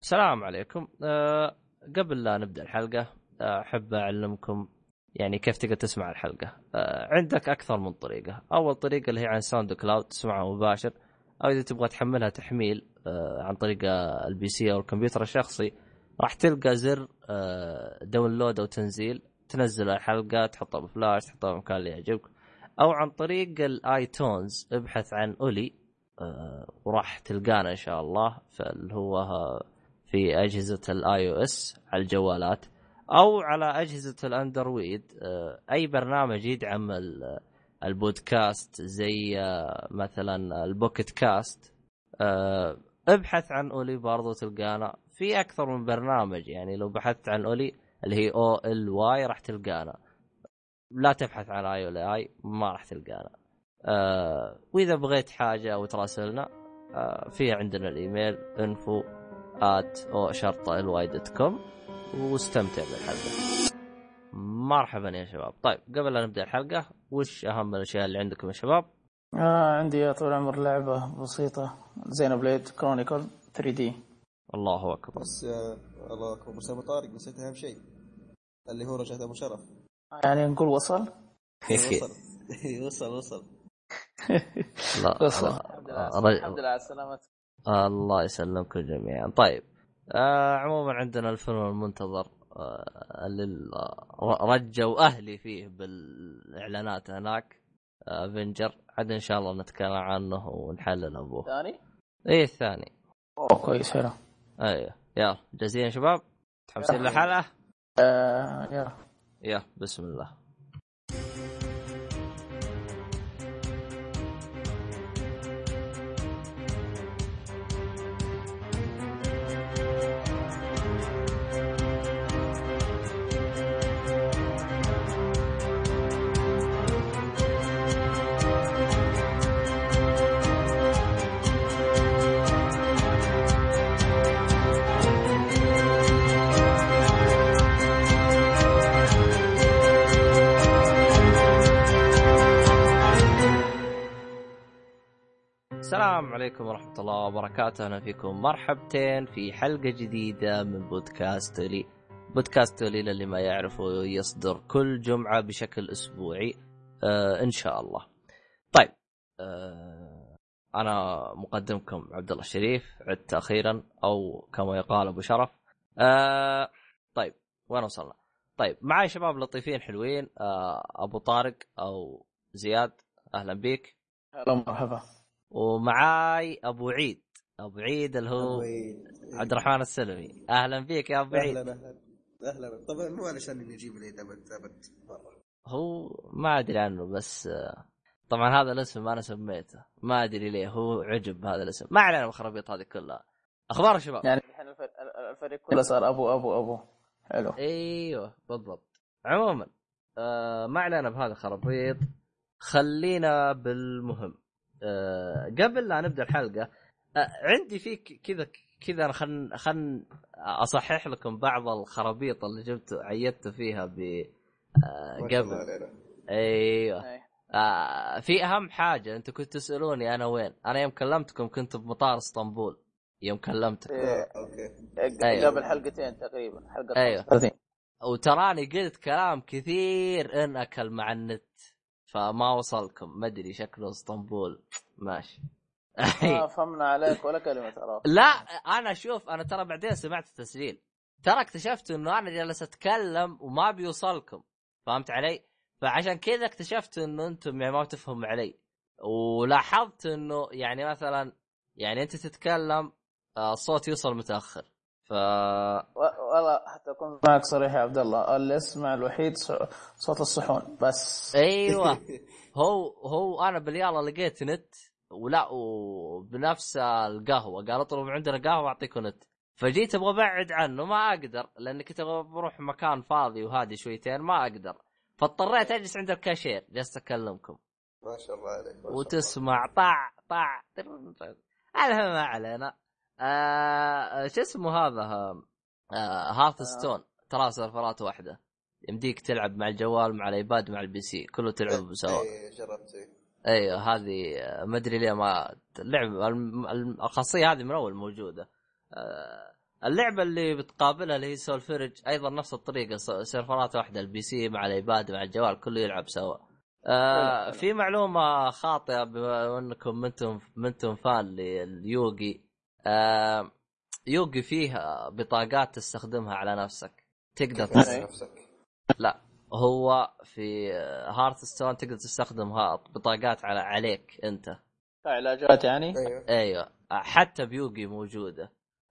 السلام عليكم. قبل لا نبدأ الحلقة أحب أعلمكم يعني كيف تقدر تسمع الحلقة. عندك أكثر من طريقة. أول طريقة اللي هي عن ساوند كلاود تسمعها مباشر، أو إذا تبغى تحملها تحميل عن طريق البي سي أو الكمبيوتر الشخصي راح تلقى زر داونلود أو تنزيل، تنزل الحلقة تحطها بفلاش تحطها بمكان اللي يعجبك، أو عن طريق الآيتونز ابحث عن أولي وراح تلقانا إن شاء الله. فاللي هو في أجهزة الآي أو إس على الجوالات، أو على أجهزة الأندرويد أي برنامج يدعم البودكاست زي مثلا البوكيت كاست. ابحث عن أولي برضو تلقانا في أكثر من برنامج. يعني لو بحثت عن أولي اللي هي OLY راح تلقانا، لا تبحث عن IOLI ما راح تلقانا. وإذا بغيت حاجة أو تراسلنا في عندنا الإيميل info@o-ly.com واستمتع بالحلقة. مرحبا يا شباب. طيب قبل لا نبدأ الحلقة وش أهم الأشياء اللي عندكم يا شباب؟ عندي يا طول العمر لعبة بسيطة زينوبليد كرونيكل 3D. الله أكبر. بس الله أكبر. بس أبو طارق نسيت أهم شيء اللي هو رجعت أبو شرف. يعني نقول وصل. وصل. لا وصل. الحمد لله على السلامة. الله يسلمكم جميعا. طيب عموما عندنا الفيلم المنتظر اللي رجوا أهلي فيه بالإعلانات هناك، افنجر. عاد إن شاء الله نتكلم عنه ونحلل أبوه. ثاني؟ إيه الثاني. كويس حلو. أيه يا جزيلا شباب تحمسين لحالة. يا بسم الله. السلام عليكم ورحمة الله وبركاته. أهلا فيكم مرحبتين في حلقة جديدة من بودكاست لي. بودكاست لي للي ما يعرفه يصدر كل جمعة بشكل أسبوعي إن شاء الله. طيب أنا مقدمكم عبد الله الشريف، عدت أخيرا أو كما يقال أبو شرف. طيب وين وصلنا؟ طيب معي شباب لطيفين حلوين. أبو طارق أو زياد أهلا بيك. هلا مرحبا. ومعاي ابو عيد اللي هو عبد الرحمن السلمي. اهلا بيك يا ابو عيد. اهلا. طبعا مو علشان نجيب العيد ابد هو ما ادري عنه، بس طبعا هذا الاسم انا سميته ما ادري ليه، هو عجب هذا الاسم. ما علينا بالخرابيط هذه كلها. اخبار شباب؟ يعني الحين الفريق كله صار ابو حلو. ايوه بالضبط. عموما ما علينا بهذا الخرابيط، خلينا بالمهم. قبل لا نبدأ الحلقة عندي فيك كذا خل أصحح لكم بعض الخرابيط اللي عيدت فيها قبل. أيوة. في أهم حاجة أنتوا كنتوا تسألوني أنا وين. أنا يوم كلمتكم كنت بمطار اسطنبول يوم كلمتك. أيوة. قبل حلقتين تقريبا حلقة. أيوة. وتراني قلت كلام كثير إن أكل مع النت فما وصلكم. ما ادري شكله اسطنبول ماشي. ما فهمنا عليك ولا كلمه ترى. لا انا شوف، انا ترى بعدين سمعت التسجيل ترى اكتشفت انه انا جالس اتكلم وما بيوصلكم، فهمت علي؟ فعشان كذا اكتشفت انه انتم يعني ما تفهموا علي. ولاحظت انه يعني مثلا يعني انت تتكلم الصوت يوصل متاخر. والله حتى اكون معك صريح يا عبد الله، اللي اسمع الوحيد صوت الصحون بس. ايوه. هو انا باليالا لقيت نت ولا وبنفس القهوه قال اطلب عندنا قهوه واعطيكم نت، فجيت ابغى ابعد عنه ما اقدر لاني كنت ابغى بروح مكان فاضي وهادي شويتين ما اقدر، فاضطريت اجلس عند الكاشير جلست اكلمكم. ما شاء الله عليك. وتسمع طع المهم ما علينا. شو اسمه هذا هارث ستون ترى سيرفرات واحده يمديك تلعب مع الجوال مع الايباد مع البي سي كله تلعب سوا. جربت. ايوه هذه ما ادري ليه ما اللعب الخاصيه هذه من اول موجوده. اللعبه اللي بتقابلها اللي هي سولفرج ايضا نفس الطريقه، سيرفرات واحده، البي سي مع الايباد مع الجوال كله يلعب سوا. في معلومه خاطئه بما انكم منتم فان لليوغي. يوغي فيه بطاقات تستخدمها على نفسك، تقدر نفسك. لا، هو في هارت ستون تقدر تستخدمها بطاقات عليك انت، علاجات يعني. ايوه حتى بيوغي موجوده.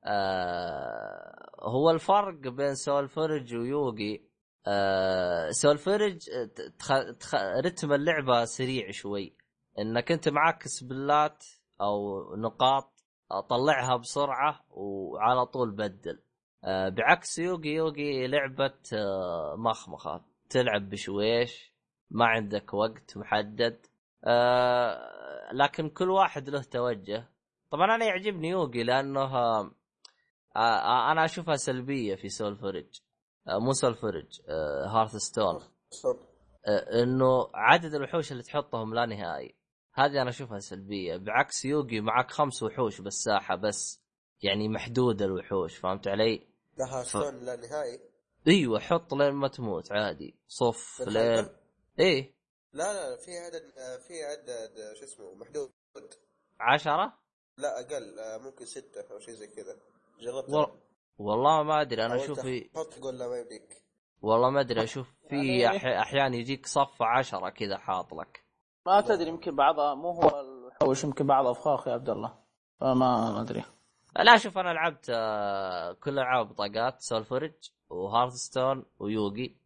هو الفرق بين سولفرج ويوغي، سولفرج رتم اللعبه سريع شوي، انك انت معك سبلات او نقاط طلعها بسرعه وعلى طول بدل. بعكس يوغي لعبه مخمخه، تلعب بشويش، ما عندك وقت محدد. لكن كل واحد له توجه. طبعا انا يعجبني يوغي لانه انا اشوفها سلبيه في سولفرج، مو سولفرج، هارث ستون، انه عدد الوحوش اللي تحطهم لا نهائي، هذه انا اشوفها سلبيه. بعكس يوغي معك 5 وحوش بالساحه بس، يعني محدود الوحوش، فهمت علي؟ لا شلون لا نهائي؟ ايوه حط لين ما تموت عادي، صف لين. ايه لا في عدد شو اسمه محدود. 10 لا اقل، ممكن 6 او شيء زي كذا. جربت والله ما ادري، انا اشوف حط تقول لا ما يبيك. والله ما ادري، اشوف في يعني احيانا يجيك صف 10 كذا حاط لك. ما تدري، يمكن بعضها مو هو الوحوش، يمكن بعضها افخاخ يا عبد الله، فما ادري. لا شوف انا لعبت كل العاب بطاقات سولفرج وهارثستون ويوغي.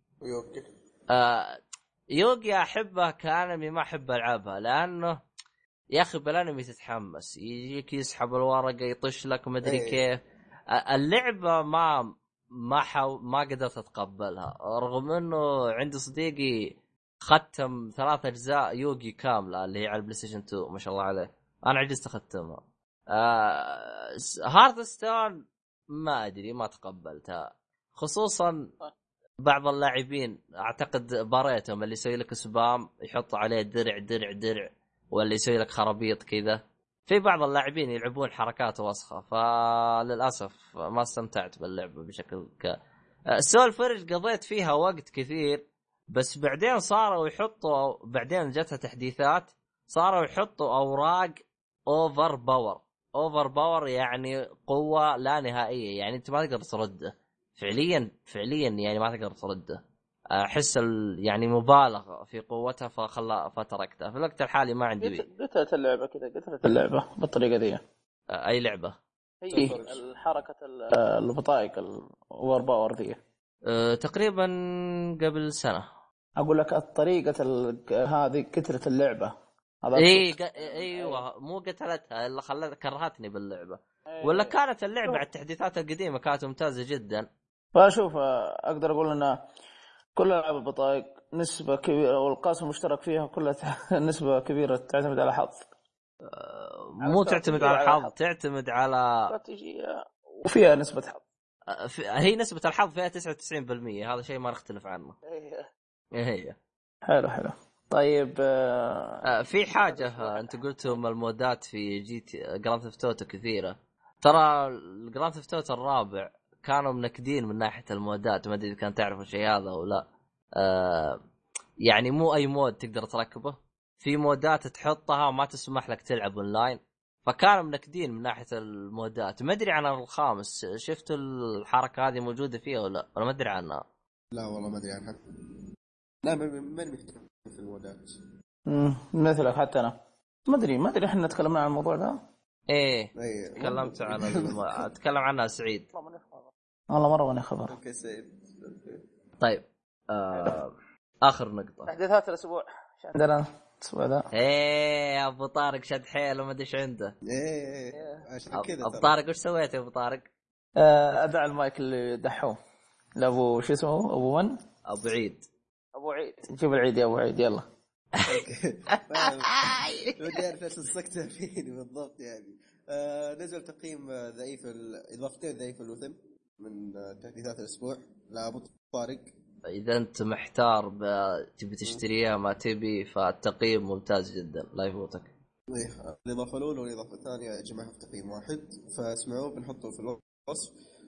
يوغي احبه كانمي، ما احب العبها لانه يا اخي بالانمي تتحمس، يجيك يسحب الورقه يطش لك مدري كيف. اللعبه ما قدرت اتقبلها، رغم انه عندي صديقي ختم 3 أجزاء يوغي كامله اللي هي على البلاي ستيشن 2 ما شاء الله عليه، انا عجزت اختمها. هارثستون ما ادري ما تقبلتها، خصوصا بعض اللاعبين اعتقد باريتهم اللي يسوي لك سبام يحط عليه درع ولا يسوي لك خرابيط كذا. في بعض اللاعبين يلعبون حركات وسخه، فللاسف ما استمتعت باللعبه بشكل سول فرج قضيت فيها وقت كثير، بس بعدين صاروا يحطوا، بعدين جتها تحديثات صاروا يحطوا اوراق اوفر باور يعني قوه لا نهائيه، يعني انت ما تقدر ترده فعليا يعني ما تقدر ترده. احس يعني مبالغه في قوتها فتركتها. في الوقت الحالي ما عندي قتلت اللعبه كذا، قتلت اللعبه بالطريقه دي. اي لعبه هي الحركه البطايق الاوفر باور دي تقريبا قبل سنه. اقول لك الطريقه هذه كثرت اللعبه. ايوه مو قتلتها الا كرهتني باللعبه. ولا كانت اللعبه على التحديثات القديمه كانت ممتازه جدا. فاشوف اقدر اقول ان كل العاب البطايق نسبه كبيره والقاسم المشترك فيها كلها نسبه كبيره تعتمد على حظ. مو تعتمد على الحظ، تعتمد على استراتيجيه وفيها نسبه حظ. هي نسبه الحظ فيها 99%، هذا شيء ما نختلف عنه. هي حلو. طيب في حاجه انت قلتهم المودات في جراند ثيفت اوتو كثيره، ترى الجراند ثيفت اوتو الرابع كانوا منكدين من ناحيه المودات، ما ادري اذا كان تعرفوا الشيء هذا او لا. يعني مو اي مود تقدر تركبه، في مودات تحطها ما تسمح لك تلعب اونلاين، فكانوا منكدين من ناحيه المودات. ما ادري عن الخامس، شفتوا الحركه هذه موجوده فيها ولا ما ادري عنها؟ لا والله ما ادري عنها، لا ما مهتم في المودات. مثلك حتى انا ما ادري احنا تكلمنا عن الموضوع ده. ايه تكلمت عن اتكلم عنها سعيد. والله مره وانا خبر. اوكي سعيد. طيب اخر نقطه تحديثات الاسبوع عندنا الاسبوع ذا. ايه ابو طارق شد حيله ما ادري ايش عنده. عشان كذا ابو طارق وش سويت يا ابو طارق؟ ادع المايك اللي دحوه لابو شو اسمه ابو من ابو عيد نشوف العيد يا ابو عيد يلا. ودي اعرف ايش السكتة فيني بالضبط يعني. نزل تقييم ضعيف، اضافتين ضعيف الوثن من تحديثات الاسبوع لابو طارق. اذا انت محتار تبي تشتريها ما تبي، فالتقييم ممتاز جدا لا يفوتك. الاضافه الاولى والاضافه الثانيه جمعها في تقييم واحد، فاسمعوه بنحطه في الوصف.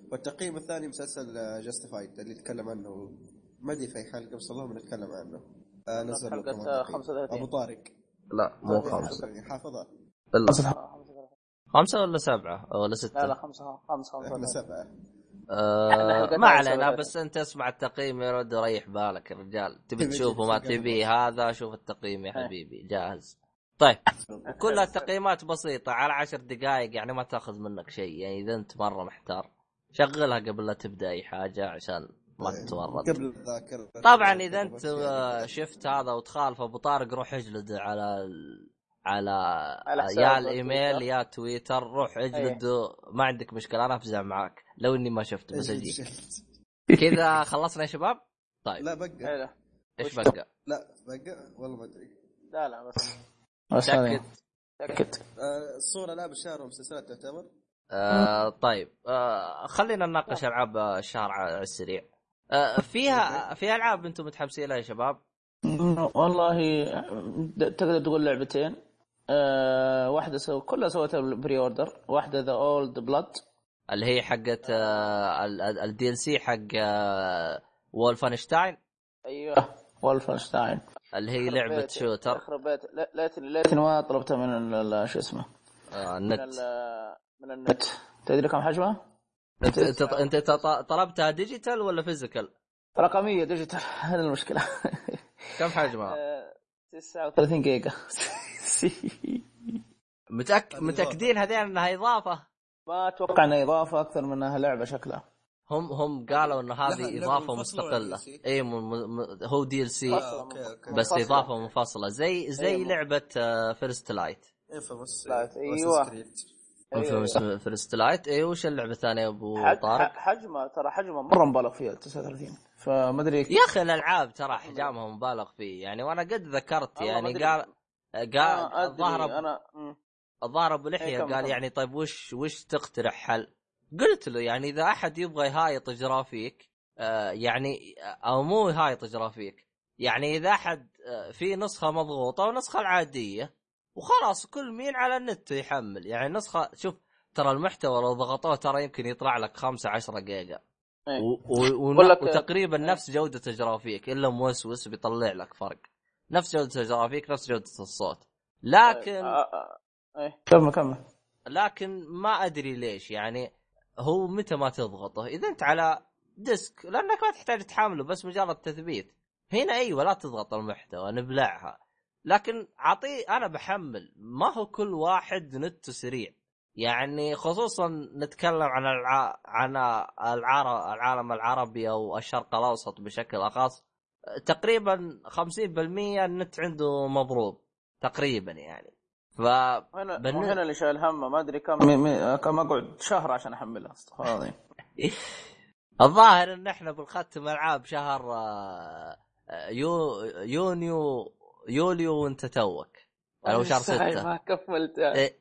والتقييم الثاني مسلسل جاستيفايد اللي تكلم عنه ما ادري في أي حلقه بس اللهم نتكلم عنه. نزل له كمان حلقة تقييم. 35 ابو طارق لا مو 5 حافظها. الا 35 5 ولا 7 ولا 6. لا 5 احنا 7. ما علينا بس انت اسمع التقييم يرد ريح بالك الرجال تبي تشوفه ما تبي هذا شوف التقييم يا حبيبي جاهز. طيب كلها التقييمات بسيطة على 10 دقائق يعني ما تاخذ منك شيء يعني إذا أنت مرة محتار شغلها قبل لا تبدأ أي حاجة عشان ما تتورط قبل الذاكرة. طبعا إذا أنت شفت هذا وتخالف أبو طارق روح اجلد على يا الإيميل يا تويتر روح اجلده ما عندك مشكلة أنا أفزع معاك لو إني ما شفت بس أجيك كذا. خلصنا يا شباب. طيب لا بقى إيش بقى؟ لا بقى والله ما أدري. لا بس تأكد الصورة لا بالشهر ومسلسلات تعتبر. طيب خلينا نناقش ألعاب الشهر على السريع. فيها ألعاب أنتم متحمسين لها يا شباب؟ والله تقدر تقول لعبتين. واحدة كلها سويتها بري اوردر. واحدة ذا اولد بلاد اللي هي حقت الدي ال سي حق وولفنشتاين. ايوه وولفنشتاين اللي هي لعبة شوتر. يخرب بيت ليتني ما طلبتها من شو اسمه النت من النت. تدري كم حجمها؟ انت طلبتها ديجيتال ولا فيزيكال؟ رقمية ديجيتال. هذه المشكلة. كم حجمها؟ 39 جيجا. متأكدين هذين انها اضافة؟ ما اتوقع انها اضافة اكثر من انها لعبة شكلها. هم قالوا ان هذه اضافة مستقلة. اي هو دي ال سي بس اضافة منفصلة زي لعبة فيرست لايت. ايوه فيرست لايت. اي وش اللعبة الثانية ابو طارق؟ حجمها مرة مبالغ فيها 39. فما ادري يا اخي الالعاب ترى احجامها مبالغ فيه يعني وانا قد ذكرت يعني قال الظاهر ابو لحية قال يعني طيب وش تقترح حل؟ قلت له يعني اذا احد يبغى يهايط جرافيك يعني او مو يهايط جرافيك يعني اذا احد في نسخة مضغوطة ونسخة العادية وخلاص كل مين على النت يحمل يعني نسخة. شوف ترى المحتوى لو ضغطوه ترى يمكن يطلع لك 5-10 جيجا وتقريبا نفس جودة الجرافيك إلا موسوس بيطلع لك فرق. نفس جودة الجرافيك نفس جودة الصوت لكن كمل لكن ما أدري ليش يعني هو متى ما تضغطه إذا أنت على ديسك لأنك ما تحتاج تحمله بس مجرد تثبيت. هنا أيوة لا تضغط المحتوى نبلعها لكن أنا بحمل ما هو كل واحد نت سريع يعني خصوصا نتكلم عن العالم العربي أو الشرق الأوسط بشكل خاص تقريبا 50% النت عنده مضروب تقريبا يعني. هنا اللي شايل همه ما أدري كم أقعد شهر عشان أحملها استغفر. الظاهر إن إحنا بالختم ألعاب شهر يوليو وانت توك أنا شهر 6 ما كفلت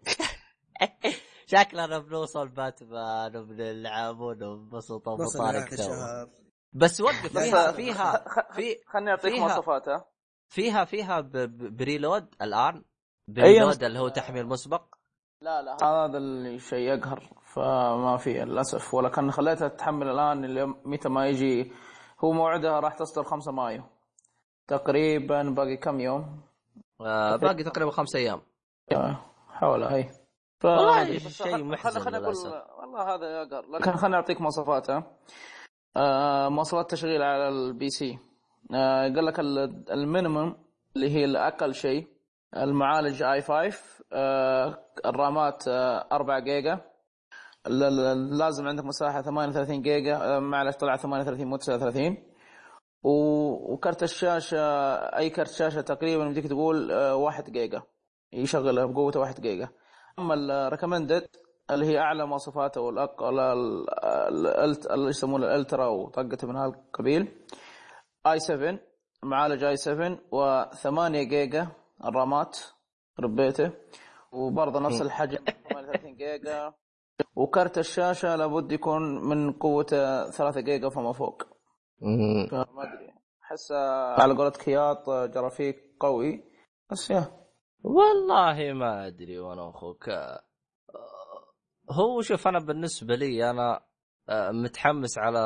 شكلنا بنوصل باتمان وبنلعبون وبنبسط وبطارق بس وقف فيها خلني أعطيك مواصفاتها. فيها بريلود الآن بريلود اللي هو تحميل مسبق. لا هذا اللي شيء يقهر فما في للأسف ولا كان خليتها تحمل الآن اللي متى ما يجي هو موعدها راح تصدر 5 مايو تقريبا باقي كم يوم باقي تقريبا 5 أيام حولها هي والله شيء محزن للأسف والله هذا يقهر. لكن خلنا نعطيك مواصفاتها. مواصفات تشغيل على البي سي. قال لك المينيمم اللي هي الأقل شيء المعالج i5 الرامات 4 جيجا لازم عندك مساحة 38 جيجا معلش طلع 38 مو 39 وكرت الشاشة أي كرت شاشة تقريبا بدك تقول 1 جيجا يشغلها بقوته 1 جيجا. أما الريكومندد اللي هي أعلى مواصفاته والأقل اللي يسمونه الألترا وطقته من هالقبيل i7 معالج i7 و8 جيجا الرامات ربيته وبرضه نفس الحجم 38 جيجا وكرت الشاشة لابد يكون من قوته 3 جيجا فما فوق. ما أدري أحس على قولة كياط جرافيك قوي بس والله ما أدري وأنا أخوك. هو شوف أنا بالنسبة لي أنا متحمس على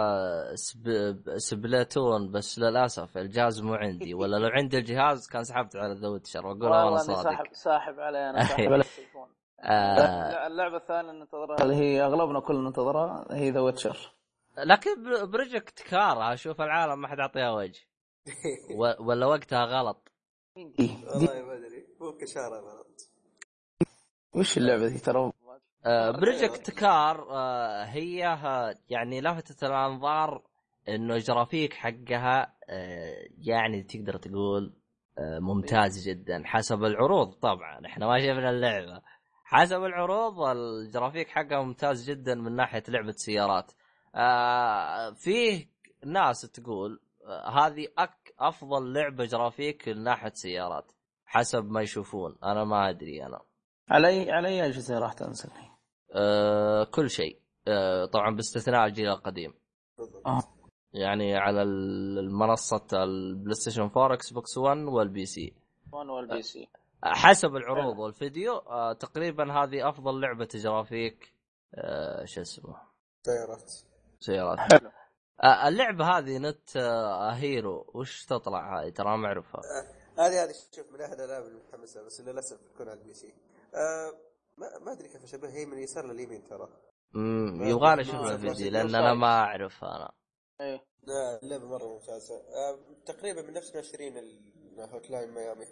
سبلاتون، بس للاسف الجهاز مو عندي، ولا لو عندي الجهاز كان سحبت على ذا ويتشر واقول انا صادق. ساحب علي انا ساحب على التليفون. اللعبه الثانيه ننتظرها اللي هي اغلبنا كلنا ننتظرها هي ذا ويتشر. لكن بروجكت كار اشوف العالم ما حد يعطيها وجه ولا وقتها غلط. والله ما ادري هو كشاره غلط. وش اللعبه دي ترى؟ بروجكت كار هي يعني لفتت الانظار انه جرافيك حقها يعني تقدر تقول ممتاز جدا حسب العروض. طبعا احنا ما شفنا اللعبه، حسب العروض الجرافيك حقها ممتاز جدا من ناحيه لعبه سيارات. فيه ناس تقول هذه افضل لعبه جرافيك من ناحيه سيارات حسب ما يشوفون. انا ما ادري انا على اي اجهزه راح تنزل؟ كل شيء طبعا باستثناء الجيل القديم. يعني على المنصه البلاي ستيشن 4 اكس بوكس 1 والبي سي حسب العروض والفيديو. تقريبا هذه افضل لعبه جرافيك شو اسمه سيارات. حلو. اللعبه هذه نت هيرو وش تطلع هاي؟ ترى ما اعرفها. هذه شوف من احد الالعاب المتحمسه بس للاسف تكون على البي سي. ما ادري كيف اشبه، هي من يسار لليمين ترى. يبغى اشوف الفيديو لان انا ما اعرف انا. ايه اللعبه مره ممتازه. تقريبا من نفس ناشرين الهوت لاين ميامي.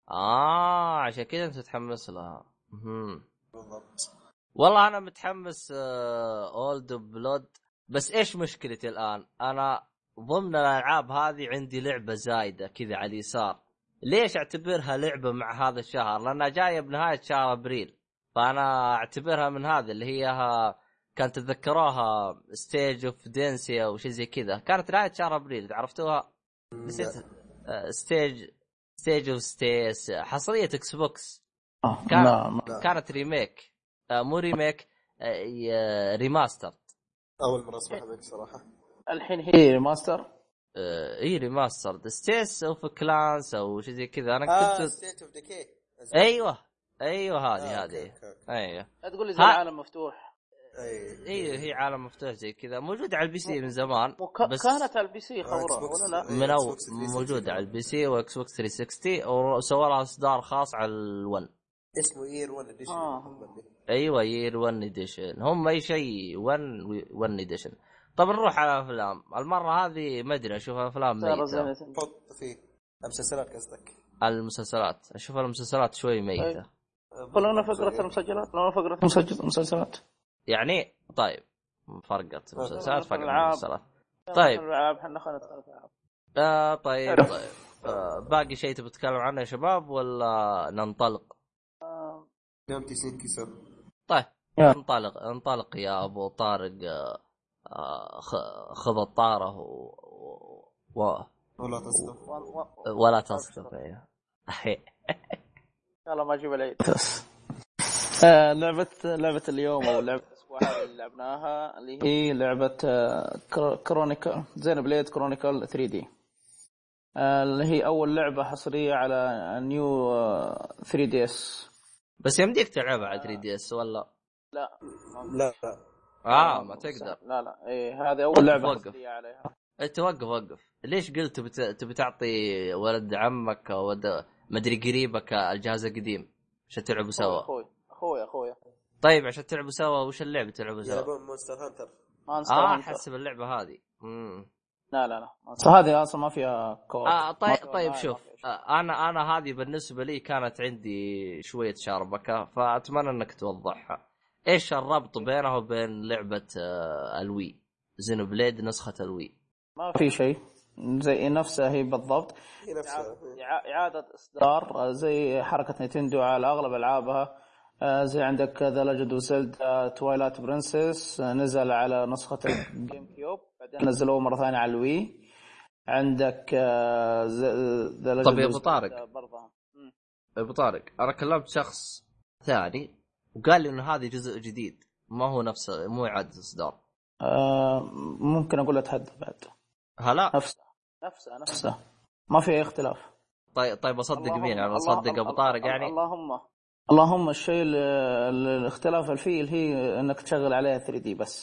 عشان كذا انت تتحمس لها. بالضبط. والله انا متحمس اولد بلود. بس ايش مشكلتي الان؟ انا ضمن الالعاب هذه عندي لعبه زايده كذا على اليسار. ليش اعتبرها لعبه مع هذا الشهر؟ لانها جايه بنهايه شهر ابريل، فانا اعتبرها من هذا اللي هي كانت تذكروها ستيج اوف دينسي او شيء زي كذا، كانت نهايه شهر ابريل عرفتوها؟ نسيت. ستيج اوف ستيس حصريه اكس بوكس. كانت ريميك مو ريميك ريماستر. اول مره اسمعها منك صراحه. الحين هي ريماستر. اي ريماستر ستيس اوف كلانس او شيء زي كذا. انا كنت ستيت اوف ديكي. ايوه هذه ايوه تقول لي زي العالم مفتوح. ايوه هي عالم مفتوح زي كذا، موجود على البي سي من زمان. بس كانت على البي سي خوره ولا لا؟ من اول موجوده على البي سي واكس بوكس 360 وسووا لها اصدار خاص على ال1 اسمه يير 1 اديشن. ايوه يير 1 اديشن. هم اي شيء 1 اديشن. طب نروح على افلام المره هذه. ما ادري اشوف افلام ميته. حط في المسلسلات قصدك؟ المسلسلات اشوف المسلسلات شوي ميته. خلونا فقره المسلسلات يعني. طيب فرقت مسلسلات فرقت مسلسلات. طيب الالعاب احنا خلينا ندخل في الالعاب. طيب باقي شيء تبي تتكلم عنه يا شباب ولا ننطلق؟ نعم تسين كسر. طيب انطلق يا ابو طارق. خذ الطاره ولا تصدق يلا ما اجيب العيد. لعبه اليوم او لعبه الاسبوع هذه اللي لعبناها اللي هي لعبه كرونيكل زينوبليد كرونيكل 3D، اللي هي اول لعبه حصريه على نيو 3DS. بس يمديك تلعبها على 3DS ولا لا؟ ما تقدر. لا هذه اول لعبه حصريه عليها. توقف ليش قلت تبي تعطي ولد عمك او ما ادري قريبك الجهاز القديم عشان تلعبوا سوا؟ اخويا طيب عشان تلعبوا سوا وش اللعبه تلعبوا سوا؟ يلعبون مونستر هانتر. حسب اللعبه هذه. لا هذه اصلا ما فيها كود. طيب شوف انا هذه بالنسبه لي كانت عندي شويه شاربكه، فاتمنى انك توضحها. ايش الربط بينه وبين لعبه الوي زينوبليد نسخه الوي؟ ما في شيء، زي نفسها هي بالضبط. إعادة إصدار زي حركة نينتندو على أغلب ألعابها. زي عندك ذا ليجند اوف زيلدا تويلايت برنسس نزل على نسخة الجيم كيوب، بعدين نزلوه مرة ثانية على الوي. عندك ذا ليجند. طب يا أبو طارق أنا كلمت شخص ثاني وقال لي إنه هذه جزء جديد ما هو نفسه، مو إعادة إصدار. ممكن أقول أتحدى بعد. هلا نفسها ما في أي اختلاف. طيب أصدق مين؟ أنا أصدق أبو طارق يعني. اللهم الشيء الاختلاف فيه هي انك تشغل عليها 3D بس.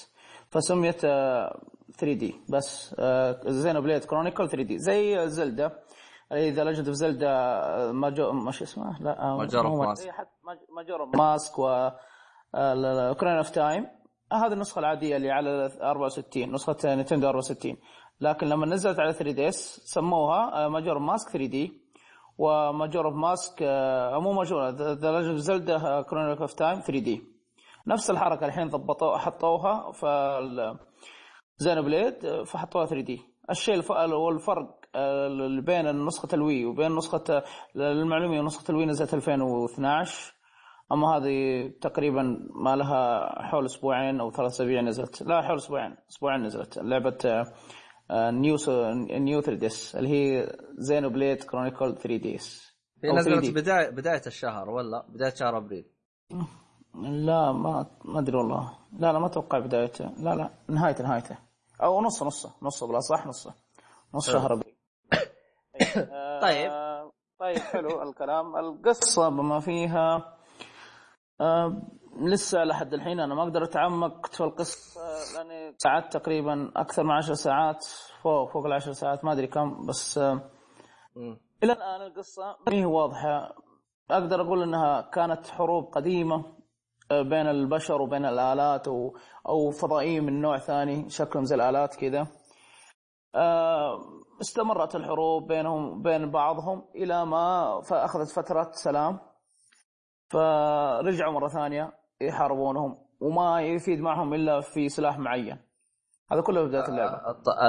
فسميت 3D بس. زينو بليد كرونيكل 3D زي زلدة، إذا ليجند اوف زلدة مش اسمه لا ماجور ماسك و اوكرين اوف تايم. هذه النسخة العادية اللي على 64 نسخة نينتندو 64، لكن لما نزلت على 3DS سموها ماجور ماسك 3D وماجور اوف ماسك مو ماجور ذا ليجند اوف زلدة اوكرين اوف تايم 3D. نفس الحركة الحين ضبطوها حطوها في زينو بليد فحطوها 3D. الشيء والفرق اللي بين نسخة الوي وبين نسخة المعلومية ونسخة الوي نزلت 2012، أما هذه تقريبا ما لها حول أسبوعين أو 3 أسابيع نزلت، لا حول أسبوعين نزلت لعبة نيو 3DS اللي هي زينو بليد كرونيكل 3DS. هي نزلت بداية الشهر ولا بداية شهر أبريل؟ لا ما أدري والله، لا ما أتوقع بدايته، لا نهايته أو نص بلا صح نص شهر أبريل. طيب حلو الكلام. القصة بما فيها لسه لحد الحين أنا ما أقدر أتعمق في القصة لأني قعدت تقريبا أكثر من 10 ساعات فوق 10 ساعات ما أدري كم، بس إلى الآن القصة ما هي واضحة. أقدر أقول أنها كانت حروب قديمة بين البشر وبين الآلات أو فضائيين من نوع ثاني شكلهم زي الآلات كذا. استمرت الحروب بينهم بين بعضهم إلى ما فأخذت فترة سلام، فرجعوا مرة ثانية يحاربونهم وما يفيد معهم إلا في سلاح معين. هذا كله بداية اللعبة.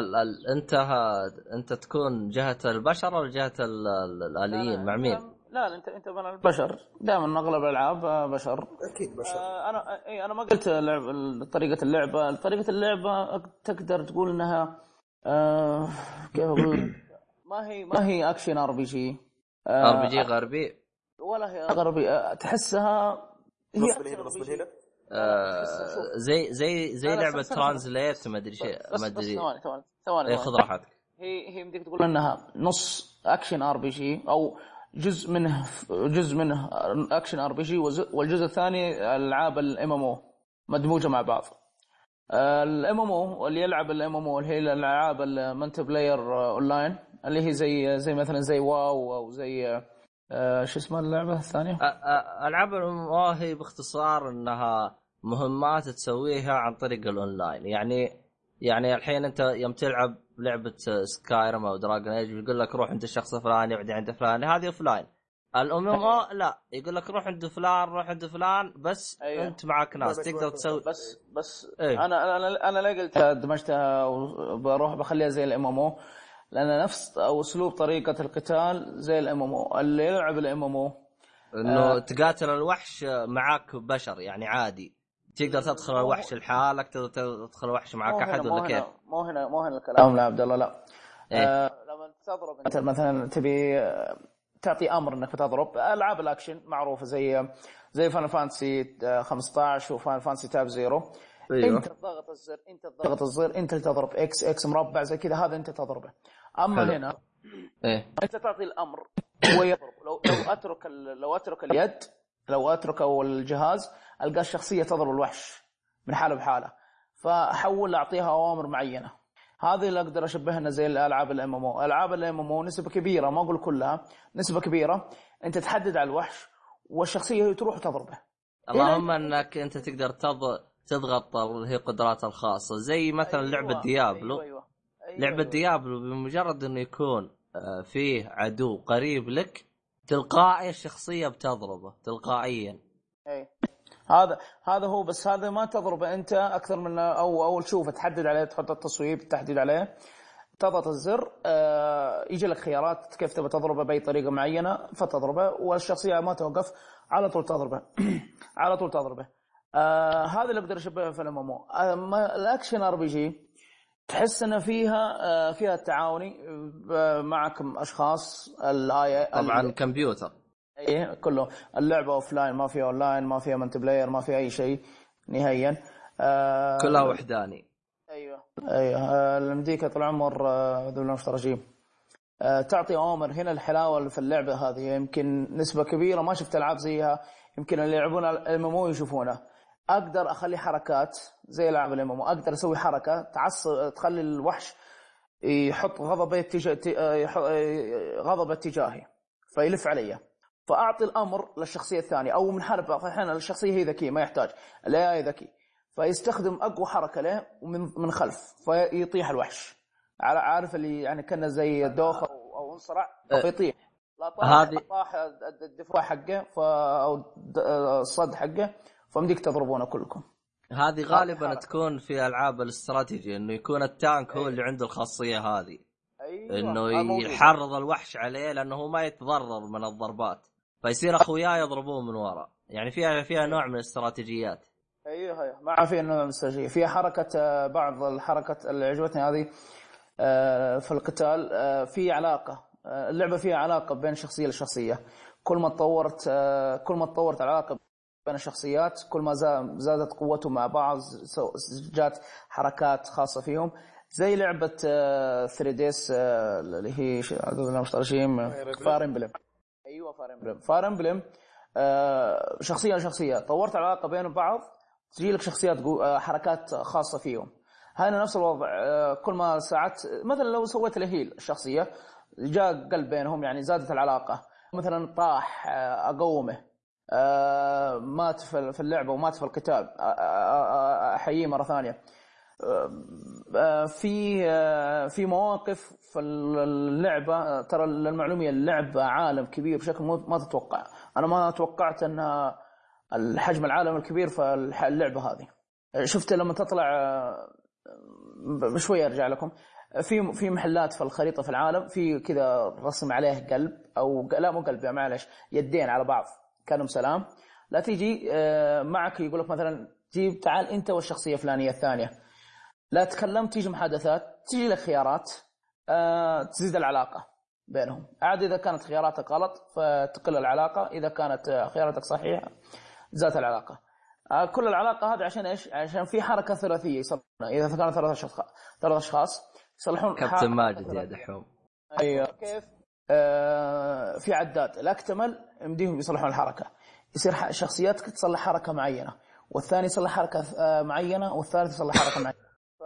أنت تكون جهة البشر ولا جهة الآليين مع مين؟ لا أنت من البشر دائما، أغلب الألعاب بشر. أكيد بشر. أنا ما قلت طريقة اللعبة تقدر تقول إنها كيف أقول ما هي أكشن RPG غربي ولا هي غربي، تحسها هي هنا زي لعبة ترانزليت ما ادري شيء ما ادري. ثواني خذ راحتك. هي بدك تقول انها نص اكشن RPG او جزء منه اكشن RPG والجزء الثاني العاب الMMO مدموجه مع بعض. الMMO اللي يلعب الMMO اللي هي الالعاب الملتي بلاير اونلاين اللي هي زي مثلا زي واو او زي شو اسمها اللعبة الثانية؟ ألعاب هي باختصار أنها مهمات تسويها عن طريق الأونلاين. يعني الحين أنت يوم تلعب لعبة سكايرم أو دراجون ايج يقول لك روح عند الشخص الفلاني وعدي عند فلان، هذه أوفلاين. الأمم لا يقول لك روح عند فلان بس أيوة. أنت معك ناس تقدر تسوي بس أيوة. أنا لا قلت دمجتها وبروح بخليها زي الMMO لأن نفس أو أسلوب طريقة القتال زي الMMO. اللي يلعب الMMO إنه تقاتل الوحش معاك بشر يعني عادي، تقدر تدخل الوحش لحالك، تقدر تدخل الوحش معاك أحد ولا كيف؟ مو هنا الكلام لا عبد الله لا. لما تضرب أنت مثلا تبي تعطي أمر إنك تضرب. ألعاب الأكشن معروفة زي فاينل فانتسي 15 وفاينل فانتسي تاب 0. أيوة. انت تضغط الزر انت تضرب اكس مربع زي كذا، هذا انت تضربه. اما حلو. هنا انت تعطي الامر ويضرب. لو اترك اليد، لو اترك الجهاز القى الشخصيه تضرب الوحش من حاله بحاله، فاحول اعطيها اوامر معينه. هذه اللي اقدر اشبهها زي الالعاب الMMO. العاب الMMO نسبه كبيره، ما اقول كلها، نسبه كبيره انت تحدد على الوحش والشخصيه تروح تضربه. اللهم انك انت تقدر تضغط هي قدرات الخاصة زي مثلا لعبة ديابلو. لعبة ديابلو بمجرد انه يكون فيه عدو قريب لك تلقائي الشخصية بتضربه تلقائيا. هذا هو، بس هذا ما تضربه انت اكثر من او تشوفه تحدد عليه، تحط التصويب التحديد عليه، تضغط الزر يجي لك خيارات كيف تبغى تضربه باي طريقة معينة فتضربه، والشخصية ما توقف على طول تضربه على طول تضربه. هذا اللي اقدر اشبهه في الMMO. الاكشن RPG تحس ان فيها تعاوني معكم اشخاص طبعا كمبيوتر اي كله. اللعبه اوفلاين، ما فيها اونلاين، ما فيها ملتي بلاير، ما فيها اي شيء نهائيا، كلها وحداني. ايوه المديكه طول العمر ذو المفترجين تعطي اوامر. هنا الحلاوه في اللعبه هذه يمكن نسبه كبيره ما شفت العاب زيها، يمكن اللي يلعبون الMMO يشوفونها. اقدر اخلي حركات زي العاب الامم، اقدر اسوي حركه تخلي الوحش يحط غضب اتجاهي فيلف علي، فاعطي الامر للشخصيه الثانيه او من حرب احيانا الشخصيه هي ذكيه ما يحتاج الاي ذكي، فيستخدم اقوى حركه له من خلف فيطيح الوحش، عارف اللي يعني كان زي دوخه او انصرع فيطيح، لا طاح الدفاع حقه او الصد حقه فمديك تضربونه كلكم. هذه غالبا تكون في العاب الاستراتيجي انه يكون التانك هو اللي عنده الخاصيه هذه. أيوة. انه يحرض الوحش عليه لانه هو ما يتضرر من الضربات، فيصير اخوياه يضربوه من وراء. يعني فيها نوع من الاستراتيجيات. ايوه ما فيها نوع من الاستراتيجيه، فيها حركه بعض الحركات اللي عجبتني هذه في القتال. في علاقه اللعبه فيها علاقه بين شخصيه لشخصيه، كل ما تطورت العلاقه بين الشخصيات كل ما زادت قوتهم مع بعض، جات حركات خاصه فيهم زي لعبه 3 ديس اللي هي مشتركين فاير امبلم. ايوه فاير امبلم شخصيه لشخصيه طورت العلاقه بين بعض، تجي لك شخصيات حركات خاصه فيهم. هنا نفس الوضع، كل ما ساعدت مثلا لو سويت الهيل الشخصيه جاء قلب بينهم يعني زادت العلاقه. مثلا طاح اقومه، مات في اللعبه ومات في القتال احييه مره ثانيه. في مواقف في اللعبه، ترى المعلوميه اللعبه عالم كبير بشكل ما تتوقع. انا ما توقعت ان الحجم العالم الكبير في اللعبه هذه. شفت لما تطلع بشويه ارجع لكم، في محلات في الخريطه في العالم في كذا رسم عليه قلب او لا مو قلب، معلش يدين على بعض كانوا سلام. لا تيجي معك يقول لك مثلا جيب تعال انت والشخصيه الفلانيه الثانيه، لا تكلمت تيجي محادثات، تيجي لك خيارات تزيد العلاقه بينهم. عاد اذا كانت خياراتك غلط فتقل العلاقه، اذا كانت خياراتك صحيحه زادت العلاقه. كل العلاقه هذه عشان ايش؟ عشان في حركه ثلاثيه يصلحونها. اذا كانوا ثلاث اشخاص يصلحون كابتن ماجد يا دحوم. ايوه كيف في عداد لا اكتمل يمديهم يصلحون الحركه، يصير شخصياتك تصلح حركه معينه والثاني يصلح حركه معينه والثالث يصلح حركه معينه.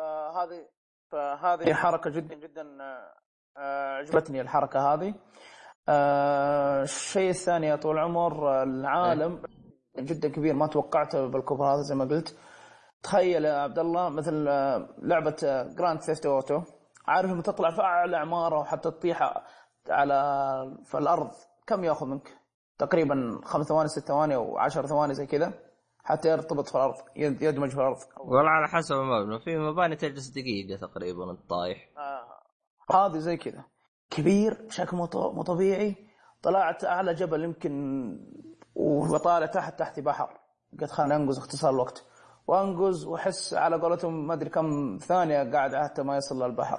فهذه حركه جدا جدا عجبتني الحركه هذه. الشيء الثاني يا طول العمر العالم جدا كبير، ما توقعته بالكبر هذا زي ما قلت. تخيل يا عبد الله مثل لعبه جراند ثيفت اوتو، عارف لما تطلع في اعلى عماره وحتى تطيح في الارض كم ياخذ منك؟ تقريبا 5 ثواني 6 ثواني او 10 ثواني زي كذا حتى يرتبط في الارض، يدمج في الارض. والله على حسب المبنى، في مباني تجلس دقيقه تقريبا الطايح. هذه زي كذا كبير بشكل مو طبيعي. طلعت اعلى جبل يمكن وطالع تحت بحر، قلت خلنا انقز اختصار الوقت، وانقز واحس على قولتهم ما ادري كم ثانيه قاعد حتى ما يصل للبحر.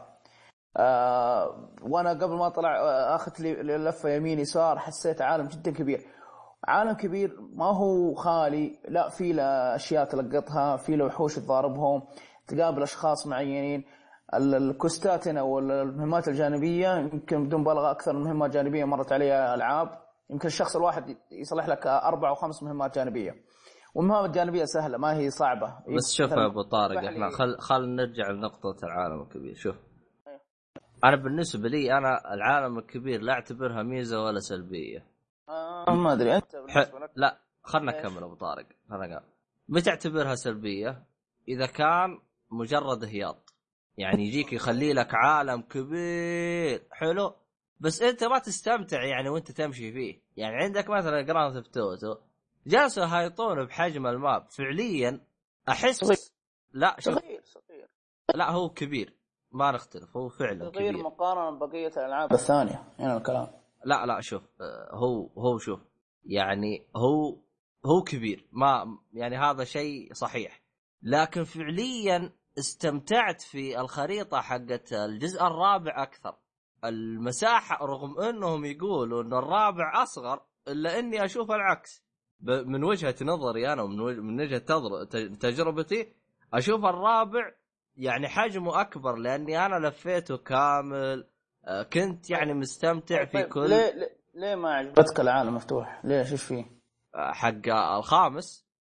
وانا قبل ما اطلع اخذت لي لفه يمين يسار، حسيت عالم جدا كبير. عالم كبير ما هو خالي، لا في له اشياء تلقطها، في له وحوش تضاربهم، تقابل اشخاص معينين. الكوستات هنا والمهمات الجانبيه يمكن بدون مبالغه اكثر من مهمه جانبيه مرت علي العاب، يمكن الشخص الواحد يصلح لك 4 أو 5 مهمات جانبيه، والمهمات الجانبيه سهله ما هي صعبه. بس شوف يا ابو طارق، احنا خل نرجع لنقطه العالم الكبير. شوف انا بالنسبه لي انا العالم الكبير لا اعتبرها ميزه ولا سلبيه. ما ادري انت لا خلنا نكمل ابو طارق. بتعتبرها سلبيه اذا كان مجرد هياط، يعني يجيك يخلي لك عالم كبير حلو بس انت ما تستمتع يعني وانت تمشي فيه. يعني عندك مثلا جراند ثيفت اوتو جالسوا هايطون بحجم الماب فعليا احس صغير. لا صغير لا هو كبير ما نختلف، هو فعلا صغير كبير مقارنه ببقيه الالعاب الثانيه. هنا الكلام لا شوف هو شوف يعني هو كبير، ما يعني هذا شيء صحيح، لكن فعليا استمتعت في الخريطة حقت الجزء الرابع أكثر. المساحة رغم أنهم يقولوا أن الرابع أصغر إلا أني أشوف العكس من وجهة نظري أنا ومن وجهة تجربتي. أشوف الرابع يعني حجمه أكبر لأني أنا لفيته كامل، كنت يعني مستمتع في كل. ليه ما عجبتك العالم مفتوح؟ ليش ايش فيه؟ حق الخامس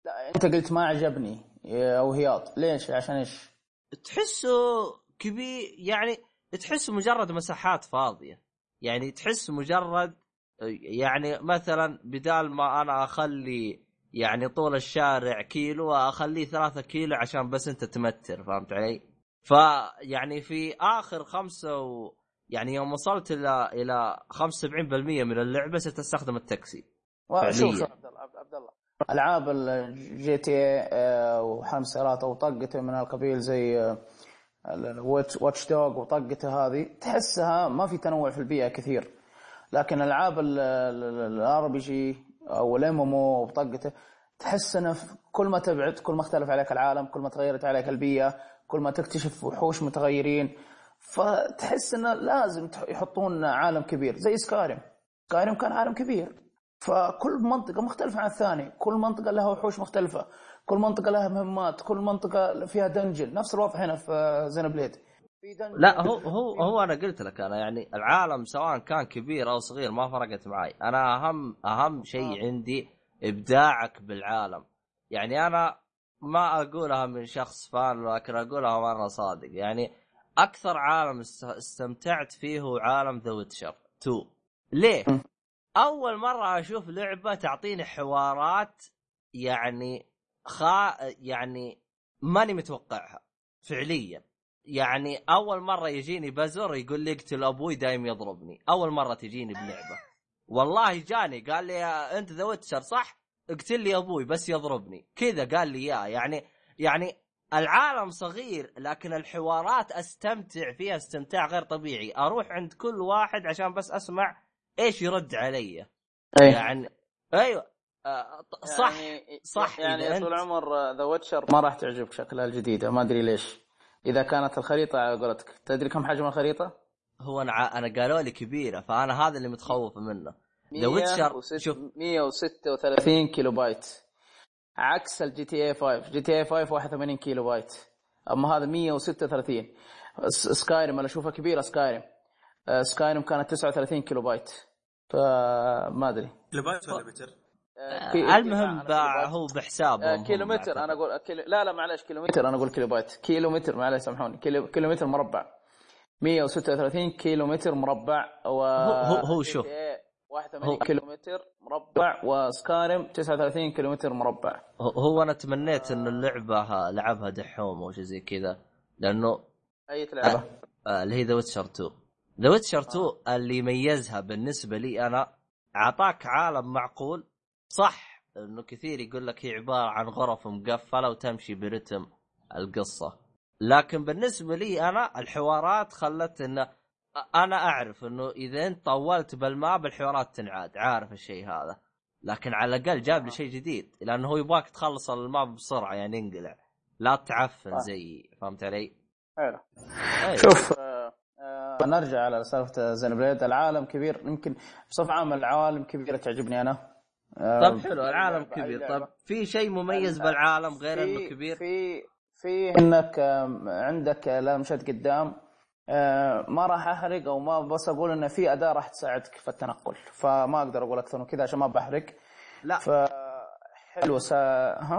لا انت قلت ما عجبني او هياط، ليش؟ عشان ايش؟ تحسه كبير، يعني تحسه مجرد مساحات فاضية، يعني تحس مجرد، يعني مثلا بدال ما انا اخلي يعني طول الشارع كيلو اخليه 3 كيلو عشان بس انت تمتر، فهمت علي؟ فيعني في اخر يعني يوم وصلت الى 75% من اللعبة ستستخدم التاكسي شوف فعليا. عبد الله العاب الجي تي اي وحرم سيارات او طقته من القبيل زي واتش دوغ وطقته هذه تحسها ما في تنوع في البيئة كثير، لكن العاب الار بي جي او الام ام او وطقته تحس انه كل ما تبعد كل ما اختلف عليك العالم، كل ما تغيرت عليك البيئة، كل ما تكتشف وحوش متغيرين، فتحس انه لازم يحطون عالم كبير زي سكايريم كان عالم كبير، فكل منطقة مختلفة عن الثاني، كل منطقة لها وحوش مختلفة، كل منطقة لها مهمات، كل منطقة فيها دنجل. نفس الوضع هنا في زينوبليد في دنجل. لا هو انا قلت لك، انا يعني العالم سواء كان كبير او صغير ما فرقت معي، انا اهم شيء عندي ابداعك بالعالم. يعني انا ما اقولها من شخص فان، لكن اقولها وانا صادق. يعني اكثر عالم استمتعت فيه هو عالم ذا ويتشر 2. ليه؟ اول مره اشوف لعبه تعطيني حوارات يعني يعني ماني متوقعها فعليا. يعني اول مره يجيني بزر يقول لي اقتل ابوي دايم يضربني، اول مره تجيني بلعبه والله جاني قال لي انت ذا ويتشر صح، اقتل لي ابوي بس يضربني كذا، قال لي اياه. يعني العالم صغير لكن الحوارات استمتع فيها استمتاع غير طبيعي، اروح عند كل واحد عشان بس اسمع ايش يرد علي. يعني ايوه صح يعني صح. يعني اذا يا انت طول العمر ذا ويتشر ما راح تعجبك شكلها الجديدة، ما ادري ليش. اذا كانت الخريطة على قولتك، تدري كم حجم الخريطة؟ هو انا قالوا لي كبيره، فانا هذا اللي متخوف منه. ذا ويتشر شوف 136 كيلو بايت، عكس الجي تي اي 5. جي تي اي 5 81 كيلو بايت، اما هذا 136. سكايريم انا اشوفها كبيره. سكايريم كانت 39 كيلو بايت، فما ادري. كيلو بايت ولا متر؟ المهم هو بحسابهم كيلومتر انا اقول لا معلش كيلومتر، انا اقول كيلو بايت. كيلومتر معلش سامحوني، كيلومتر مربع. 136 كيلومتر مربع. هو شوف 81 كيلومتر مربع، وسكاريم 39 كيلومتر مربع. هو انا تمنيت انه اللعبه لعبها دحوم او شيء زي كذا، لانه اي لعبه اللي هي ذا ويتشر 2. ذا ويتشر 2 اللي يميزها بالنسبه لي انا اعطاك عالم معقول، صح انه كثير يقول لك هي عباره عن غرف مقفله وتمشي برتم القصه، لكن بالنسبه لي انا الحوارات خلت انه انا اعرف انه اذا انت طولت بالماب الحوارات تنعاد، عارف الشيء هذا، لكن على الاقل جاب لي شيء جديد، لانه هو يبغاك تخلص الماب بسرعه يعني انقلع، لا تعفن زي، فهمت علي؟ حلو. أيوة. شوف نرجع على سالفه زينوبليد. العالم كبير، يمكن بصفه عامه العوالم كبيره تعجبني انا. طب حلو العالم كبير. طب في شيء مميز بالعالم غير انه كبير؟ في انك عندك لا مشيت قدام ما راح احرق، او ما بس اقول ان في اداه راح تساعدك في التنقل، فما اقدر اقول اكثر من كذا عشان ما بحرق. لا حلو ها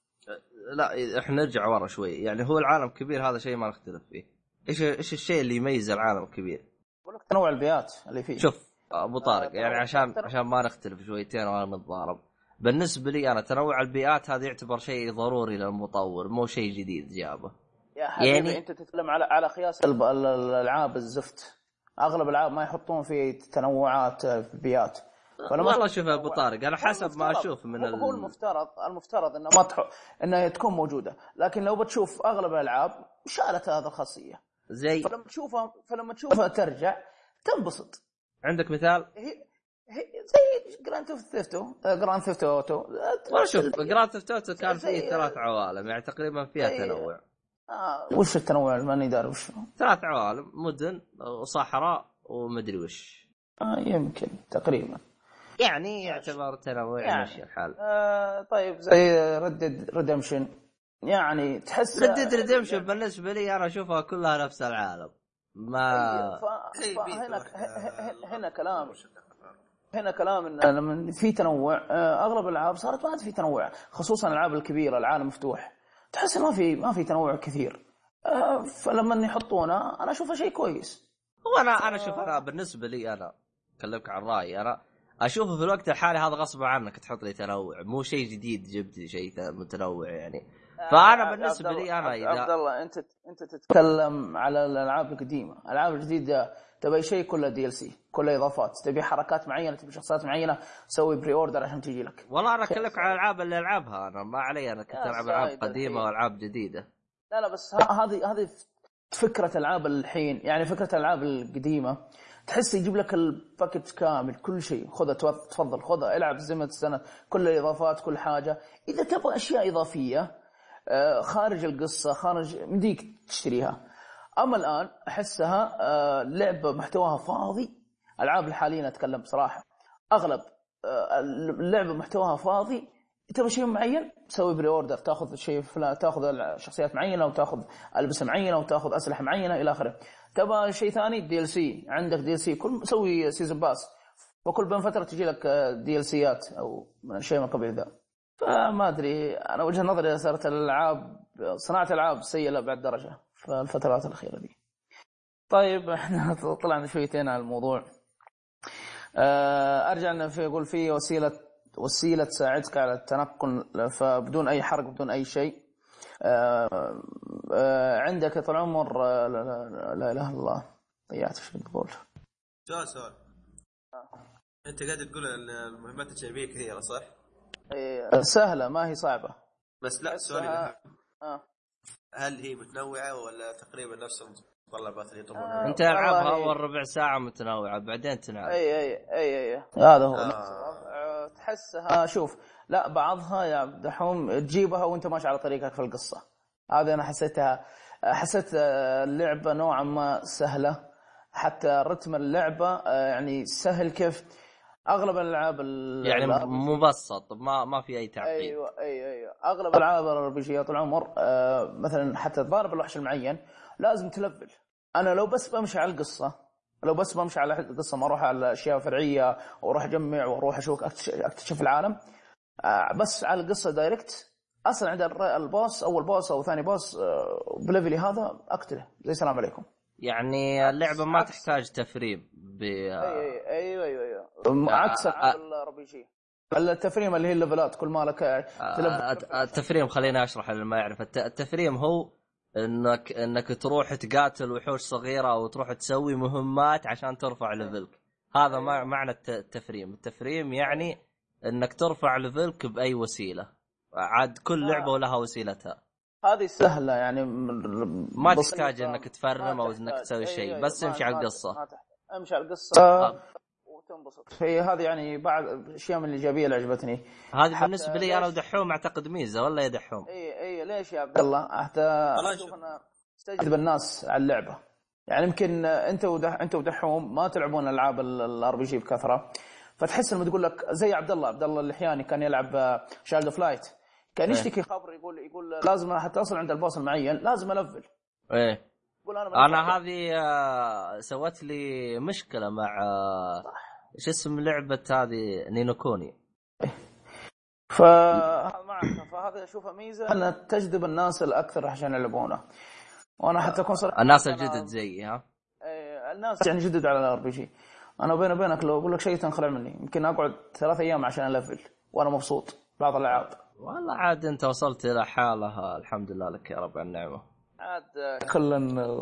لا احنا نرجع ورا شوي. يعني هو العالم كبير هذا شيء ما نختلف فيه. ايش الشيء اللي يميز العالم الكبير؟ اقول لك تنوع البيئات اللي فيه. شوف ابو طارق، يعني عشان ما نختلف شويتين ولا نتضارب، بالنسبه لي انا تنوع البيئات هذا يعتبر شيء ضروري للمطور، مو شيء جديد جابه يا حبيبي. يعني انت تتكلم على قياس الالعاب الزفت، اغلب الالعاب ما يحطون في تنوعات في البيئات. والله شوف يا ابو طارق، انا حسب ما اشوف من هو المفترض انه انها تكون موجوده، لكن لو بتشوف اغلب الالعاب شالت هذه الخاصيه، زي فلما تشوفها ترجع تنبسط. عندك مثال؟ زي جراند ثيفت اوتو. شوف جراند ثيفت اوتو كان فيه 3 عوالم، يعني تقريبا فيها تنوع. وش التنوع؟ ماني داري وش. 3 عوالم، مدن وصحراء ومدري وش. يمكن تقريبا يعني يعتبر تنوع يعني ماشي الحال. طيب زي ريدمشن، يعني تحس ريدمشن بالنسبه لي انا اشوفها كلها نفس العالم. ما هنا كلام هنا كلام ان لما في تنوع اغلب الالعاب صارت ما عاد في تنوع، خصوصا الالعاب الكبيره العالم مفتوح تحس ما في تنوع كثير. فلما يحطونه انا اشوفه شيء كويس. هو انا شوف، انا بالنسبه لي انا اكلمك عن رايي، انا اشوفه في الوقت الحالي هذا غصب عنك تحط لي تنوع، مو شيء جديد جبت لي شيء متنوع يعني. فانا بالنسبه لي انا اذا عبد الله انت تتكلم على الالعاب القديمه، الالعاب الجديده تبي شيء كله دي ال سي، كله اضافات، تبي حركات معينه، تبي شخصيات معينه، سوي بري اوردر عشان تجي لك. والله انا اكلمك على الالعاب اللي العبها انا، ما علي انا كنت العب العاب قديمه والعاب جديده. لا بس هذه فكره العاب الحين، يعني فكره الالعاب القديمه تحس يجيب لك الباكت كامل، كل شيء خذها تفضل خذها العب زي ما السنه، كل الاضافات كل حاجه. اذا تبغى اشياء اضافيه خارج القصه خارج مديك تشتريها. اما الان احسها لعبه محتواها فاضي. العاب الحاليه اتكلم بصراحه اغلب اللعبه محتواها فاضي. تبغى شيء معين تسوي بري اوردر، تاخذ شيء فلان، تاخذ شخصيات معينه وتاخذ البسه معينه وتاخذ اسلحه معينه الى اخره. تبغى شيء ثاني دي ال سي، عندك دي ال سي كل سوي سيزون باس، وكل بين فتره تجي لك دي ال سيات او شيء ما قبل ذا. فما ادري، انا وجهه نظري صارت الالعاب صناعه الالعاب سيئه بعد درجه في الفترات الاخيره دي. طيب احنا طلعنا شويتين على الموضوع. ارجع في يقول في وسيله تساعدك على التنقل فبدون اي حرق بدون اي شيء. عندك طال عمر لا اله الا الله، ضيعت شو تقول. سؤال انت قاعد تقول المهمات الجانبيه كثيره صح؟ سهله ما هي صعبه. بس لا سؤالي هل هي متنوعه ولا تقريبا نفس المتطلبات اللي يطلبونها؟ انت العبها اول ربع ساعه متنوعه بعدين تنعم. اي هذا هو تحسها. شوف لا بعضها يا دحوم تجيبها وانت ماشي على طريقك في القصه. هذا انا حسيت اللعبه نوعا ما سهله، حتى رتم اللعبه يعني سهل. كيف اغلب الالعاب يعني مبسط، ما في اي تعقيد. ايوه اغلب العاب الربيجيه طول العمر مثلا حتى تضارب الوحش المعين لازم تلفل. انا لو بس بمشي على القصه، ما اروح على الاشياء فرعيه واروح اجمع واروح اشوف اكتشف العالم، بس على القصه دايركت اصلا عند البوس اول بوس او ثاني بوس بليفلي هذا اقتله زي السلام عليكم. يعني اللعبه ما تحتاج تفريم ايوه عكس الربيجي. التفريم اللي هي الليفلات كل ما لك التفريم. خليني اشرح اللي ما يعرف. التفريم هو انك تروح تقاتل وحوش صغيره او تروح تسوي مهمات عشان ترفع ليفلك. هذا معنى التفريم. التفريم يعني انك ترفع ليفلك باي وسيله. عاد كل لعبه ولها وسيلتها. هذه سهله يعني ما تحتاج انك تفرم او انك تسوي شيء، بس امشي على القصه. امشي على القصه وتنبسط. في هذه يعني بعض الاشياء من الايجابيه اللي عجبتني. هذه بالنسبه لي انا ودحوم اعتقد ميزه ولا يدحوم. اي ليش يا عبد الله؟ حتى اشوف انا استجذب الناس على اللعبه. يعني يمكن انت ودحوم ما تلعبون العاب الار بي جي بكثره، فتحس لما تقول لك زي عبد الله اللحياني كان يلعب شالد فلايت، كان يشتكي خبر يقول لازم حتى اصل عند البوس المعين لازم الفل. ايه انا هذه سوت لي مشكله مع ايش اسم لعبه هذه نينوكوني. فهذا اشوفها ميزه ان تجذب الناس الاكثر عشان يلعبونه. وانا حتى اكون صريح، الناس الجدد زي الناس يعني جدد على الار بي جي. انا بيني وبينك لو اقول لك شيء تنخلع مني، يمكن اقعد 3 أيام عشان الفل وانا مبسوط بعض الالعاب. والله عاد انت وصلت الى حالها الحمد لله لك يا رب على النعمه. عاد كلن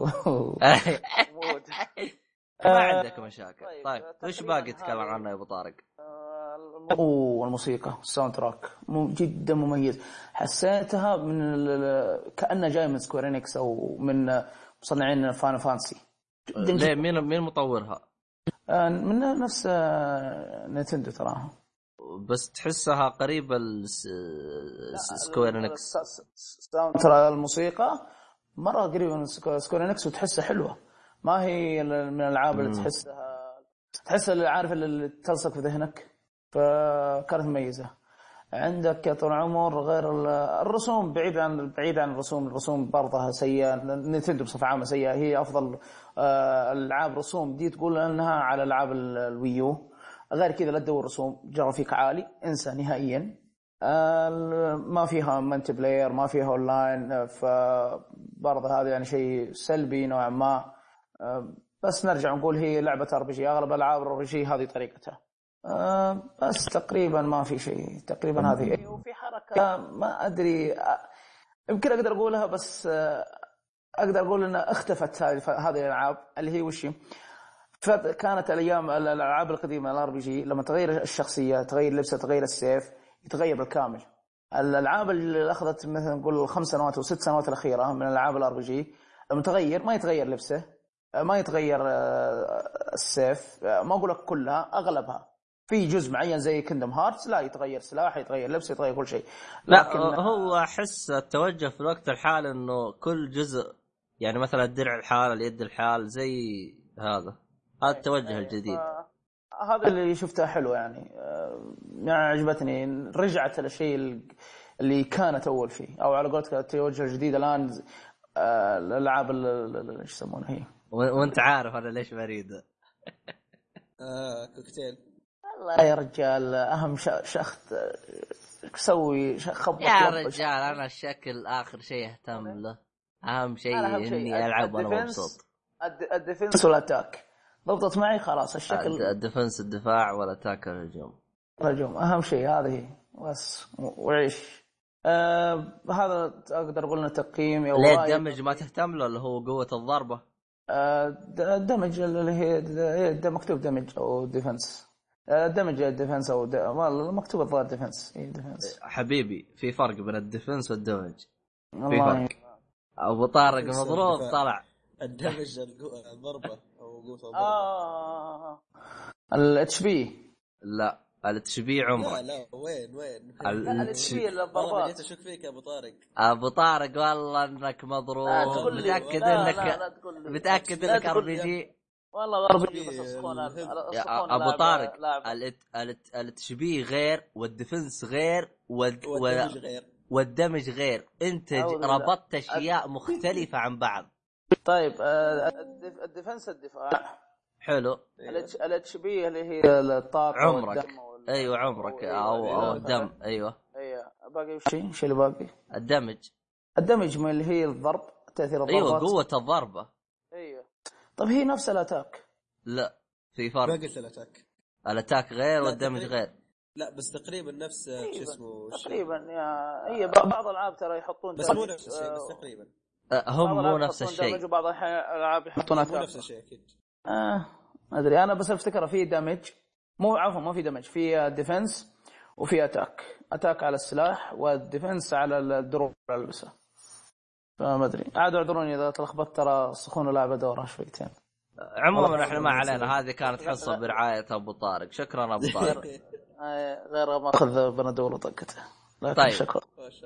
ما عندك مشاكل. طيب وش باقي تتكلم عنه يا ابو طارق؟ والموسيقى الساوند تراك جدا مميز. حسيتها من كأنه جاي من سكويرينكس او من مصنعين فاينل فانسي. ليه مين مطورها؟ من نفس نينتندو تراها، بس تحسها قريبة سكويرينكس. ترى الموسيقى مرة قريبة من سكويرينكس وتحسها حلوة، ما هي من الألعاب اللي تحس اللي عارف اللي تلصق في ذهنك، فكانت مميزة. عندك طول عمر غير الرسوم بعيد عن الرسوم برضها سيئة. نينتندو بصفة عامة سيئة. هي أفضل ألعاب رسوم دي تقول أنها على ألعاب الويو. غير كذا لا تدور رسوم، جرافيك عالي انسى نهائيا. ما فيها مالتي بلاير، ما فيها اونلاين، فبرضه هذا يعني شيء سلبي نوعا ما. بس نرجع نقول هي لعبة RPG، اغلب العاب RPG هذه طريقتها. بس تقريبا ما في شيء، تقريبا هذه. وفي حركة ما ادري يمكن اقدر اقولها، بس اقدر اقول انها اختفت هذه الالعاب اللي هي وش كانت الايام الالعاب القديمه الRPG لما تغير الشخصيه، تغير لبسه، تغير السيف، يتغير بالكامل. الالعاب اللي اخذت مثلا نقول 5 سنوات او 6 سنوات الاخيره من الالعاب الRPG لما تغير ما يتغير لبسه، ما يتغير السيف، ما اقول لك كلها، اغلبها. في جزء معين زي كيندم هارتس لا يتغير سلاح، يتغير لبسه، يتغير كل شيء. لكن هو احس التوجه في الوقت الحالي انه كل جزء يعني مثلا الدرع الحال، اليد الحال، زي هذا التوجه الجديد. هذا اللي شفته حلو يعني عجبتني، رجعت الشيء اللي كانت اول فيه، او على قولتك التوجه الجديد الان. الالعاب ايش يسمونها هي، وانت عارف انا ليش بريد. كوكتيل. والله يا رجال اهم شخت سوي خبط يا رجال. انا الشكل اخر شيء اهتم له، اهم شيء اني العب وانا مبسوط. الديفنس والاتاك ضبطت معي خلاص. الشكل الديفنس الدفاع والاتاك الهجوم اهم شيء، هذه بس وعيش. هذا اقدر اقول انه تقييم. ليه الدمج ما تهتم له اللي هو قوة الضربة؟ الدمج اللي هي مكتوب دمج او ديفنس، دمج الديفنس او والله مكتوب الظاهر ديفنس. ديفنس حبيبي في فرق بين الديفنس والدمج، في فرق. ابو طارق مضروب طلع. الدمج الضربة او قوة الضربة. الاتش بي لا الاتش بي عمرك. لا وين الاتش بي الضربات. جيت اشك فيك يا ابو طارق. ابو طارق والله انك مضروب. متاكد انك متاكد انك RPG؟ والله RPG بس اسخون ابو طارق. الاتش بي غير، والديفنس غير، والدمج غير. انت ربطت اشياء مختلفة عن بعض. طيب الديفنس الدفاع حلو. الاتش بي اللي هي الطاقه عمرك. ايوه عمرك او الدم. ايوه باقي شيء اللي باقي الدمج من اللي هي الضرب، تاثير الضربات. ايوه قوه الضربه. ايوه طب هي نفس الاتاك؟ لا في فرق. باقي الاتاك غير والدمج غير. لا بس تقريبا نفس شو اسمه تقريبا هي بعض الالعاب ترى يحطون بس مو نفس الشيء. بس تقريبا هم مو نفس الشيء. بعض الالعاب يحطون مو نفس الشيء اكيد. ما ادري انا بس افتكر في دمج، مو عفوا ما في دمج، في ديفنس وفي اتاك على السلاح، والديفنس على الدروب على اللبسه. فما ادري عادوا اعذروني اذا تلخبطت، ترى سخون لعبه دوره شويتين. عموما احنا ما علينا، هذه كانت حصه برعايه ابو طارق. شكرا ابو طارق. غير ما اخذ بندور وطقته. طيب شكرا.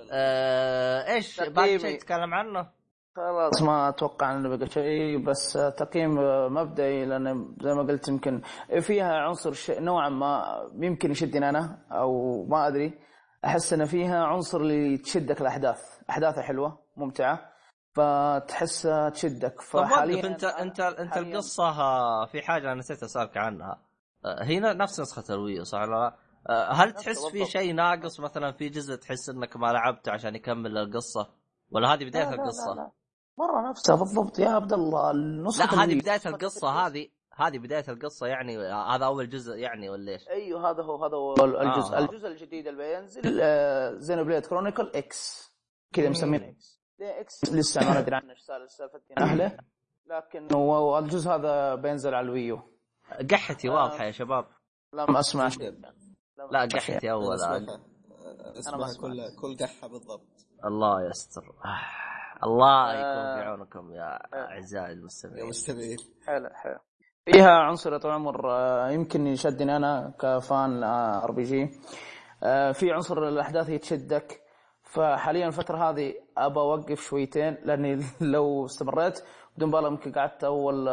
ايش باقي شيء تتكلم عنه؟ خلاص ما اتوقع انه بقى شيء، بس تقييم مبدئي، لان زي ما قلت يمكن فيها عنصر نوعا ما يمكن يشدني انا، او ما ادري، احس ان فيها عنصر اللي تشدك. احداثها حلوه ممتعه، فتحس تشدك. فحاليا انت القصه في حاجه انا نسيت اسالك عنها. هي نفس نسخه الويو صح ولا؟ هل تحس في شيء ناقص مثلا في جزء تحس انك ما لعبته عشان يكمل القصه، ولا هذه بدايه القصه؟ لا. مرة نفسها بالضبط يا عبد الله. لا هذه بداية القصة. هذه بداية القصة يعني. هذا أول جزء يعني ولا إيش؟ أيوه هذا هو الجزء. الجزء الجديد اللي بينزل زينوبليد كرونيكل إكس كذا مسمينه إكس. لسه ما ندري عنه إيش سالفة أهله، لكن هو الجزء هذا بينزل على الويو. قحتي واضحة يا شباب. لم أسمع لا قحتي أول. اسمها كل قحة بالضبط. الله يستر. الله يكون في عونكم يا أعزائي المستمعين. حلو فيها عنصر يا طول العمر يمكن يشدني أنا كفان RPG. في عنصر الأحداث يتشدك. فحاليا الفترة هذه أبى أوقف شويتين، لأني لو استمريت بدون بالله ممكن قعدت أول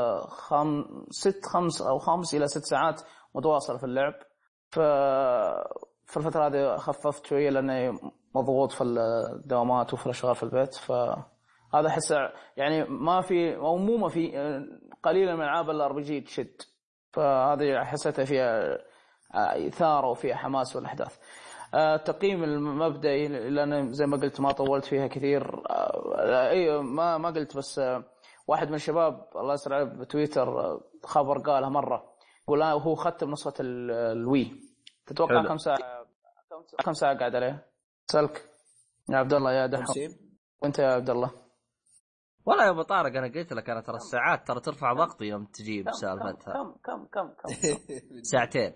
5 إلى 6 ساعات متواصلة في اللعب. في الفترة هذه خففت شوية لأني مضغوط في الدوامات وفي الأشغال في البيت. فهذا أحس يعني ما في أو مو ما في قليلا من ألعاب الRPG تشد. فهذه حسيتها فيها إثارة وفيها حماس والأحداث. التقييم المبدئي لأن زي ما قلت ما طولت فيها كثير. أي ما قلت بس واحد من الشباب الله يسر بتويتر خبر قالها مرة يقول هو ختم نسخة الوي. تتوقع حلو. كم ساعة قاعد عليه؟ سلك يا عبد الله يا دحوم. وانت يا عبد الله؟ والله يا ابو طارق انا قلت لك انا ترى الساعات ترى ترفع ضغطي يوم تجيب سالفتها. كم ساعتين.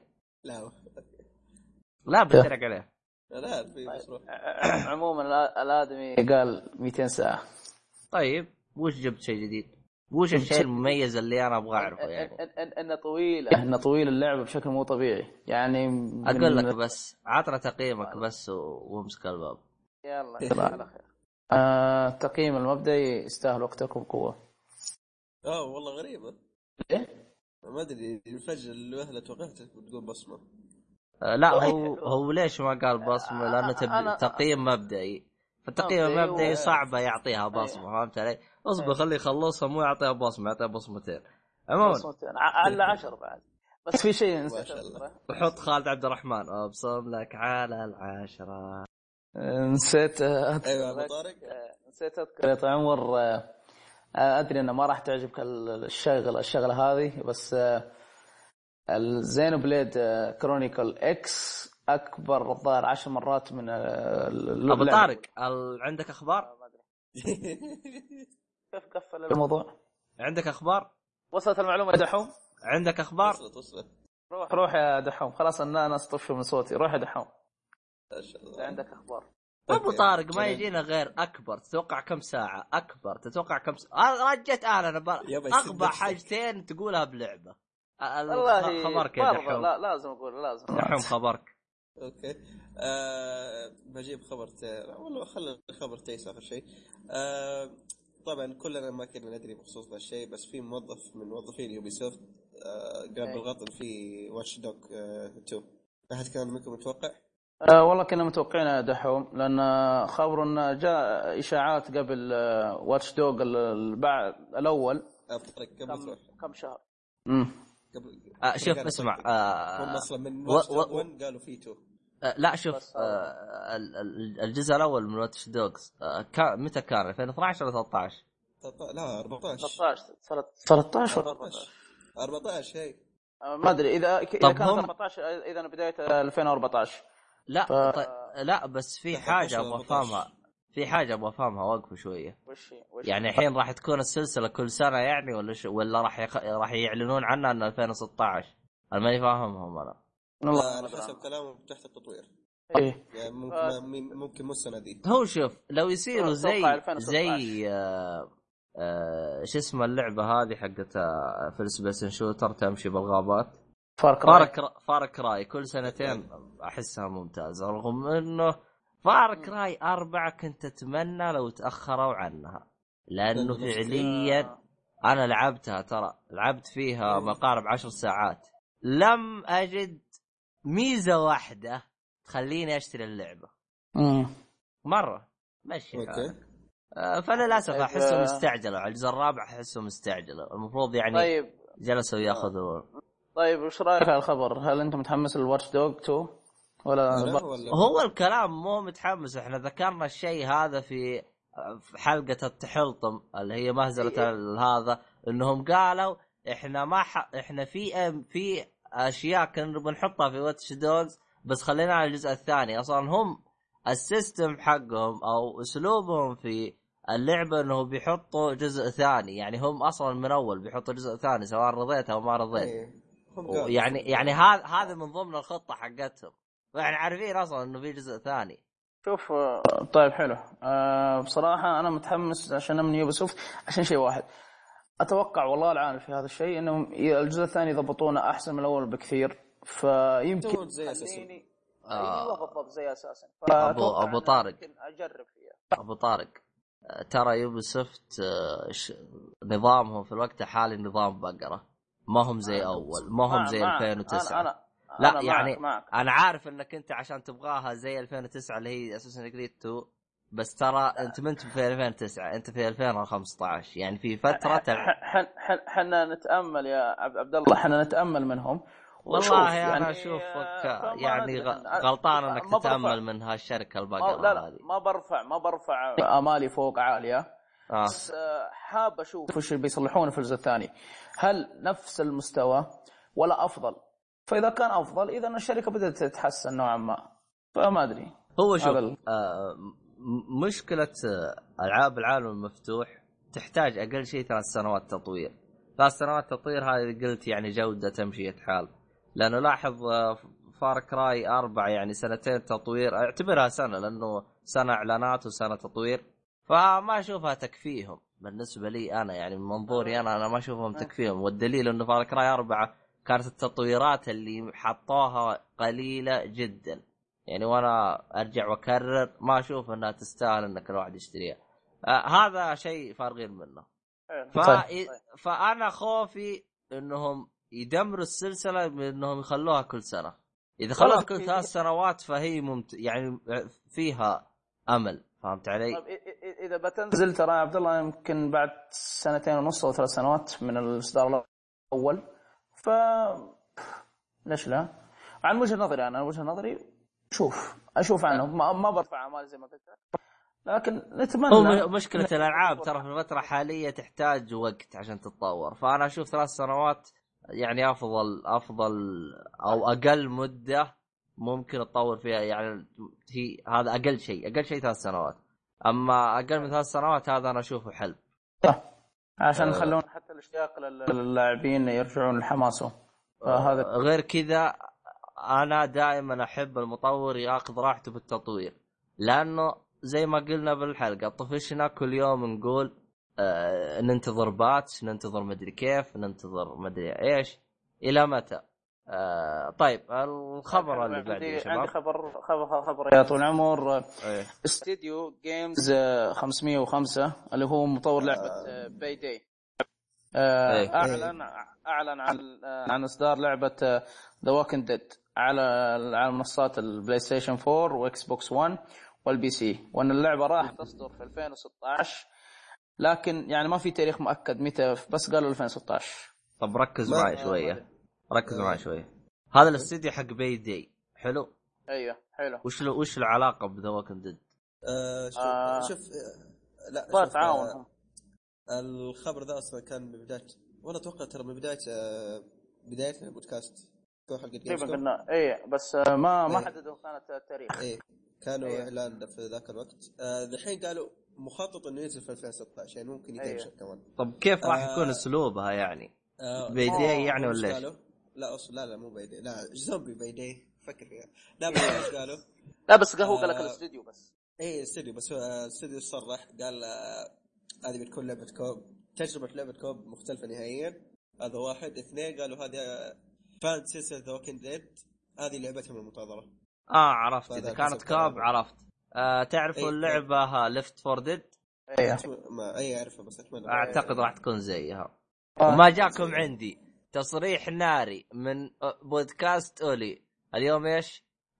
لا بترق عليه. لا في مشروع. عموما الادمي قال 200 ساعة. طيب وش جبت شيء جديد؟ وش الشيء المميز اللي انا ابغى اعرفه يعني؟ انه طويل اللعبة بشكل مو طبيعي يعني. اقول لك بس عطنا تقييمك بس وامسك الباب. يلا على خير. التقييم المبدئي يستاهل وقتك وبقوة. والله غريبة. ايه ما ادري فجأة الوهلة توقعتك بتقول بصمة. لا هو ليش ما قال بصمة؟ لانه تقييم مبدئي. فالتقييم المبدئي صعبة يعطيها بصمة. فهمت علي؟ اصبر خليه يخلصها مو يعطيها بصمة يعطيها بصمتين. عموما على 10 بعد. بس في شيء نسيت وحط خالد عبد الرحمن ابصم لك على 10. نسيت ايوه ابو طارق نسيت اذكر يا عمر. ادري انه ما راح تعجبك الشغله هذه بس الزينو بليد كرونيكل اكس اكبر الظاهر 10 مرات من ابو طارق عندك اخبار؟ كيف قفل الموضوع؟ عندك اخبار؟ وصلت المعلومه يا دحوم؟ عندك اخبار؟ وصلت. روح يا دحوم خلاص انا طفشوا من صوتي. روح يا دحوم ما شاء الله عندك اخبار. ابو طارق ما يجينا غير اكبر. تتوقع كم ساعه اكبر؟ تتوقع كم ساعة؟ رجت انا اغبى حاجتين تقولها بلعبه. والله خبرك يا دحوم. لا لازم اقول لازم دحوم خبرك. اوكي بجيب خبر والله خلي الخبر تيس اخر شيء. طبعا كلنا ما كنا ندري بخصوص ذا الشيء بس في موظف من موظفين يوبي سوفت قام بالغلط في واتش دوغ 2. احد كان منكم متوقع؟ والله كنا متوقعين يا دحوم لان خبر انه جاء اشاعات قبل واتش دوغ الاول كم شهر. شوف اسمع هم اصلا من واتش دوغ 1 قالوا فيه 2. لا شوف الجزء الاول من واتش دوغز متى كان 2012 ولا 13؟ لا 14 هي ما ادري اذا كان 14 اذا بدايه 2014. لا لا بس في حاجه ابغى افهمها. في حاجه ابغى افهمها وقفوا شويه. وش يعني الحين راح تكون السلسله كل سنه يعني ولا راح يعلنون عنها ان 2016؟ انا ماني فاهمهم انا. على حسب كلامهم تحت التطوير. ايه يعني ممكن مو السنه دي. هو شوف لو يصيروا زي شو اسمه اللعبه هذه حقت في السبيس شوتر تمشي بالغابات فارك راي كل سنتين احسها ممتازه. رغم انه فارك راي 4 كنت اتمنى لو تاخروا عنها لانه فعليا انا لعبتها ترى لعبت فيها مقارب 10 ساعات لم اجد ميزه واحده تخليني اشتري اللعبه مره ماشي. فللاسف احسه مستعجله على الجزء الرابع احسه مستعجله. المفروض يعني طيب جلسوا ياخذوا. طيب وش رايك على الخبر؟ هل انت متحمس للواتش دوغ 2 ولا هو الكلام مو متحمس؟ احنا ذكرنا الشيء هذا في حلقه التحلطم اللي هي مهزله هذا انهم قالوا احنا ما احنا في اشياء كنا بنحطها في واتش دوغز بس خلينا على الجزء الثاني. اصلا هم السيستم حقهم او اسلوبهم في اللعبه انه بيحطوا جزء ثاني. يعني هم اصلا من اول بيحطوا جزء ثاني سواء رضيت او ما رضيت. يعني هذا من ضمن الخطه حقتهم واحنا عارفين اصلا انه في جزء ثاني. شوف طيب حلو. بصراحه انا متحمس عشان من يوبيسوفت عشان شيء واحد. اتوقع والله العالم في هذا الشيء انهم الجزء الثاني يضبطونه احسن من الاول بكثير. فيمكن زي اساسا ايوه بالضبط زي اساسا. ابو طارق اجرب فيها. ابو طارق ترى يوبيسوفت نظامهم في الوقت الحالي نظام بقره. ما هم زي اول ما هم زي 2009. لا يعني معك. انا عارف انك انت عشان تبغاها زي 2009 اللي هي اساسا كريد 2 بس ترى انت ما انت في 2009 انت في 2015 يعني في فتره حنا نتامل يا عبد الله حنا نتامل منهم والله انا اشوفك يعني غلطان انك تتامل من هالشركه البقره هذه. ما برفع امالي فوق عاليه. بس حاب اشوف وش بيصلحونه في الجزء الثاني، هل نفس المستوى ولا افضل؟ فاذا كان افضل اذا الشركه بدات تتحسن نوعا ما. فما ادري. هو شوف مشكله العاب العالم المفتوح تحتاج اقل شيء 3 سنوات تطوير. 3 سنوات تطوير هذه قلت يعني جوده تمشي حال. لانه لاحظ فار كراي 4 يعني 2 تطوير، اعتبرها سنه لانه سنه اعلانات وسنه تطوير، فما اشوفها تكفيهم بالنسبه لي انا. يعني من منظوري انا ما اشوفهم تكفيهم. والدليل انه فار كراي 4 كانت التطويرات اللي حطوها قليله جدا يعني، وانا ارجع واكرر ما اشوف انها تستاهل انك الواحد يشتريها. هذا شيء فارغين منه. فانا خوفي انهم يدمروا السلسله بانهم يخلوها كل سنه. اذا خلوها كل 3 سنوات فهي يعني فيها امل. فهمت علي؟ اذا بتنزل ترى يا عبد الله يمكن بعد 2.5 او 3 سنوات من الاصدار الاول، ف ليش لا؟ عن وجهه نظري انا، وجهه نظري اشوف عنه ما برفع اعمال زي ما قلت، لكن نتمنى. مشكله الالعاب ترى في الفتره الحاليه تحتاج وقت عشان تتطور، فانا اشوف 3 سنوات يعني افضل او اقل مده ممكن تطور فيها. يعني هي هذا اقل شيء 3 سنوات. اما اقل من 3 سنوات هذا انا اشوفه حل عشان يخلون حتى الاشتياق للاعبين يرجعون لحماسهم. هذا غير كذا انا دائما احب المطور ياخذ راحته بالتطوير، لانه زي ما قلنا بالحلقه طفشنا كل يوم نقول ننتظر باتش، ننتظر مدري كيف، ننتظر مدري ايش، الى متى؟ طيب الخبر اللي بعده يا شباب، عندي خبر يا طول العمر. استديو جيمز 505 اللي هو مطور لعبه باي داي اعلن عن اصدار لعبه ذا ووكينج ديد على منصات البلاي ستيشن 4 واكس بوكس 1 والبي سي، وان اللعبه راح تصدر في 2016، لكن يعني ما في تاريخ مؤكد متى، بس قالوا 2016. طب ركز معي شويه. هذا الاستديو حق باي داي حلو. ايوه حلو. وش العلاقه بذا ووكينج ديد؟ شوف لا تعاون. الخبر ذا اصلا كان من بدايه، وانا اتوقع ترى من بدايه البودكاست كل حلقه قلنا بس ما حددوا سنه التاريخ. كانوا اعلان في ذاك الوقت. الحين قالوا مخطط انه ينزل في 2016، يعني ممكن يتنشر كمان. طب كيف راح يكون اسلوبها يعني؟ بايدي يعني ولا ايش؟ لا مو بايدي، لا زومبي بايدي فكر فيها. لا بس قالوا لا بس هو قال لك الاستوديو بس. استوديو بس. الاستوديو صرح قال هذه بتكون لعبه كوب، تجربه لعبه كوب مختلفه نهائيا. هذا 1. 2 قالوا هذه فان سلسله ذا ووكينج ديد، هذه لعبتهم المنتظره. عرفت اذا كانت كوب. عرفت. تعرفوا اللعبه ليفت فور ديد؟ ما اعرفها بس اتمنى اعتقد راح تكون زيها. وما جاكم عندي تصريح ناري من بودكاست اولي اليوم ايش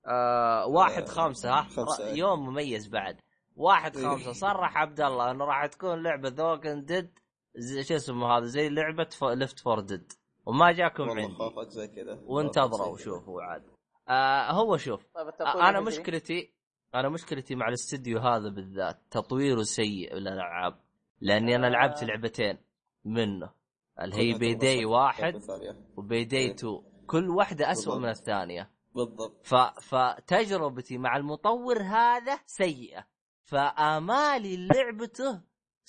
1/5 يوم مميز بعد 1/5 صرح عبد الله انه راح تكون لعبه ذا ووكينج ديد شو اسمه هذا زي لعبه ليفت فور ديد، وما جاكم عندي زي كذا وانتظروا وشوفوا عاد. هو شوف انا مشكلتي مع الاستديو هذا بالذات تطويره سيء للالعاب، لاني انا لعبت لعبتين منه اللي هي بيداي 1 وبيداي 2، كل واحده أسوأ من الثانيه بالضبط. فتجربتي مع المطور هذا سيئه، فآمالي لعبته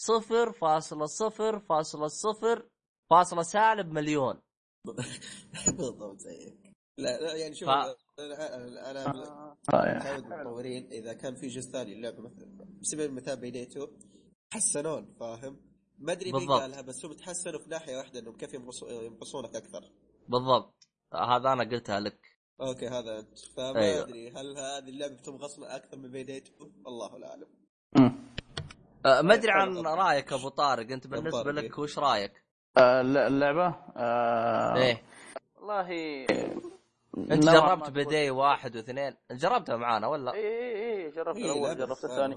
0.0.0 مليون. بالضبط زيك. لا يعني شوف انا المطورين اذا كان في جزء ثاني اللعبه مثلا بسبب مثال بيديتو حسنون، فاهم؟ ما ادري مين قالها بس هم تحسنوا في ناحيه واحده انهم كيف ينقصونك اكثر. بالضبط هذا انا قلتها لك. اوكي هذا انت فما ادري هل هذه اللعبه بتنقصنا اكثر من بيديتو، الله اعلم. ما ادري عن رايك ابو طارق، انت بالنسبه لك وش رايك اللعبه؟ ايه والله انت جربت بداية 1 و2 جربتها معانا ولا؟ ايه جربت الاول جربت الثاني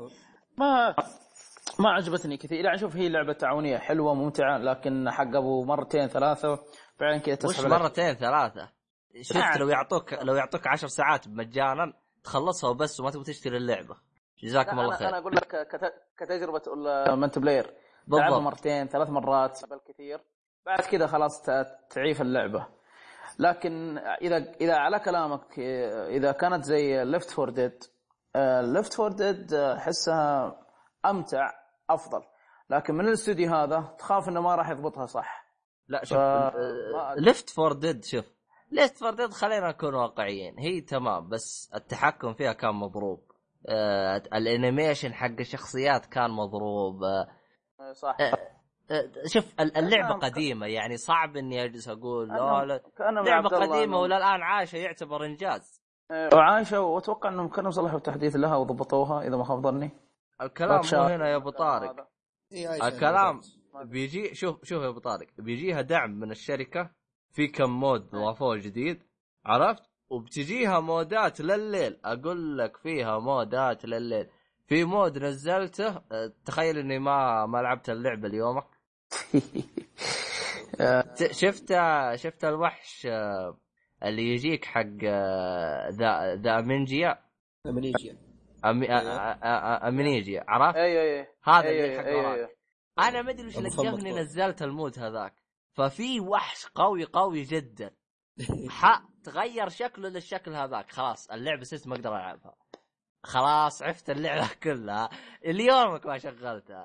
ما عجبتني كثير. يعني شوف هي لعبة تعاونية حلوة ممتعة، لكن حق ابو 2 3 فعلا كذا تسحب. وش 2 3 شفت لو يعطوك 10 ساعات مجانا تخلصها وبس وما تبغى تشتري اللعبه. جزاكم الله خير. انا اقول لك كتجربه ملتي بلاير بالضبط. تلعبها مرتين 3 مرات بالكثير، بعد كذا خلاص تعيف اللعبه. لكن اذا على كلامك اذا كانت زي ليفت فور ديد احسها امتع افضل، لكن من الاستوديو هذا تخاف انه ما راح يضبطها صح. لا شوف ليفت فور ديد، شوف ليفت فور ديد خلينا نكون واقعيين، هي تمام بس التحكم فيها كان مضروب، الانيميشن حق الشخصيات كان مضروب، صح. شوف اللعبة قديمة، يعني صعب اني اجلس اقول لا لعبة قديمة ولا الان عايشة يعتبر انجاز. وعايشة، واتوقع انهم كانوا صلحوا تحديث لها وضبطوها اذا ما خاب ظني. الكلام مو هنا يا ابو طارق، الكلام بيجي شوف يا ابو طارق، بيجيها دعم من الشركة في كم مود ضافوه جديد، عرفت؟ وبتجيها مودات لليل، اقول لك فيها مودات لليل. في مود نزلته تخيل اني ما لعبت اللعبة اليومك. شفت الوحش اللي يجيك حق ذا امنيجيا عرفت؟ اي هذا اللي حق وراك. انا ما ادري وش لقفني نزلت المود هذاك، ففي وحش قوي جدا تغير شكله للشكل هذاك، خلاص اللعبة صرت ما اقدر العبها، خلاص عفت اللعبة كلها اليومك ما شغلتها.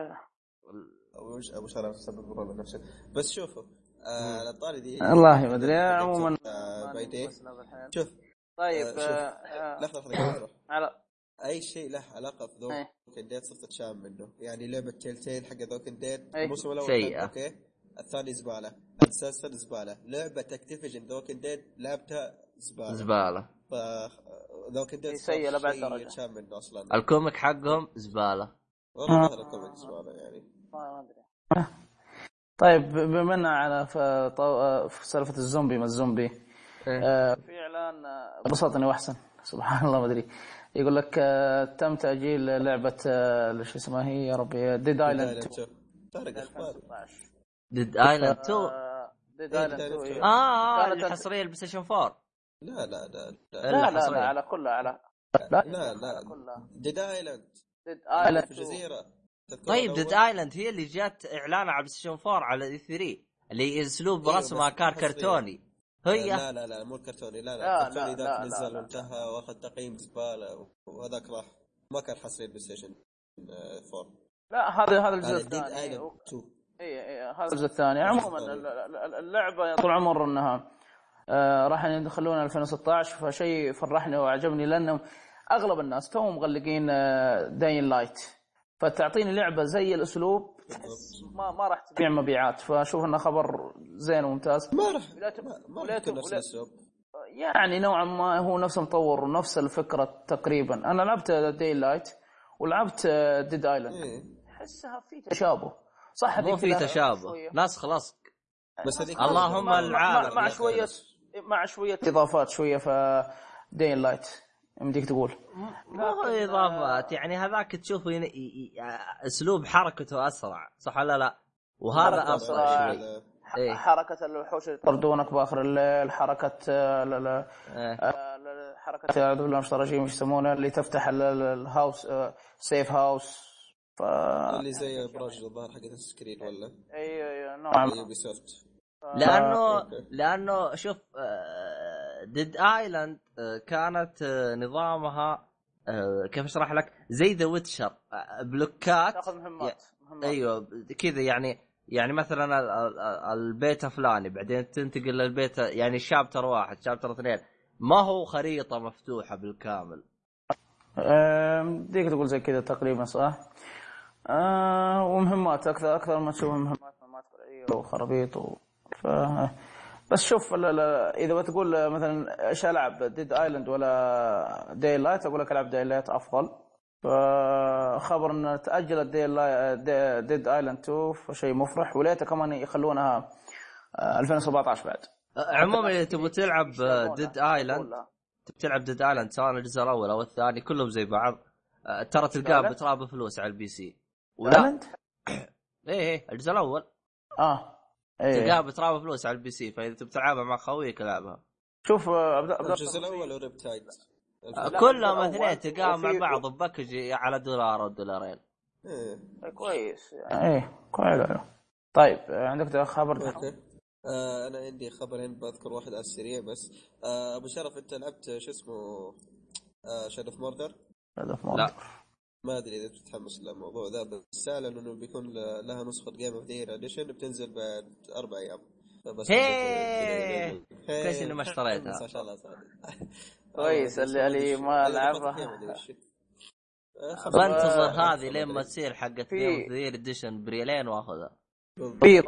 ابو شرف سبب ضرر نفسه. بس شوفوا على الطاري دي والله ما ادري عموما شوف. طيب لحظه على اي شيء له علاقه في ذوك الديت صرت اتشام منه. يعني لعبه تيلتيل حق ذوك الديت الموسم الاول اوكي، الثاني زباله، المسلسل زباله، لعبه اكتيفيجن ذوك الديت لعبتها زباله. ف ذوك الديت سيء لبعد درجه اتشام منه اصلا. الكوميك حقهم زباله والله الكوميك زباله يعني ما ادري. طيب بما ان على في سالفه الزومبي ما الزومبي في اعلان بسطني واحسن سبحان الله ما ادري، يقول لك تم تاجيل لعبه شو اسمها هي يا ربي ديد ايلاند 2. ديد ايلاند 2 كانت الحصريه البلاي ستيشن 4. لا على كلها على لا ديد ايلاند جزيره. طيب ديد ايلاند هي اللي جات اعلان على بلاي ستيشن 4 على اي 3 اللي اسلوب رسمها كان كرتوني. هي لا مو الكرتوني، لا الكرتوني ذاك نزل وانتهى واخذ تقييم زباله، وهذاك راح ما كان حصري بلاي ستيشن 4. لا هذا الجزء الثاني اي هذا الجزء الثاني. عموما اللعبه طول عمر انها راح يدخلونها 2016، فشيء فرحني وعجبني لانه اغلب الناس توهم مغلقين داين لايت، فتعطيني لعبه زي الاسلوب ما راح تبيع مبيعات، فاشوف انه خبر زين وممتاز. ما راح نفس الاسلوب يعني نوعا ما هو نفس المطور ونفس الفكره تقريبا. انا لعبت داين لايت ولعبت ديد ايلاند، احسها في تشابه صح، مو في تشابه ناس خلاص بس هذيك اللهم العالم مع شويه اضافات شويه في داين لايت يمديك تقول مو اضافات، يعني هذاك تشوفه اسلوب حركته اسرع صح ولا لا؟ وهذا اسرع شوي. حركه الوحوش يطردونك باخر الليل، حركه حركه اعوذ بالله من الشيطان الرجيم ايش يسمونها اللي تفتح الهاوس سيف هاوس اللي زي ابراج الظاهر حق السكرين ولا اي نعم يوبيسوفت. لانه شوف ديد ايلاند كانت نظامها كيف اشرح لك زي ذا ويتشر، بلوكات تاخذ مهمات. ايوه كذا، يعني مثلا البيت فلاني بعدين تنتقل للبيت، يعني شابتر 1 شابتر 2 ما هو خريطة مفتوحة بالكامل. ديك تقول زي كذا تقريبا صح. ومهمات اكثر ما تشوف مهمات فرعيه وخرابيط بس شوف اذا تقول مثلا ايش العب ديد ايلاند ولا داي لايت، اقول لك العب داي لايت افضل. فخبر ان تاجلت ديد ايلاند 2 فشيء مفرح، وليته كمان يخلونها 2017 بعد. عموما اذا تبغى تلعب ديد ايلاند بتلعب ديد ايلاند سواء الجزء الاول او الثاني كلهم زي بعض، ترى تلقاه بتراب فلوس على البي سي. ولا ايه الجزء الاول تلقاه بتراب فلوس على البي سي، فاذا تبي تلعبها مع خويك العبها. شوف عبد الجزء الاول وريبتايد كلهم اثنين تقام مع بعض بباكج على دولار او دولارين. كويس ايه كويس. طيب عندك خبر؟ انا عندي خبرين بذكر واحد على السريع بس. ابو شرف انت لعبت شو اسمه شادو اوف موردر؟ لا ما ادري اذا تتحمس للموضوع ذا، بس اعلن انه بيكون لها نسخه جيم اوف ذا يير اديشن بتنزل بعد 4 ايام. فبس كويس اني ما اشتريتها. ما شاء الله صادق. كويس اللي ما لعبها بنتظر هذه لين ما تصير حقت جيم اوف ذا يير اديشن بريالين واخذها. في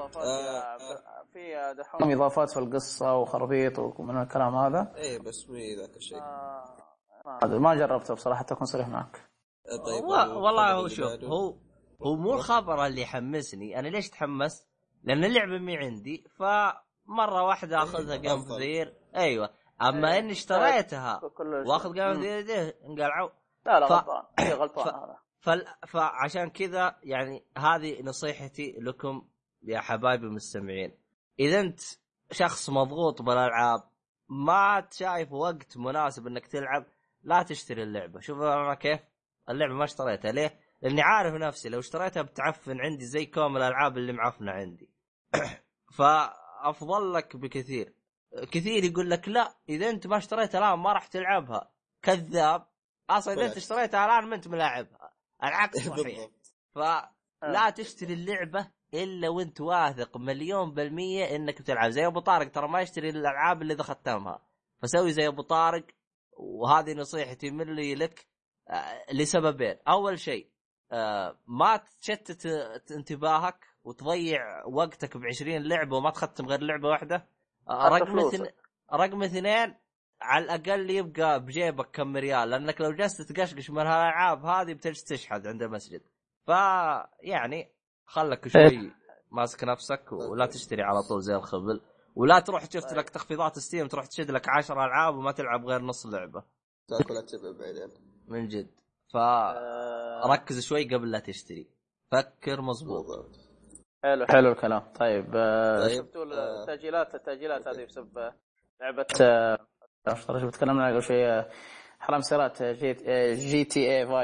دحوم اضافات في القصه وخرابيط ومن الكلام هذا. ايه بس مي ذاك الشيء. ما جربته بصراحه تكون صريح معك. طيب والله هو شوف هو مو الخبر اللي يحمسني. انا ليش تحمس؟ لان اللعبه مي عندي فمره واحده اخذها جيم اوف ذا يير. ايوه اما اني اشتريتها واخذ جيم اوف ذا يير انقلعوا. لا غلطان غلطان هذا. فعشان كذا يعني هذه نصيحتي لكم يا حبايبي المستمعين. اذا انت شخص مضغوط بالالعاب ما شايف وقت مناسب انك تلعب لا تشتري اللعبه. شوف انا كيف اللعبه ما اشتريتها ليه؟ لاني عارف نفسي لو اشتريتها بتعفن عندي زي كوم الالعاب اللي معفنه عندي. فافضل لك بكثير. كثير يقول لك لا اذا انت ما اشتريتها الان ما راح تلعبها. كذاب. اصلا اذا انت اشتريتها الان ما انت ملاعبها. العكس صحيح. فلا تشتري اللعبه الا وانت واثق 1,000,000% انك بتلعب. زي ابو طارق ترى ما يشتري الالعاب اللي اذا ختمها. فسوي زي ابو طارق. وهذه نصيحتي مني لك لسببين. اول شيء ما تشتت انتباهك وتضيع وقتك ب20 لعبه وما تختم غير لعبه واحده. رقم 2 على الاقل يبقى بجيبك كم ريال، لانك لو جلست تقشقش من هالالعاب هذه بتجلس تشحذ عند المسجد. فيعني خلك شوي ماسك نفسك ولا تشتري على طول زي الخبل، ولا تروح شفت لك تخفيضات ستيم تروح تشد لك 10 العاب وما تلعب غير نص لعبه تاكل اكتب بعدين من جد. فركز شوي قبل لا تشتري، فكر مظبوط. حلو الكلام. طيب شفتوا التأجيلات هذه بسبب لعبة اشتريت بتكلمنا قبل شوي حرام سيارات جي تي اي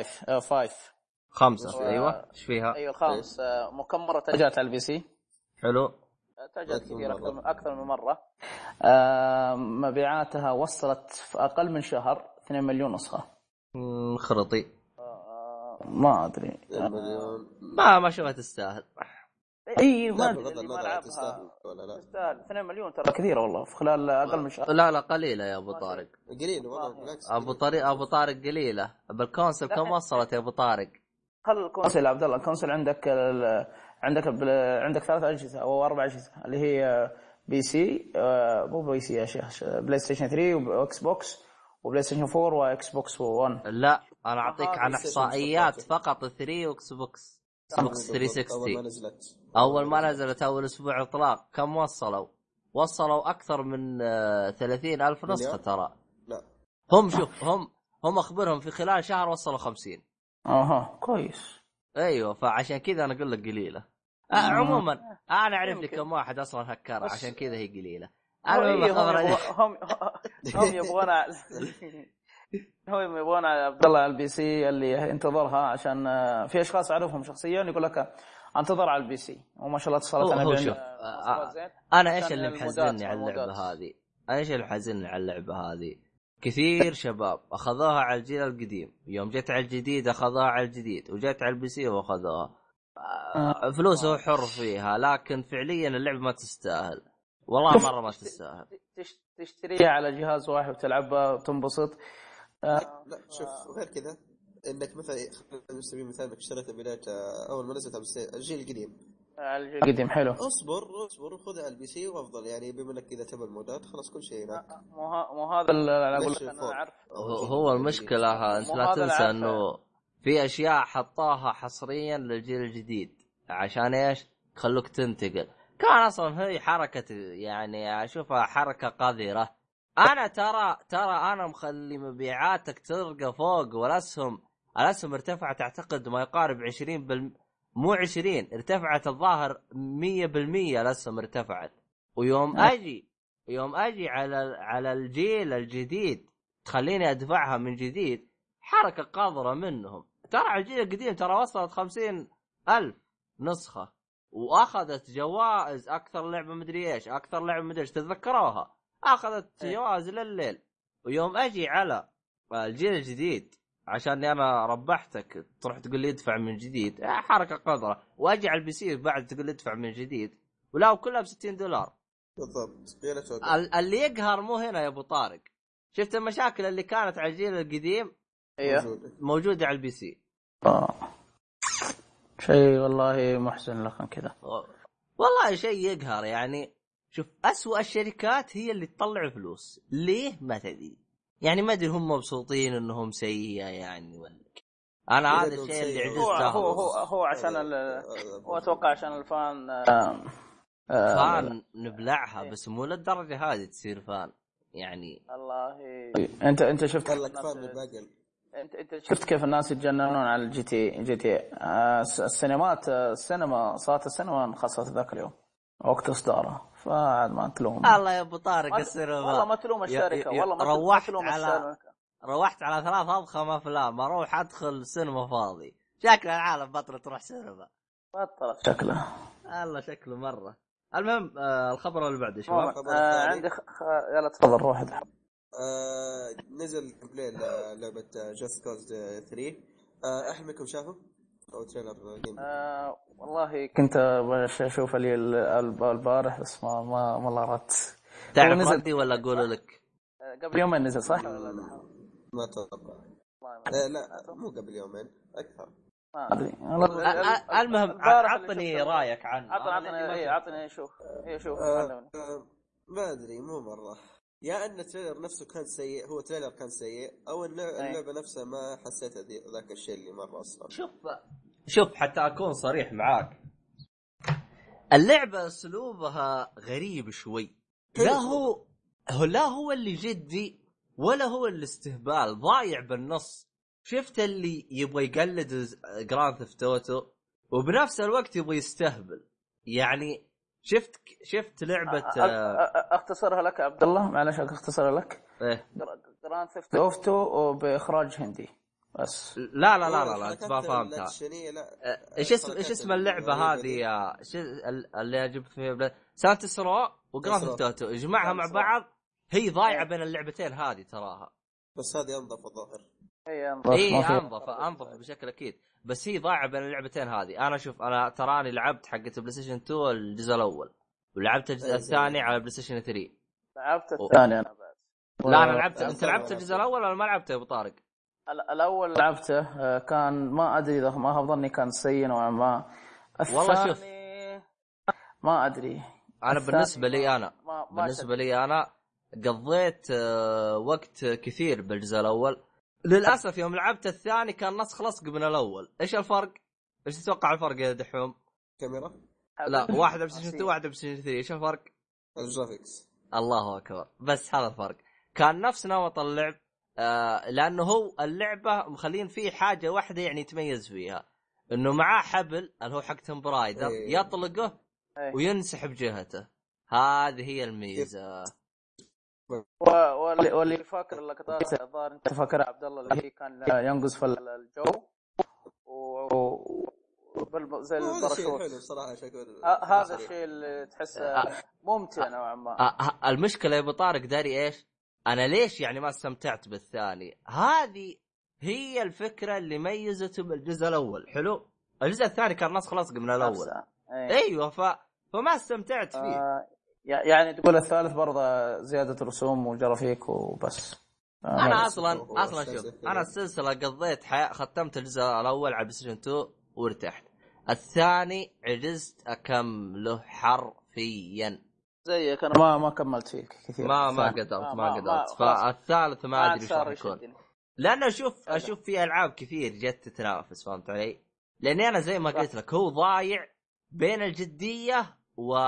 5 ايوه ايش فيها؟ ايوه 5 مكمرة تأجيلات على البي سي. حلو تأجيلات كثير اكثر من مرة. مبيعاتها وصلت في اقل من شهر 2 مليون نسخة. خرطي ما ادري ما شوفها تستاهل. اي ما تستاهل ولا لا؟ تستاهل 2 مليون ترى كثير والله في خلال اقل من شهر. لا قليله يا ابو طارق. قليل والله بالعكس. ابو طارق قليله. بالكونسل كم وصلت يا ابو طارق؟ خل الكونسل عبد الله. الكونسل عندك 3 اجهزه او 4 اجهزه اللي هي بي سي مو بي سي يا شيخ، بلاي ستيشن 3 واكس بوكس وبلاي ستيشن 4 واكس بوكس 1. لا انا اعطيك عن احصائيات فقط 3 واكس بوكس 360 اول ما نزلت اول اسبوع اطلاق كم وصلوا اكثر من 30,000 نسخه ترى. لا هم شوف هم اخبرهم في خلال شهر وصلوا 50. كويس. ايوه فعشان كذا انا اقول لك قليله. عموما انا اعرف لك كم واحد اصلا هكر عشان كذا هي قليله. هم يبغون عبد الله على البي سي اللي انتظرها، عشان في اشخاص اعرفهم شخصيا يقول لك انتظر على البي سي وما شاء الله اتصلت انا ايش اللي محزنني على اللعبه هذه كثير شباب اخذوها على الجيل القديم، يوم جت على الجديد اخذوها على الجديد، وجت على البي سي واخذوها. فلوسه حر فيها، لكن فعليا اللعبه ما تستاهل والله مره ما تستاهل. تشتريها على جهاز واحد وتلعبها وتنبسط. لا شوف غير كذا انك مثلا على سبيل المثال انك اشتريتها بدايه اول ما نزلت على الجيل القديم حلو. اصبر وخذها على البي سي وافضل، يعني بما انك اذا تبى المودات خلاص كل شيء هناك. مو هذا اللي اقول لك انا اعرف. هو المشكله انت لا تنسى انه في اشياء حطاها حصريا للجيل الجديد عشان ايش؟ خلوك تنتقل. كان اصلا هي حركه يعني اشوفها حركه قذره. انا ترى انا مخلي مبيعاتك ترقى فوق، والاسهم ارتفعت اعتقد ما يقارب 20 مو 20 ارتفعت الظاهر 100% الاسهم ارتفعت. ويوم اجي يوم اجي على الجيل الجديد تخليني ادفعها من جديد، حركه قذره منهم. ترى على الجيل القديم ترى وصلت 50,000 نسخه واخذت جوائز، اكثر لعبه مدري ايش، اكثر لعبه مدري ايش، تتذكروها؟ اخذت جوائز لليل. ويوم اجي على الجيل الجديد عشاني انا ربحتك تروح تقول لي ادفع من جديد، حركه قذره. واجي على البي سي بعد تقول لي ادفع من جديد، ولا كلها ب$60. بالضبط. اللي يقهر مو هنا يا ابو طارق، شفت المشاكل اللي كانت على الجيل القديم موجوده على البي سي. شيء والله محزن لكن كذا، والله شيء يقهر. يعني شوف أسوأ الشركات هي اللي تطلع فلوس، ليه ما تدري؟ يعني ما ادري هم مبسوطين انهم سيئة يعني ولا. انا هذا الشيء اللي عجزت هو عشان هو اتوقع عشان الفان فان نبلعها، بس مو للدرجة هذه تصير فان يعني. والله انت شفت لك فان باقل. انت شفت كيف الناس يتجننون على الجي تي السينما صارت السينما انخصصت ذاك اليوم وقت اصداره، فعاد ما تلوم. الله يا ابو طارق السينما والله ما تلوم الشركه، والله ما تلوم الشركه. روحت على 3 أضخم افلام، اروح ادخل سينما فاضي، شكل العالم بطل تروح سينما، بطل شكله الله شكله مره. المهم الخبر اللي بعده شباب. عندي يلا تفضل روح. نزل بلاي لعبة جاست كوز 3. أحد منكم شافه أو تريلر؟ والله كنت أشوف لي البارح بس ما لارت. تعرف ردي ولا أقول لك؟ قبل يومين نزل صح؟ ما أتوقع. لا مو قبل يومين، أكثر. المهم عطني رأيك عنه. عطني شوف ما أدري، مو مرة يا أن التريلر نفسه كان سيء، هو تريلر كان سيء، أو اللعبة نفسها ما حسيتها ذاك الشيء اللي مرة أصلا. شوف حتى أكون صريح معاك، اللعبة أسلوبها غريب شوي. لا هو اللي جدي ولا هو الاستهبال، ضايع بالنص. شفت اللي يبغى يقلد جراند ثيفت اوتو وبنفس الوقت يبغى يستهبل يعني. شفت لعبة اختصرها لك عبد الله، معلش اختصرها لك. جراند ثيفت اوتو باخراج هندي بس. لا انت ما فهمتها. ايش اسم اللعبة هذه اللي جبت فيها سانتس رو وجراند ثيفت اوتو، اجمعها مع بعض هي ضايعة بين اللعبتين هذه تراها. بس هذه انظف الظاهر. انظف بشكل اكيد، بس هي ضايعة بين اللعبتين هذه. انا تراني لعبت حقت بلاي ستيشن 2 الجزء الاول، ولعبت الجزء الثاني على بلاي ستيشن 3. لعبت الثاني انا بعد. لا انا انت لعبت الجزء الاول ولا ما لعبته يا ابو طارق؟ الاول لعبته، كان ما ادري اذا ما ظني كان سيء نوعا ما. والله شوف ما ادري. انا بالنسبه لي انا قضيت وقت كثير بالجزء الاول. للاسف يوم لعبت الثاني كان نسخ لصق من الاول. ايش الفرق؟ ايش تتوقع الفرق يا دحوم؟ كاميرا؟ لا، واحده بلايستيشن 2 واحده بلايستيشن 3. ايش الفرق؟ الجرافيكس. الله اكبر، بس هذا الفرق. كان نفس نمط اللعب، لانه هو اللعبه مخلين فيه حاجه واحده يعني يتميز فيها، انه معاه حبل اللي هو حق توم برايدر يطلقه وينسحب جهته. هذه هي الميزه. واللي فاكر اللقطات الظاهر انت فاكر عبد الله اللي هي كان ينقز في الجو زي الباراشوت. هذا الشيء اللي تحسه ممتع نوعا ما. المشكله يا ابو طارق داري ايش؟ انا ليش يعني ما استمتعت بالثاني؟ هذه هي الفكره اللي ميزته بالجزء الاول. حلو، الجزء الثاني كان نسخ لصق من الاول. ايوه فما استمتعت فيه. يعني تقول الثالث برضه زياده رسوم وجرافيك وبس. انا اصلا شوف، انا السلسله قضيت ختمت الجزء الاول على بلايستيشن 2 وارتحت. الثاني عجزت اكمله حرفيا زيك انا ما كملت فيه كثير. ما قدرت. فالثالث ما ادري ايش راح يكون، لانه اشوف في العاب كثير جت تتنافس، فهمت علي؟ لاني انا زي ما قلت لك هو ضايع بين الجديه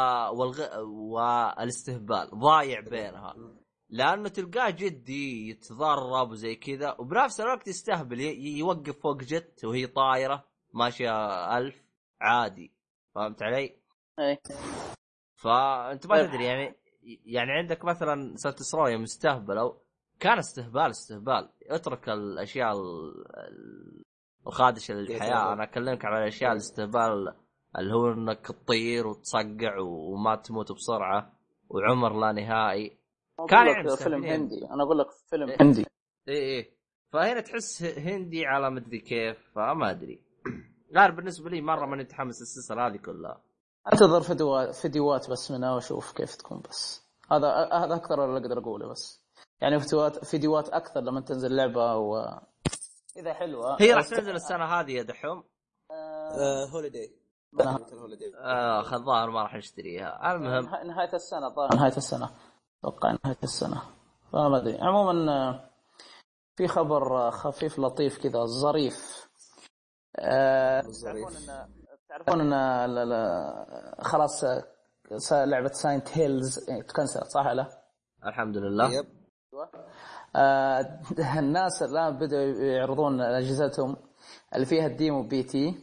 والاستهبال، ضايع بينها. لانه تلقاه جدي يتضرب وزي كذا وبنفس الوقت يستهبل، يوقف فوق جت وهي طايره ماشيه 1000 عادي، فهمت علي؟ اي. فانت ما تدري يعني عندك مثلا سانتوس رو يوم استهبلوا كان استهبال. اترك الاشياء الخادشه للحياه، انا اكلمك على الاشياء الاستهبال اللي هو انك تطير وتصقع وما تموت بسرعه وعمر لا نهائي. كان يعني فيلم هندي، انا اقول لك فيلم إيه. هندي. ايه فهنا تحس هندي على مدري كيف، فما ادري. غير بالنسبه لي مره ماني متحمس السلسله هذه كلها. انتظر فيديوهات بس منها واشوف كيف تكون. بس هذا اكثر اللي اقدر اقوله. بس يعني فيديوهات اكثر لما تنزل لعبه اذا حلوه. هي راح تنزل السنه هذه يا دحوم. هوليداي. الظاهر ما راح نشتريها. المهم نهايه السنه، نهايه السنه اتوقع، نهايه السنه. فما ادري. عموما في خبر خفيف لطيف كذا ظريف. تعرفون ان خلاص لعبه ساينت هيلز تكنسلت، صح؟ لا الحمد لله. يب. الناس الان بدأوا يعرضون اجهزتهم اللي فيها الديمو بي تي.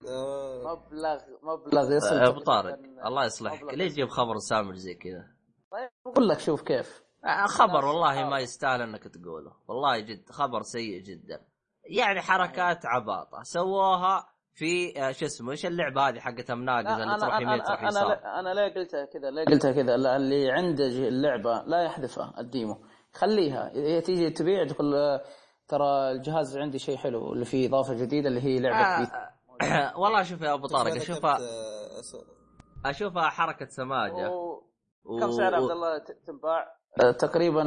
مبلغ يصل ابو طارق الله يصلحك، ليش جيب خبر سامج زي كذا؟ طيب اقول لك شوف كيف خبر والله ما يستاهل انك تقوله، والله جد خبر سيء جدا. يعني حركات عباطه سووها في شو اسمه، ايش اللعبه هذه حقت مناقز اللي تروح يمين تروح يسار. انا ليه قلتها كذا اللي عنده اللعبه لا يحذفها الديمو، خليها هي تيجي تبيع تقول ترى الجهاز عندي شيء حلو اللي فيه اضافه جديده اللي هي لعبه والله شوف يا ابو طارق اشوفها حركه سماجه. كم سعر عبد الله تنباع؟ تقريبا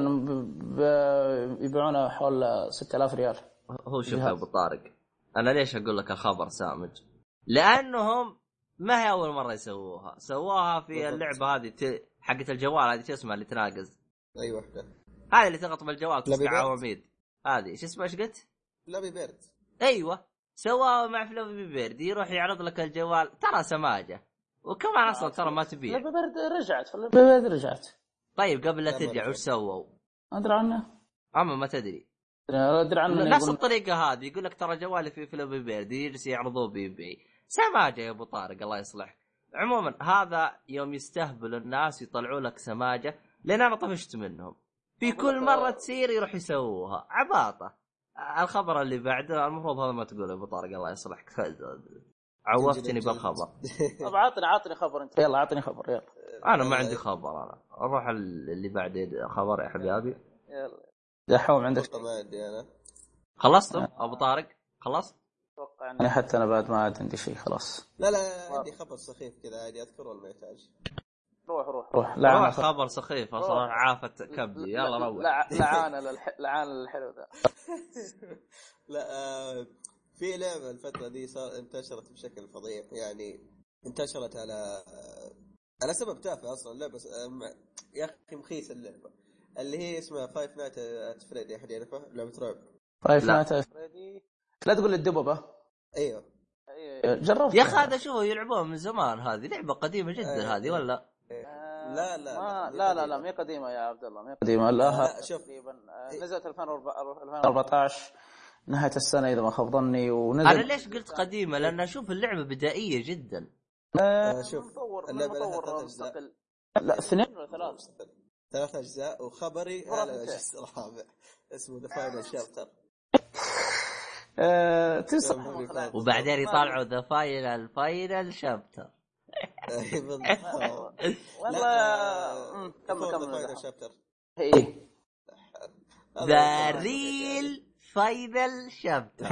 يبيعونها حول 6000 ريال. هو شوف يا ابو طارق، انا ليش اقول لك الخبر سامج؟ لانهم ما هي اول مره يسووها، سووها في اللعبه هذه حقت الجوال هذه، شو اسمها اللي تناقز؟ اي وحده هذه اللي تضغط بالجوال تسمع عواميد. هذه ايش اسمها؟ ايش قلت؟ فلابي بيرد. ايوه سواه مع فلابي بيرد، يروح يعرض لك الجوال. ترى سماجه، وكمان اصلا ترى ما تبيع. فلابي بيرد رجعت. طيب قبل لا ترجع وش سووا؟ ادري عنه. ما تدري. ادري عنه. نفس الطريقه هذه يقول لك ترى جوالي في فلابي بيرد، يجلس يعرضوه بيبيع. سماجه يا ابو طارق الله يصلح. عموما هذا يوم يستهبل الناس يطلعوا لك سماجه، لان انا طفشت منهم. في كل مره تصير يروح يسووها عباطه. الخبر اللي بعده المفروض هذا ما تقوله يا ابو طارق الله يصلحك، عوفتني بالخبر. طب عطني خبر انت، يلا عطني خبر يلا. انا ما عندي خبر، انا اروح اللي بعد خبر يا حبيبي. يلا دحوم عندك؟ ما عندي انا. خلصتم ابو طارق؟ خلصت؟ اتوقع اني حتى انا بعد ما عاد عندي شيء خلاص. لا عندي خبر سخيف كذا عادي اذكره ولا ما يحتاج؟ روح لا خبر سخيف اصلا عافت كبدي. يلا روح. لعان الحلو ذا. لا في لعبه الفتره دي صار انتشرت بشكل فظيع، يعني انتشرت على سبب تافه اصلا. اللعبه يا اخي مخيس اللعبه اللي هي اسمها فايف نايت ات فريدي. احد يعرفها؟ لعبه رعب. فايف نايت ات فريدي. لا تقول الدببه. ايوه جربت يا اخي هذا شو يلعبوها من زمان، هذه لعبه قديمه جدا هذه ولا؟ لا مي قديمه يا عبد الله، مي قديمه. لا شوف تقريبا نزلت 2014 نهايه السنه اذا ما خاب ظني. ونزل انا ليش قلت قديمه؟ لان اشوف اللعبه بدائيه جدا. شوف اللعبه لها مستقل. لا 2 ولا 3 اجزاء، وخبري على الجزء الرابع اسمه ذا فاينل شابتر. وبعدين يطلعوا ذا فاينل شابتر. والله كمل شابتر. ذا ريل فاينل شابتر.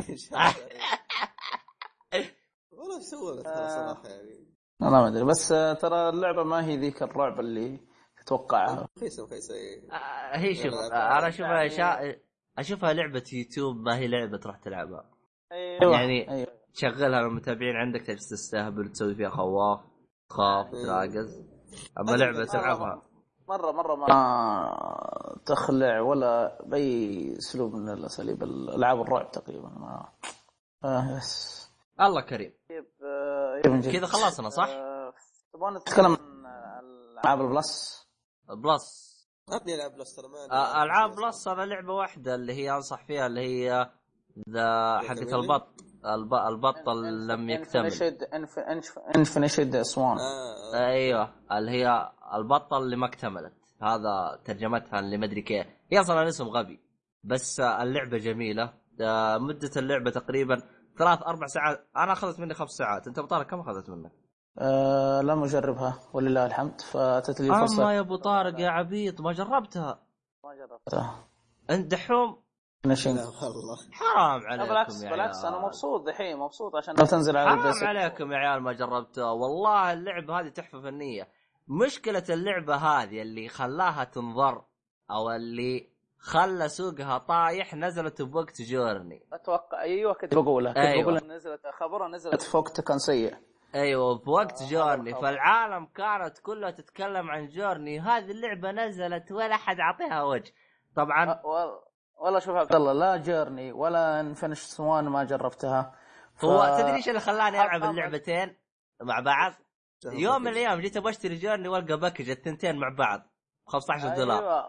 والله سووا صراحه يعني انا ما ادري. بس ترى اللعبه ما هي ذيك الرعب اللي تتوقعها. هي شوف انا اشوفها لعبه يوتيوب، ما هي لعبه تروح تلعبها. يعني تشغلها للمتابعين عندك تجلس تستهبل تسوي فيها خواف تخاف تراقز. اما لعبه تلعبها مره ما تخلع ولا باي اسلوب من الاساليب الالعاب الرعب تقريبا ما بس الله كريم. كذا خلصنا صح؟ تبغى نتكلم عن العاب البلس. أبني ألعاب بلس ترى ألعاب بلس أنا لعبة واحدة اللي هي أنصح فيها اللي هي ذا حقة البط لم يكتمل. انفينيشد سوان. أيوة اللي هي البطة اللي ما اكتملت هذا ترجمتها اللي ما ادري كيف، هي اصلا اسم غبي. بس اللعبه جميله. مده اللعبه تقريبا 3-4 ساعات. انا اخذت مني 5 ساعات. انت بطارق كم اخذت منك؟ لم أجربها ولله الحمد، فاتت لي فرصة. اما يا ابو طارق يا عبيط ما جربتها. ما جربتها. انت دحوم نشين. لا والله حرام عليكم بالعكس يا بالعكس، عيال. أنا مبسوط دحين، مبسوط عشان تنزل على حرام البيسك. عليكم يا عيال ما جربتها. والله اللعبة هذه تحفة فنية. مشكلة اللعبة هذه اللي خلاها تنظر او اللي خلى سوقها طايح نزلت بوقت جورني. أتوقع أيوة كنت بقولها، أيوة. نزلت خبرها، نزلت في وقت كان سيء. ايوه بوقت جورني، فالعالم كانت كلها تتكلم عن جورني. هذه اللعبة نزلت ولا حد عطيها وجه طبعا. والله شوف عبد الله، لا جيرني ولا انفنش سوان ما جربتها. هو تدري ايش اللي خلاني العب اللعبتين مع بعض؟ يوم من الايام جيت ابغى اشتري جورني والقى باكج الثنتين مع بعض $15. أيوة.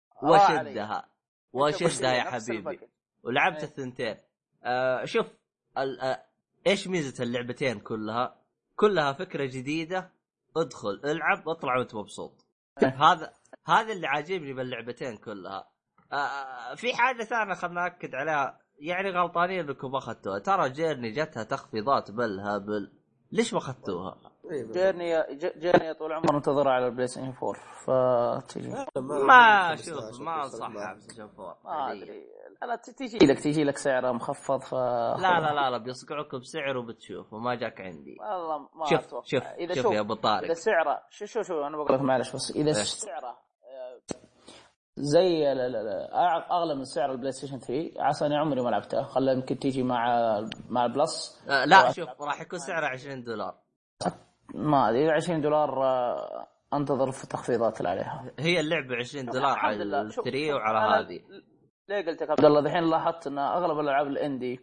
وشدها يا حبيبي ولعبت الثنتين. شوف ايش ميزة اللعبتين كلها فكرة جديدة. ادخل العب واطلع وانت مبسوط. هذا اللي عاجبني باللعبتين كلها. في حاجة ثانية خلنا نأكد عليها، يعني غلطانين انكم اخذتوها. ترى جيرني جتها تخفيضات بالهبل، ليش ما اخذتوها؟ جيرني طول عمره منتظر على البلاي ستيشن 4 فتجي. ما شوف ما صح على بلاي ستيشن 4 ما ادري. لا تجي لك سعره مخفض لا بيصقعوك بسعر وبتشوف وما جاك عندي. والله ما شوف يا ابو طارق، اذا سعره شوف انا بقول لك معلش، بس اذا سعره زي اغلى من سعر البلاي ستيشن 3 عسى اني عمري ما لعبتها. خلها يمكن تيجي مع البلس. لا شوف راح يكون سعره $20. ما ادري $20 انتظر في التخفيضات اللي عليها. هي اللعبه $20 على الثري وعلى هذه. ليه قلت لك عبد الله الحين لاحظت ان اغلب الالعاب الاندي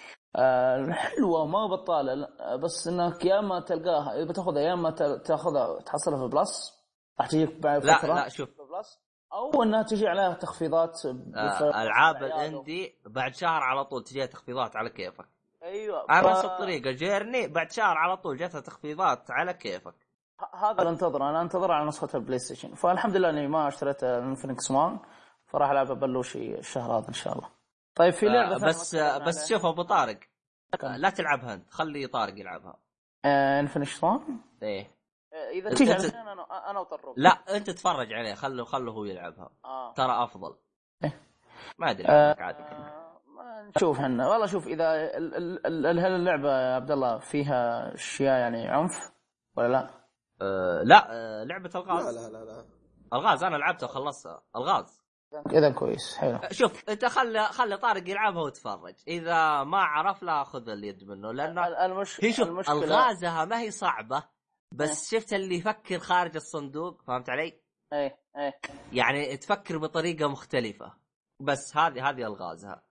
حلوه ما بطاله، بس انك يا اما تلقاها بتاخذها يا اما تاخذها تحصلها في بلس راح تجيك بعد فتره. لا شوف في بلس او انها تجي عليها تخفيضات. العاب الاندي بعد شهر على طول تجيها تخفيضات على كيفك. ايوه نفس الطريقه جيرني بعد شهر على طول جاتها تخفيضات على كيفك. هذا اللي انا انتظر على نسخه البلاي ستيشن. فالحمد لله اني ما اشتريت انفينكس 1، فراح العب بلوشي الشهر هذا ان شاء الله. طيب في لعبه بس شوف ابو طارق لا تلعبها انت، خلي طارق يلعبها. انفينكس 1 ايه اذا تيجي انا وطروق. لا انت تتفرج عليه، خله هو يلعبها. ترى افضل. ما ادري عاد نشوف احنا والله. شوف اذا هل اللعبه يا عبد الله فيها اشياء يعني عنف ولا لا؟ لا لعبه الغاز. لا الغاز انا لعبتها وخلصتها. الغاز اذا كويس حلو. شوف انت خلي طارق يلعبها وتفرج. اذا ما عرف لا خذ اليد منه، لان المشكله الغازها ما هي صعبه، بس شفت اللي يفكر خارج الصندوق. فهمت علي؟ ايه يعني تفكر بطريقه مختلفه. بس هذه الغازها.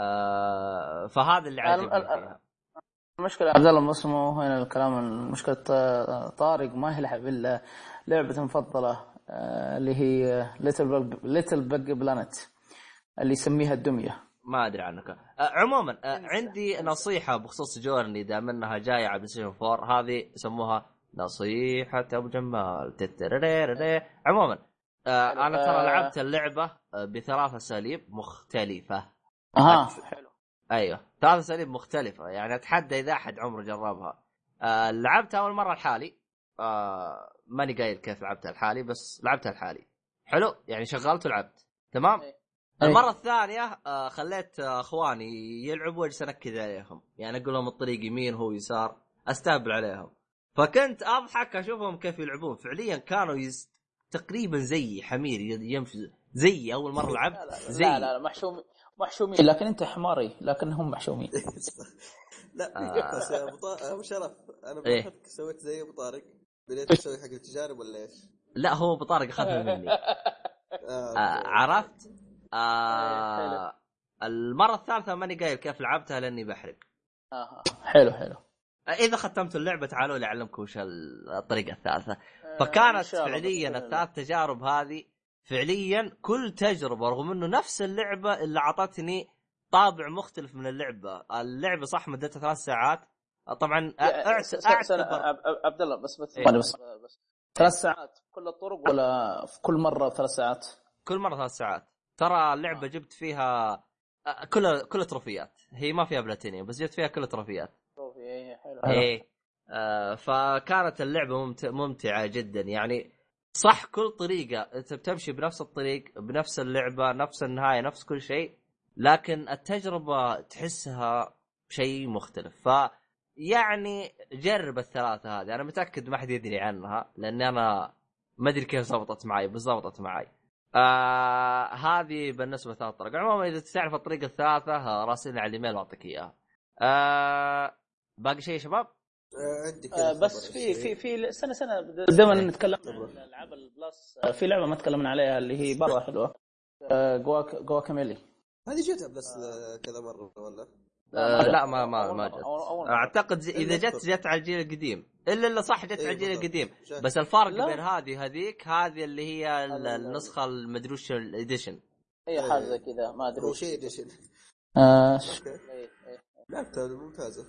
فهذا اللي عجبني فيها. المشكلة عبد الله مسمو هنا الكلام. المشكلة طارق ما يلعب إلا لعبة مفضلة اللي هي ليتل بيج بلانت اللي يسميها الدمية. ما أدري عنك. عموما عندي نصيحة بخصوص جورني دام انها جاية على بلايستيشن 4. هذه يسموها نصيحة أبو جمال. عموما أنا ترى لعبت اللعبة ب3 أساليب مختلفة. حلو. ايوه 3 أساليب مختلفه، يعني اتحدى اذا احد عمره جربها. لعبتها اول مره الحالي. ماني قايل كيف لعبتها الحالي، بس لعبتها الحالي حلو يعني. شغلت ولعبت تمام. المره الثانيه خليت اخواني يلعبوا واجلس انكد عليهم، يعني اقول لهم الطريق يمين هو يسار، استهبل عليهم. فكنت اضحك اشوفهم كيف يلعبون. فعليا كانوا تقريبا زي حمير يمشي زي اول مره لعبت. زي لا محشومين، لكن انت حماري لكنهم محشومين. لا بس يا ابو شرف انا بحثك سويت زي ابو طارق بديت تسوي حق التجارب ولا ايش؟ لا هو ابو طارق اخذ مني. عرفت. المره الثالثه ماني قايل كيف لعبتها لاني بحرق. حلو. اذا ختمت اللعبه تعالوا لي اعلمكم وش الطريقه الثالثه. فكانت فعليا الثلاث تجارب هذه فعليا كل تجربة رغم انه نفس اللعبة اللي عطتني طابع مختلف من اللعبة صح مدتها 3 ساعات طبعا. عبد الله بس 3 ساعات كل الطرق ولا في كل مره 3 ساعات؟ كل مره 3 ساعات. ترى اللعبه جبت فيها كل تروفيات، هي ما فيها بلاتينيوم بس جبت فيها كل تروفيات. ايه حلو ايه فكانت اللعبه ممتعه جدا يعني. صح كل طريقه انت بتمشي بنفس الطريق بنفس اللعبه نفس النهايه نفس كل شيء، لكن التجربه تحسها شيء مختلف. يعني جرب الثلاثه هذه، انا متاكد ما حد يدري عنها لاني انا ما ادري كيف ضبطت معي بس ضبطت معي. هذه بالنسبه لثلاث طرق. عموما اذا تعرف الطريقه الثلاثه راسلني على الايميل واعطيك اياها. باقي شيء يا شباب؟ عندي كذا بس في سنه دائما نتكلم عن العاب البلس. في لعبه ما تكلمنا عليها اللي هي برا حلوه، جواكاميلي. هذه جتها بس كذا مره ولا لا ما جت. اعتقد اذا جت على الجيل القديم الا صح جت على الجيل القديم. بس الفرق بين هذه اللي هي النسخه المدروش الاديشن، اي حاجه زي كذا ما ادري شيء اديشن. لعبتها ممتازه.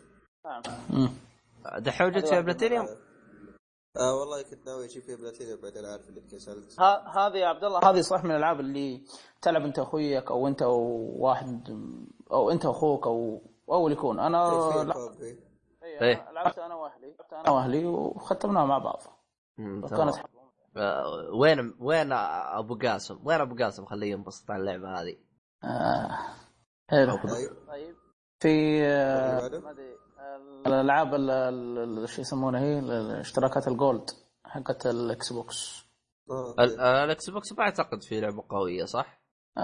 دحين جت فيها بلاتينيوم. والله كنت ناوي اجيب فيها بلاتينيوم بعدين عارف انك كسلت. هذه يا عبد الله هذه صح من الالعاب اللي تلعب انت اخوياك او انت وواحد او انت اخوك او اللي يكون. انا لعبت انا واهلي وختمناها مع بعض. كانت وين ابو قاسم خليه ينبسط على اللعبه هذه. حلو. طيب في الالعاب شو يسمونها هي الاشتراكات الجولد حقت الاكس بوكس. الاكس بوكس ما اعتقد في لعبه قويه صح؟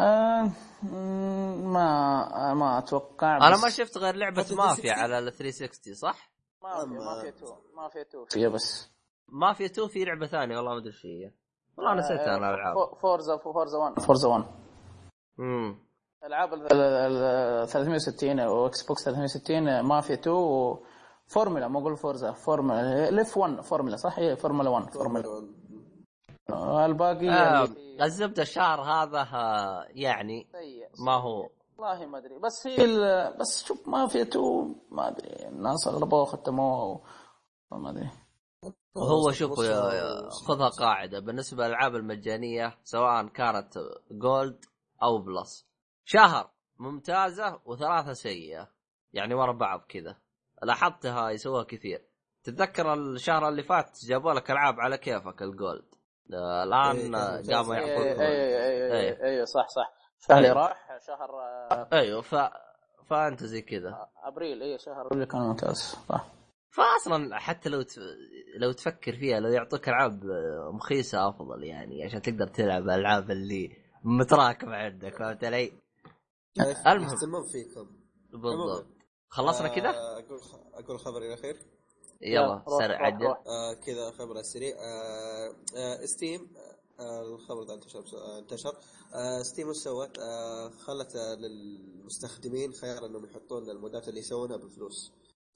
ما اتوقع. انا ما شفت غير لعبه مافيا على ال 360 صح؟ مافيا 2 فيها بس. مافيا 2 في لعبه ثانيه والله ما ادري ايش هي والله نسيتها. انا العاب فورزا 1 العاب ال 360 او اكس بوكس 360 مافيا 2 وفورمولا. ما اقول فورزا فورمولا ليف 1 فورمولا صح هي فورمولا 1 الباقي الزبده الشهر هذا يعني ما هو والله ما ادري. بس هي بس شوف مافيا 2 ما ادري الناس اغلبوها ختموها ما ادري. هو شوف خذها قاعده بالنسبه للالعاب المجانيه سواء كانت جولد او بلس، شهر ممتازه وثلاثه سيئه يعني ورا بعض كذا. لاحظتها يسووها كثير. تتذكر الشهر اللي فات جابوا لك العاب على كيفك الجولد، الان قاموا يعطوك. ايوه صح شهر راح شهر ايوه فانت زي كذا ابريل شهر اللي كان ممتاز صح. فاصلا حتى لو تفكر فيها لو يعطوك العاب مخيسه افضل يعني عشان تقدر تلعب الالعاب اللي متراكمه عندك. فهمت علي؟ المهم فيكم بالضبط. خلصنا كذا. اقول خبري الاخير يلا سرع عجل. كذا خبر سريع. ستيم الخبر ده انتشر. ستيم سوت خلت للمستخدمين خيار انهم يحطون المودات اللي يسوونها بفلوس.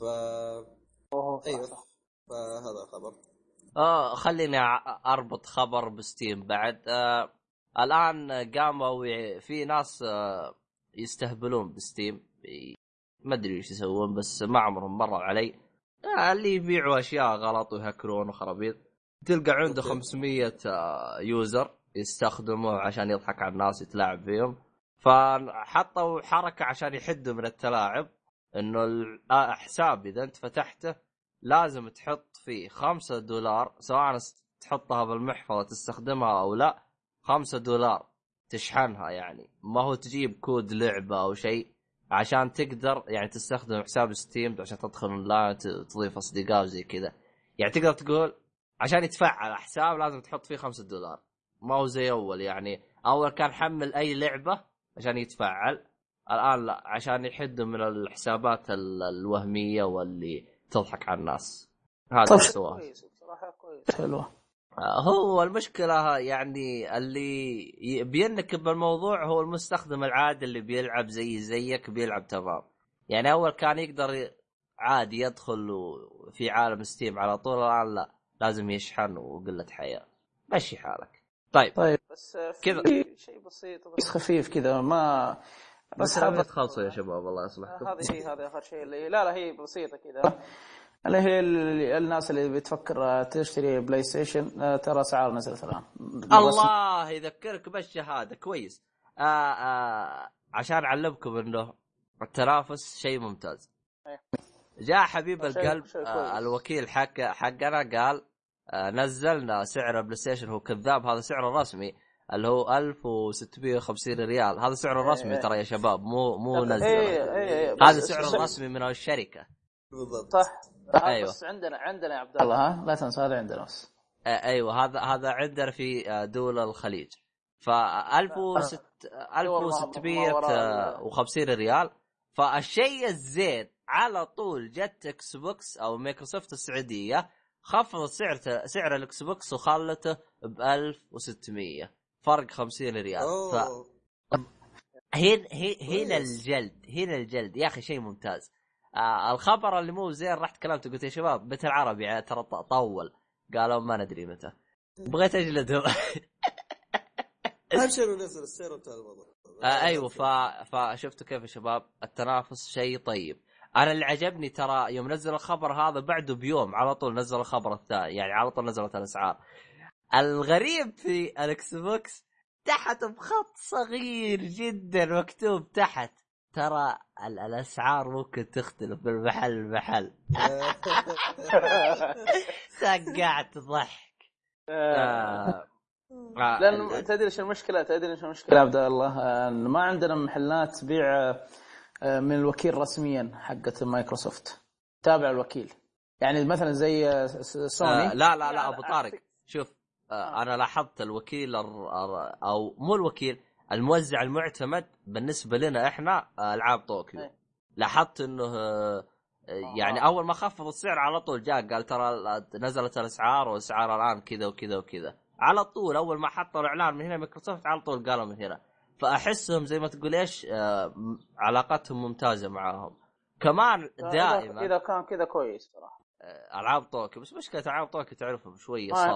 ايوه فهذا الخبر. خليني اربط خبر بستيم بعد. الان قاموا في ناس يستهبلون بستيم، ما ادري ايش يسوون بس ما عمرهم مروا علي. اللي يبيعوا اشياء غلط ويهكرون وخرابيط. تلقى عنده 500 يوزر يستخدموه عشان يضحك على الناس يتلاعب فيهم. فحطوا حركة عشان يحدوا من التلاعب انه الحساب اذا انت فتحته لازم تحط فيه $5 سواء تحطها بالمحفظة تستخدمها او لا. $5 تشحنها يعني ما هو تجيب كود لعبة او شيء عشان تقدر يعني تستخدم حساب ستيم عشان تدخل اونلاين تضيف اصدقاء زي كذا. يعني تقدر تقول عشان يتفعل حساب لازم تحط فيه $5. ما هو زي اول يعني اول كان حمل اي لعبة عشان يتفعل، الان لا عشان يحدوا من الحسابات الوهمية واللي تضحك على الناس. هذا سواه صراحة كويس حلو. هو المشكلة يعني اللي بينك بالموضوع هو المستخدم العادي اللي بيلعب زيك بيلعب تمام. يعني أول كان يقدر عادي يدخل في عالم ستيم على طول، الآن لا لازم يشحن وقلة حياة. مشي حالك. طيب بس كذا شيء بسيط بس خفيف كذا ما بس حابة تخلصوا يا شباب الله يصلحكم. هذا آخر شيء اللي لا هي بسيطة كذا. اللي هي الناس اللي بتفكر تشتري بلاي ستيشن، ترى اسعار نزلت الان. الله يذكرك بالشهاده كويس. عشان اعلمكم انه التنافس شيء ممتاز. جاء حبيب القلب الوكيل حقنا قال نزلنا سعر بلاي ستيشن، هو كذاب، هذا سعره الرسمي اللي هو 1650 ريال، هذا سعره الرسمي ترى يا شباب، مو نزل. هذا سعر الرسمي من الشركه بالضبط. صح. أيوة. بس عندنا يا عبد الله، ها لا تنسى هذا عندنا بس. ايوه هذا عندنا في دول الخليج. ف 1650 ريال. فالشيء الزين على طول جت اكس بوكس او مايكروسوفت السعوديه خفضت سعر الاكس بوكس وخلته ب 1600، فرق 50 ريال. هنا الجلد يا اخي، شيء ممتاز. الخبر اللي مو زين رحت كلمته قلت يا شباب بيت العربي ترى طول، قالوا ما ندري متى. بغيت اجلدهم. ابشروا نزل السعر وانتهى الموضوع. ايوه. فشفتوا كيف يا شباب التنافس شيء طيب. انا اللي عجبني ترى يوم نزل الخبر هذا بعده بيوم على طول نزل الخبر الثاني، يعني على طول نزلت الاسعار. الغريب في الاكس بوكس تحت بخط صغير جدا مكتوب تحت ترى الاسعار ممكن تختلف من محل لمحل. سقعت ضحك. لأن تدري ايش المشكلة يا عبد الله؟ ما عندنا محلات تبيع من الوكيل رسميا حقت مايكروسوفت، تابع الوكيل. يعني مثلا زي سوني. لا ابو طارق شوف، انا لاحظت الوكيل او مو الوكيل، الموزع المعتمد بالنسبه لنا احنا العاب طوكيو. لاحظت انه يعني اول ما خفض السعر على طول جاء قال ترى نزلت الاسعار واسعار الان كذا وكذا وكذا، على طول اول ما حطوا الاعلان من هنا مايكروسوفت على طول قالوا من هنا. فاحسهم زي ما تقول ايش علاقتهم ممتازه معاهم كمان دائما. اذا كان كذا كويس صراحه العاب طوكيو. بس مشكله العاب طوكيو تعرفهم شويه صلخ.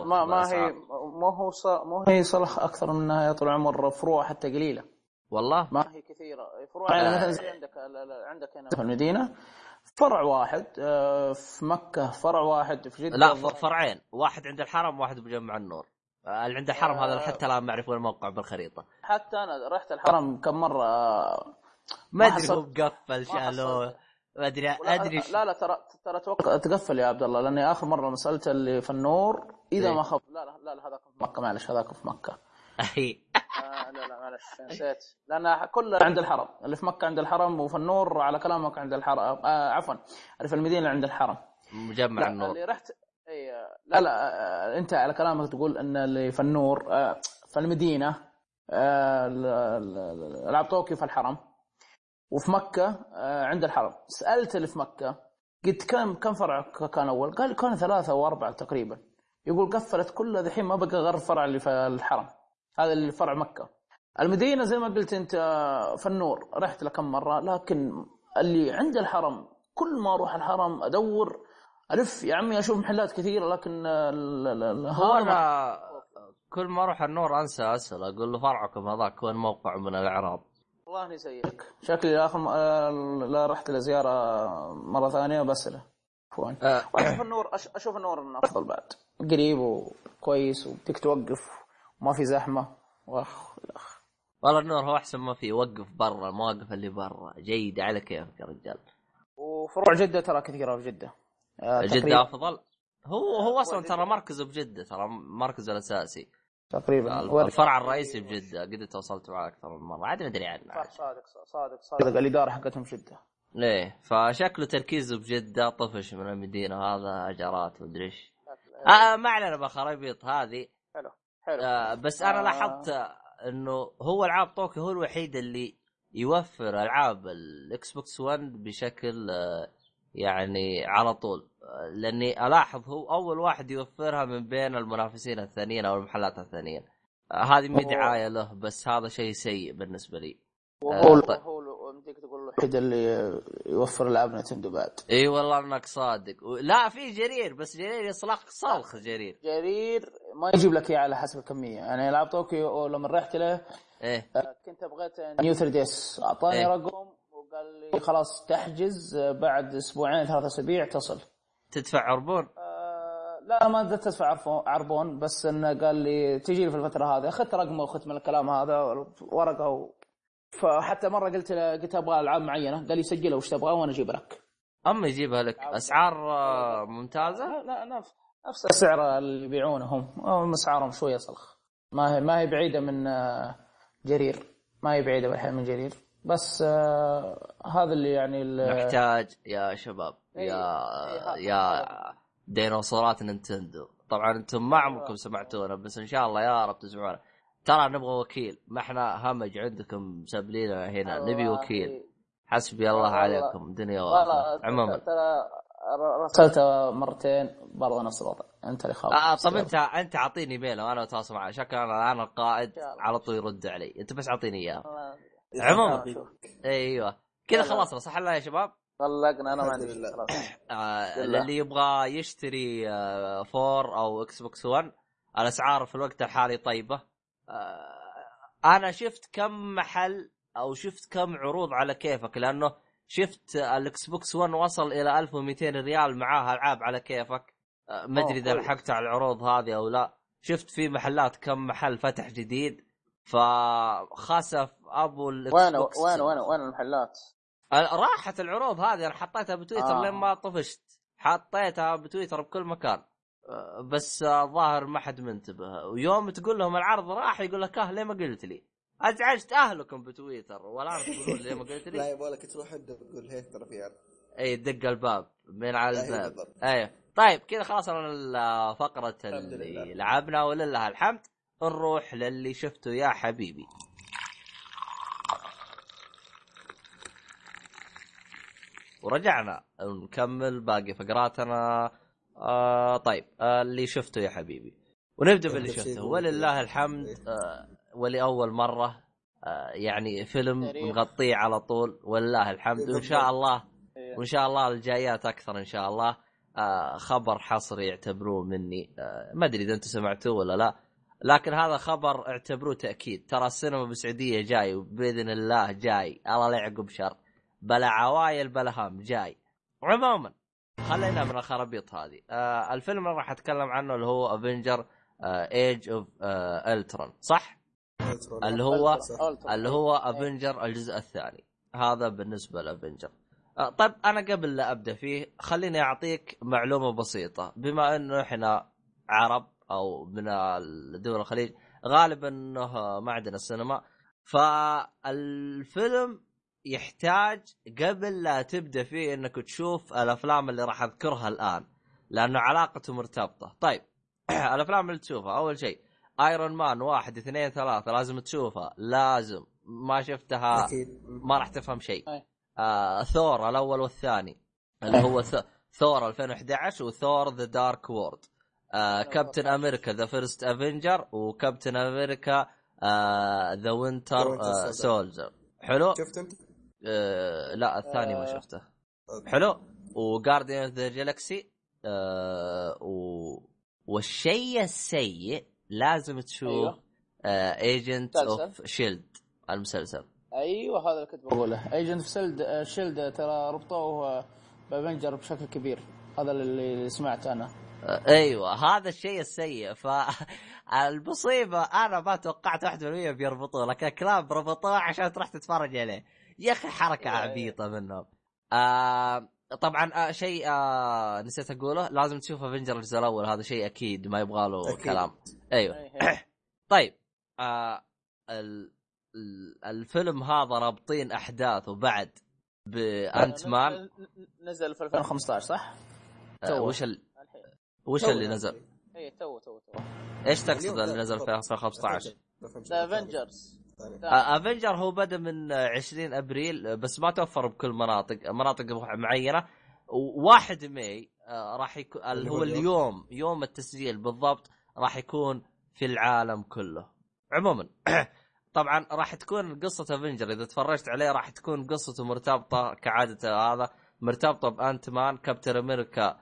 ما هي صلخ اكثر منها يا طول العمر، فروع حتى قليله والله، ما هي كثيره فروع. يعني مثلا زي عندك هنا في المدينه فرع واحد، في مكه فرع واحد، في جده لا فرعين، واحد عند الحرم واحد بجمع النور. اللي عند الحرم هذا حتى لا ما اعرف وين الموقع بالخريطه. حتى انا رحت الحرم كم مره ما ادري هو مقفل شالوه ما ادري لا ترى تقفل يا عبد الله، لاني اخر مره لما سالت اللي في النور اذا ما خف لا هذاك في مكه، معلش هذاك في مكه. لا معلش نسيت، لان كله عند الحرم. اللي في مكه عند الحرم، وفي النور على كلامك عند الحرم. عفوا اللي في المدينه عند الحرم مجمع النور. اللي رحت لا انت على كلامك تقول ان اللي في النور في المدينه العاب طوكيو في الحرم، وفي مكة عند الحرم. سألت اللي في مكة قلت كم فرع كان أول؟ قال كان 3 أو 4 تقريبا. يقول قفلت كلها ذحين، ما بقى غير فرع اللي في الحرم، هذا اللي فرع مكة. المدينة زي ما قلت أنت في النور رحت لكم مرة، لكن اللي عند الحرم كل ما أروح الحرم أدور ألف يا عمي أشوف محلات كثيرة، لكن هو أنا كل ما أروح النور أنسى أسأل أقول له فرعكم هذاك وين موقع من الإعراب. والله نسيك شكلي آخر لا رحت لزيارة مرة ثانية بسله فوين. وأشوف النور أشوف النور إنه أفضل بعد، قريب وكويس وبدك توقف وما في زحمة. والله النور هو أحسن ما في، وقف برا، المواقف اللي برا جيدة على كيفك يا رجال. وفروع جدة ترى كثيرة في جدة. جدة أفضل. هو أصلا ترى مركزه بجدة، ترى مركزه الأساسي تقريبا. الفرع الرئيسي بجدة، قد تواصلت معاه أكثر من مرة، عاد ما أدري عنه. صادق الإدارة حقتهم جدة. ليه؟ فشكله تركيزه بجدة، طفش من المدينة، هذا أجارات مدري إيش. ما علينا بخرابيط هذه. حلو. بس أنا لاحظت إنه هو ألعاب طوكيو هو الوحيد اللي يوفر ألعاب الإكس بوكس 1 بشكل يعني على طول، لاني الاحظ هو اول واحد يوفرها من بين المنافسين الثانيين او المحلات الثانيين. هذه مو دعايه له، بس هذا شيء سيء بالنسبه لي. هو بدك تقول له الوحيد اللي يوفر العاب نتندو بعد. اي والله انك صادق. لا في جرير، بس جرير يصلخ صلخ. جرير ما يجيب لك اياه على حسب الكميه. يعني العاب طوكيو لما رحت له كنت بغيت نيو 3DS، اعطاني رقم وقال لي خلاص تحجز بعد 2-3 أسابيع تصل. تدفع عربون؟ لا ما بدأت تدفع عربون، بس انه قال لي تجي لي في الفتره هذه، اخذت رقمه واخذت من الكلام هذا ورقه فحتى مره قلت ابغى العاب معينه، قال لي سجلها وش تبغى وانا اجيب لك. اما يجيبها لك اسعار ممتازه؟ لا نفس السعر اللي يبيعونه هم، اسعارهم شويه صلخ، ما هي بعيده من جرير، ما هي بعيده بالحين من جرير، بس هذا اللي يعني نحتاج يا شباب يا ديناصورات نينتندو. طبعا انتم ما عمركم سمعتونا، بس ان شاء الله يا رب تسمعونا. ترى نبغى وكيل، ما احنا همج عندكم مسبلينا هنا، نبي وكيل. حسبي الله عليكم دنيا واخره. عموما رسلت مرتين برضه نفس الوضع، انت اللي خاف. طب انت اعطيني ميل وانا اتواصل معه، شكرا. انا القائد على طول يرد علي، انت بس اعطيني اياه. عموما ايوه كذا خلصنا صح الله يا شباب؟ طلقنا. انا ما عندي اللي يبغى يشتري 4 او اكس بوكس 1 الاسعار في الوقت الحالي طيبه. انا شفت كم محل او شفت كم عروض على كيفك، لانه شفت الاكس بوكس 1 وصل الى 1200 ريال معاها العاب على كيفك. ما ادري اذا لحقت على العروض هذه او لا. شفت في محلات كم محل فتح جديد، فخسف ابو الاكس بوكس. وين المحلات؟ راحت العروض هذه، انا حطيتها بتويتر لين ما طفشت، حطيتها بتويتر بكل مكان، بس ظاهر ما حد منتبه. ويوم تقول لهم العرض راح يقول لك ليه ما قلت لي؟ ازعجت اهلكم بتويتر ولا تقولون ليه ما قلت لي؟ لا يبغالك تروح انت تقول هيك ترى في عرض. اي دق الباب من على الباب. ايوه طيب كذا خلصنا فقرة اللي لعبنا ولله الحمد. نروح للي شفته يا حبيبي. ورجعنا نكمل باقي فقراتنا. طيب اللي شفته يا حبيبي، ونبدأ باللي شفته ولله الحمد. ولأول مرة يعني فيلم نغطيه على طول ولله الحمد، وإن شاء الله الجايات أكثر إن شاء الله. خبر حصري يعتبروه مني، ما أدري إذا أنتم سمعتوه ولا لا، لكن هذا خبر اعتبروه تأكيد. ترى السينما بالسعودية جاي وبإذن الله جاي، الله لا يعقب شر، بلا عوايل بلا هم جاي. عموما خلينا من الخرابيط هذه. الفيلم اللي راح أتكلم عنه اللي هو افنجر ايج اوف الترون، صح؟ اللي هو افنجر الجزء الثاني. هذا بالنسبة لافنجر. طيب أنا قبل لا أبدأ فيه خليني أعطيك معلومة بسيطة. بما أنه إحنا عرب أو من الدول الخليج غالبا أنه ما عندنا السينما، فالفيلم يحتاج قبل لا تبدأ فيه أنك تشوف الأفلام اللي راح أذكرها الآن، لأنه علاقته مرتبطة. طيب الأفلام اللي تشوفها أول شيء ايرون مان 1 2 3 لازم تشوفها، لازم. ما شفتها ما راح تفهم شيء. ثور الأول والثاني اللي هو ثور 2011 وثور ذا دارك وورد. كابتن أمريكا ذا فيرست أفنجر وكابتن أمريكا ذا وينتر سولجر. حلو. شفت انت؟ لا الثاني ما شفته. حلو. وجارديان اوف ذا جالاكسي. والشيء السيء لازم تشوف ايجنت اوف شيلد المسلسل. ايوه هذا اللي كنت بقوله، ايجنت اوف شيلد ترى ربطوه بافنجر بشكل كبير، هذا اللي سمعت انا. ايوه هذا الشيء السيء. فالمصيبه انا ما توقعت 1% بيربطوه، لكن كلام ربطوه عشان تروح تتفرج عليه. يا اخي حركه عبيطه منهم. طبعا شيء نسيت اقوله، لازم تشوف افنجر الجزء الاول، هذا شيء اكيد ما يبغى له كلام. ايوه طيب الفيلم هذا رابطين احداثه بعد بانت مان. نزل في 2015 صح؟ وش اللي نزل؟ اي تو ايش تقصد اللي نزل في 2015؟ افنجرز. افنجر هو بدأ من 20 ابريل، بس ما توفر بكل مناطق معينه. 1 ماي راح يكون هو اليوم، يوم التسجيل بالضبط راح يكون في العالم كله. عموما طبعا راح تكون قصة افنجر اذا تفرجت عليه راح تكون قصته مرتبطة كعادة، هذا مرتبطة بانت مان كابتن امريكا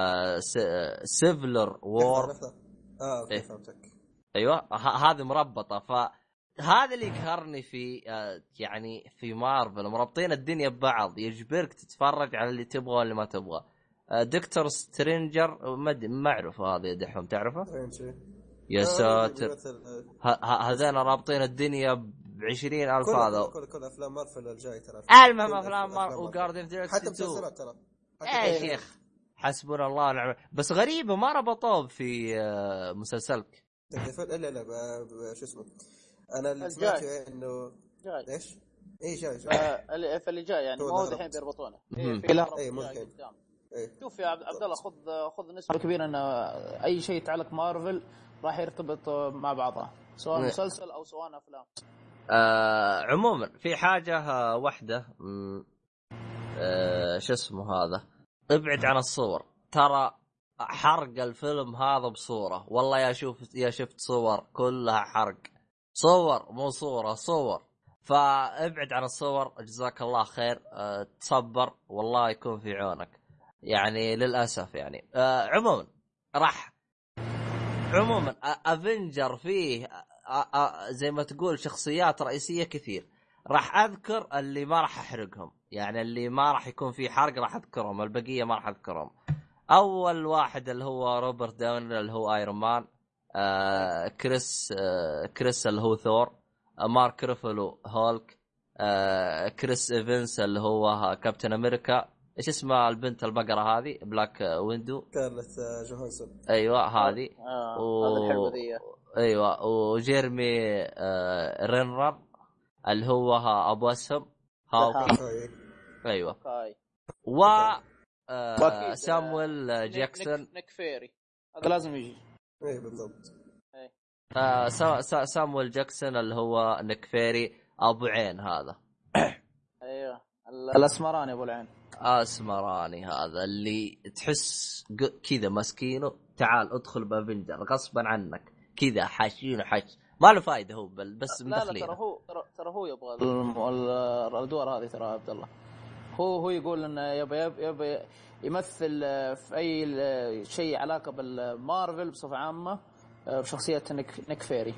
سيفلر وور. اوكي فهمتك. ايوه هذه مربطة. فهذا اللي يقهرني في يعني في مارفل مربطين الدنيا ببعض، يجبرك تتفرج على اللي تبغى واللي ما تبغى. دكتور سترينجر ما اعرف هذا يا دحوم تعرفه سترينجر. يا ساتر هذين رابطين الدنيا ب20,000 هذا كل افلام مارفل الجاي ترى المهم افلام وجاردن حتى مسلسلات ترى يا شيخ حسبنا الله ونعم. بس غريبه ما ربطوه في مسلسلك لا شو اسمه انا اللي سمعته انه ايش جاي اللي جاي يعني ما هو الحين بيربطونه اي ممكن شوف يا عبد الله خذ نسبه كبيره ان اي شيء يتعلق مارفل راح يرتبط مع بعضها سواء مسلسل او سواء افلام. عموما في حاجه واحده شو اسمه هذا ابعد عن الصور ترى حرق الفيلم هذا بصوره والله يا شفت صور كلها حرق صور مو صور فابعد عن الصور جزاك الله خير تصبر والله يكون في عونك يعني للأسف يعني عموما افنجر فيه زي ما تقول شخصيات رئيسية كثير راح أذكر اللي ما راح أحرقهم يعني اللي ما راح يكون فيه حرق راح أذكرهم البقية ما راح أذكرهم. أول واحد اللي هو روبرت داوني اللي هو ايرون مان كريس اللي هو ثور مارك ريفلو هولك كريس إيفنس اللي هو كابتن أمريكا إيش اسمها البنت البقرة هذه بلاك ويندو كارلت جوهانسون أيوة هذه هذا الحلوة أيوة وجيرمي رينرر اللي هو أبو أسهم أيوة و سامويل جاكسون نيك فيري هذا لازم يجي بالضبط سامويل جاكسون اللي هو نيك فيري أبو عين هذا أيوة الأسمراني أبو العين أسمراني هذا اللي تحس كذا مسكينه تعال ادخل بافنجر غصبا عنك كذا حاشين ما له فايدة هو بس مدخلين ترى هو يبغى الأدوار هذه ترى عبد الله هو يقول إنه يبي يمثل في أي شيء علاقة بالمارفل بصفة عامة بشخصية نيك فيري.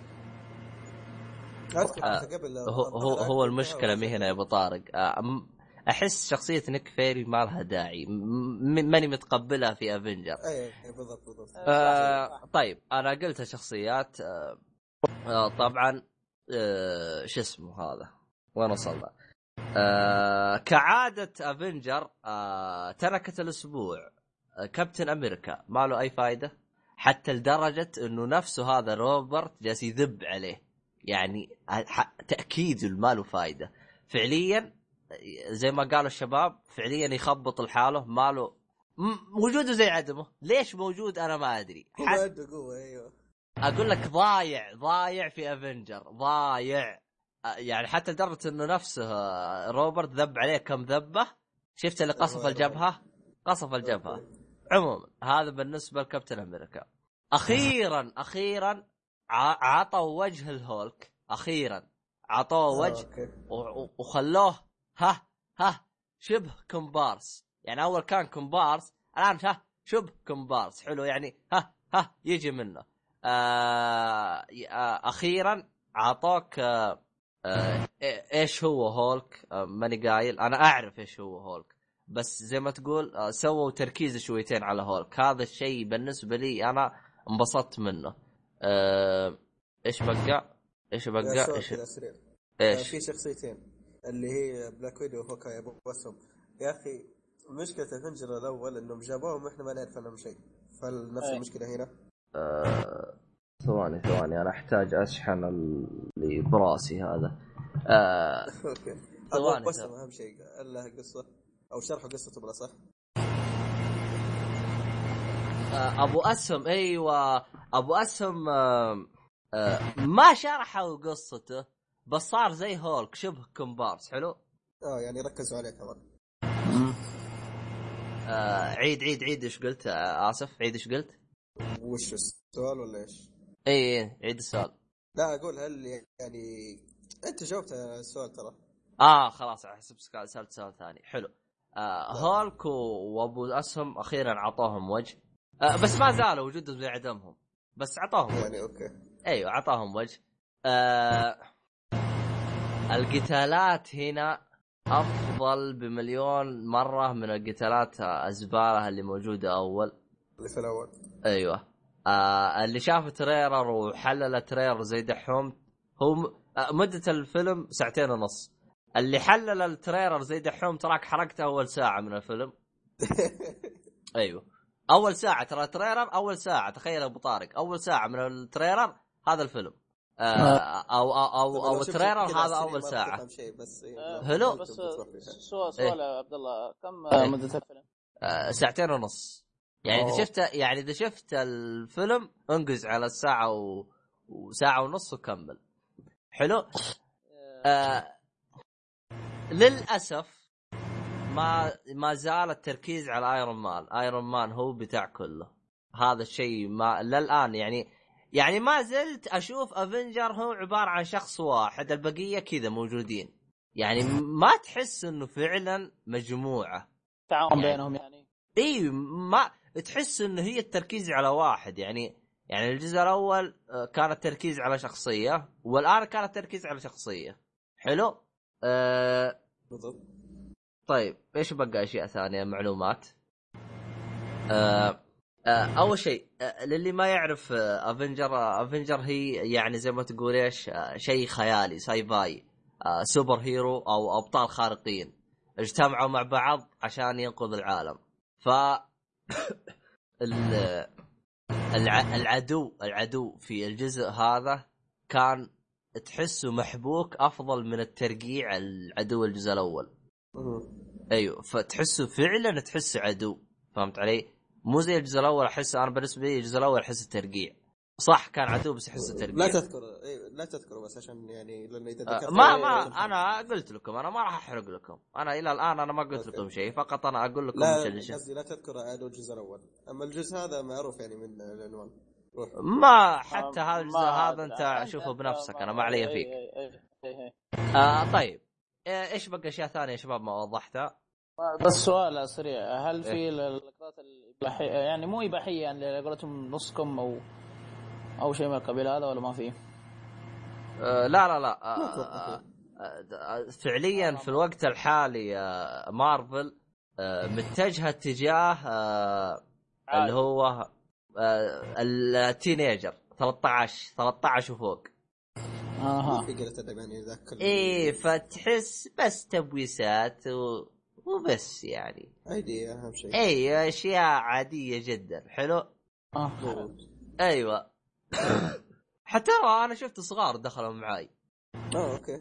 هو المشكلة مي هنا يا أبو طارق أحس شخصية نيك فيري ما لها داعي ماني متقبلها في أفنجر. بالضبط. طيب أنا قلت شخصيات طبعا شو اسمه هذا وين وصلنا كعادة أفنجر تركت الأسبوع كابتن أمريكا ما له أي فايدة حتى لدرجة أنه نفسه هذا روبرت جالس يذب عليه يعني تأكيد ما له فايدة فعليا زي ما قالوا الشباب فعليا يخبط الحاله ماله وجوده زي عدمه ليش موجود أنا ما أدري أيوه. أقول لك ضايع في أفنجر ضايع يعني حتى لدرجة أنه نفسه روبرت ذب عليه كم ذبة شفت اللي قصف الجبهة عموما هذا بالنسبة لكابتن أمريكا. أخيرا عطوا وجه الهولك أخيرا عطوا وجه وخلوه شبه كومبارس يعني أول كان كومبارس الآن شبه كومبارس حلو يعني يجي منه أخيرا عطوك ايش هو هولك ماني قايل انا اعرف ايش هو هولك بس زي ما تقول سووا تركيز شويتين على هولك هذا الشيء بالنسبة لي انا انبسطت منه. ايش بقى ايش في شخصيتين اللي هي بلاك ويدو وهوكاي ابو بسم يا اخي مشكلة الفنجر الاول انهم جابوهم احنا ما نعرف عنهم شيء فنفس المشكلة هنا. ثواني انا احتاج اشحن اللي براسي هذا اوكي ثواني بس اهم شيء الله قصه او شرح قصته بلا صح ابو اسهم ايوه ابو اسهم ما شرحوا قصته بس صار زي هولك شبه كومبارس حلو يعني ركزوا عليه كمان. عيد ايش قلت اسف عيد ايش قلت وش السؤال ولا ايش ايه عيد السؤال. لا اقول هل يعني انت جاوبت السؤال ترى خلاص احسب سالت سؤال ثاني حلو. هولك وابو اسهم اخيرا عطوهم وجه بس ما زالوا وجودهم زي عدمهم بس عطاهم يعني اوكي ايوه عطاهم وجه. القتالات هنا افضل بمليون مره من القتالات الزباله اللي موجوده اول. اللي في الاول ايوه. اللي شاف تريلر وحلل تريلر زي دحوم هو مده الفيلم 2.5 ساعة. اللي حلل التريلر زي دحوم تراك حركته اول ساعه من الفيلم. ايوه اول ساعه ترى تريلر اول ساعه. تخيل ابو طارق اول ساعه من التريلر هذا الفيلم. او التريلر هذا اول ساعه. هلو بس سؤال إيه؟ يا عبد الله كم إيه؟ مدة الفيلم؟ 2.5 ساعة. يعني اذا شفت الفيلم انقز على الساعه وساعه ونص وكمل. حلو. للاسف ما زال التركيز على ايرون مان هو بتاع كله. هذا الشيء ما للان يعني ما زلت اشوف افنجر هو عباره عن شخص واحد، البقيه كذا موجودين. يعني ما تحس انه فعلا مجموعه تعاون بينهم يعني. اي ما تحس انه هي التركيز على واحد. يعني الجزء الاول كان التركيز على شخصيه، والان كان التركيز على شخصيه. حلو. بالضبط. طيب ايش بقى اشياء ثانيه معلومات؟ اول شيء للي ما يعرف افنجر هي يعني زي ما تقول ايش شيء خيالي ساي فاي. سوبر هيرو او ابطال خارقين اجتمعوا مع بعض عشان ينقذ العالم. ف العدو في الجزء هذا كان تحسه محبوك افضل من الترقيع العدو الجزء الاول. ايوه فتحسه فعلا تحسه عدو. فهمت علي؟ مو زي الجزء الاول. احس انا بالنسبه لي الجزء الاول احس ترقيع. صح كان عدو بس احسه ترقيع. لا تذكره بس عشان يعني لانه اذا ذكرت ما انا قلت لكم انا ما راح احرق لكم. انا الى الان انا ما قلت لكم شيء، فقط انا اقول لكم لا قصدي لا تذكر عدو الجزء الاول. اما الجزء هذا معروف يعني من العنوان. ما حتى هذا الجزء هذا انت شوفه بنفسك. انا ما علي فيك. طيب ايش بقى اشياء ثانيه يا شباب ما وضحتها؟ بس سؤال سريع، هل في اللقطات الإباحية يعني مو إباحية يعني قولتهم نصكم أو شيء من القبيل هذا ولا ما فيه؟ لا فعليا في الوقت الحالي مارفل متجهة اتجاه اللي هو التينيجر 13 وفوق. في قلة الأدب يعني ذاك. ايه فتحس بس تبويسات وبس يعني عادي أهم شيء. ايه اشياء عادية جدا. حلو. ايوه. حتى انا شفت صغار دخلوا معاي. اوكي.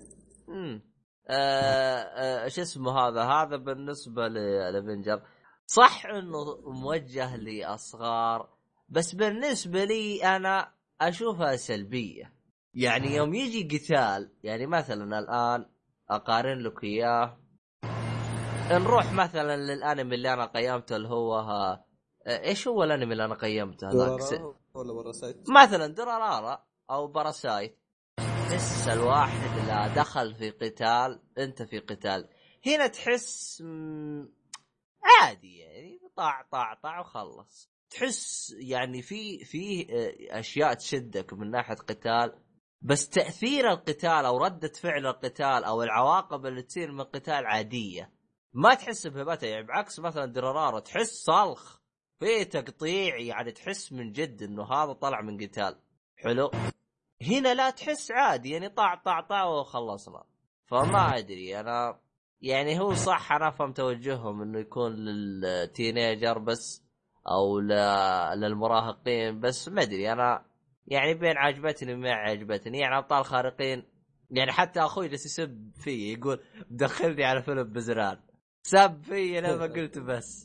ايش اسمه هذا بالنسبة للافنجر. صح انه موجه لأصغار بس بالنسبة لي انا اشوفها سلبية. يعني يوم يجي قتال يعني مثلا الان اقارن لك اياه، نروح مثلا للانمي اللي انا قيمته اللي هو ايش هو الانمي اللي انا قيمته هذاك ولا باراسايت مثلا درارارا او باراسايت. تحس الواحد لا دخل في قتال انت في قتال. هنا تحس عادي يعني طاع وخلص. تحس يعني في اشياء تشدك من ناحية قتال، بس تأثير القتال او ردة فعل القتال او العواقب اللي تصير من القتال عادية. ما تحس بهبتها يعني بعكس مثلا درارارا تحس صلخ في تقطيع. يعني تحس من جد انه هذا طلع من قتال. حلو. هنا لا تحس عادي يعني طاع وخلصنا. فما ادري انا يعني هو صح انا فهم توجههم انه يكون للتينيجر بس او للمراهقين بس. ما ادري انا يعني بين عجبتني وما عجبتني. يعني ابطال خارقين يعني حتى اخوي جالس يسب فيه يقول دخلني على فيلم بزران سب فيه لما قلت بس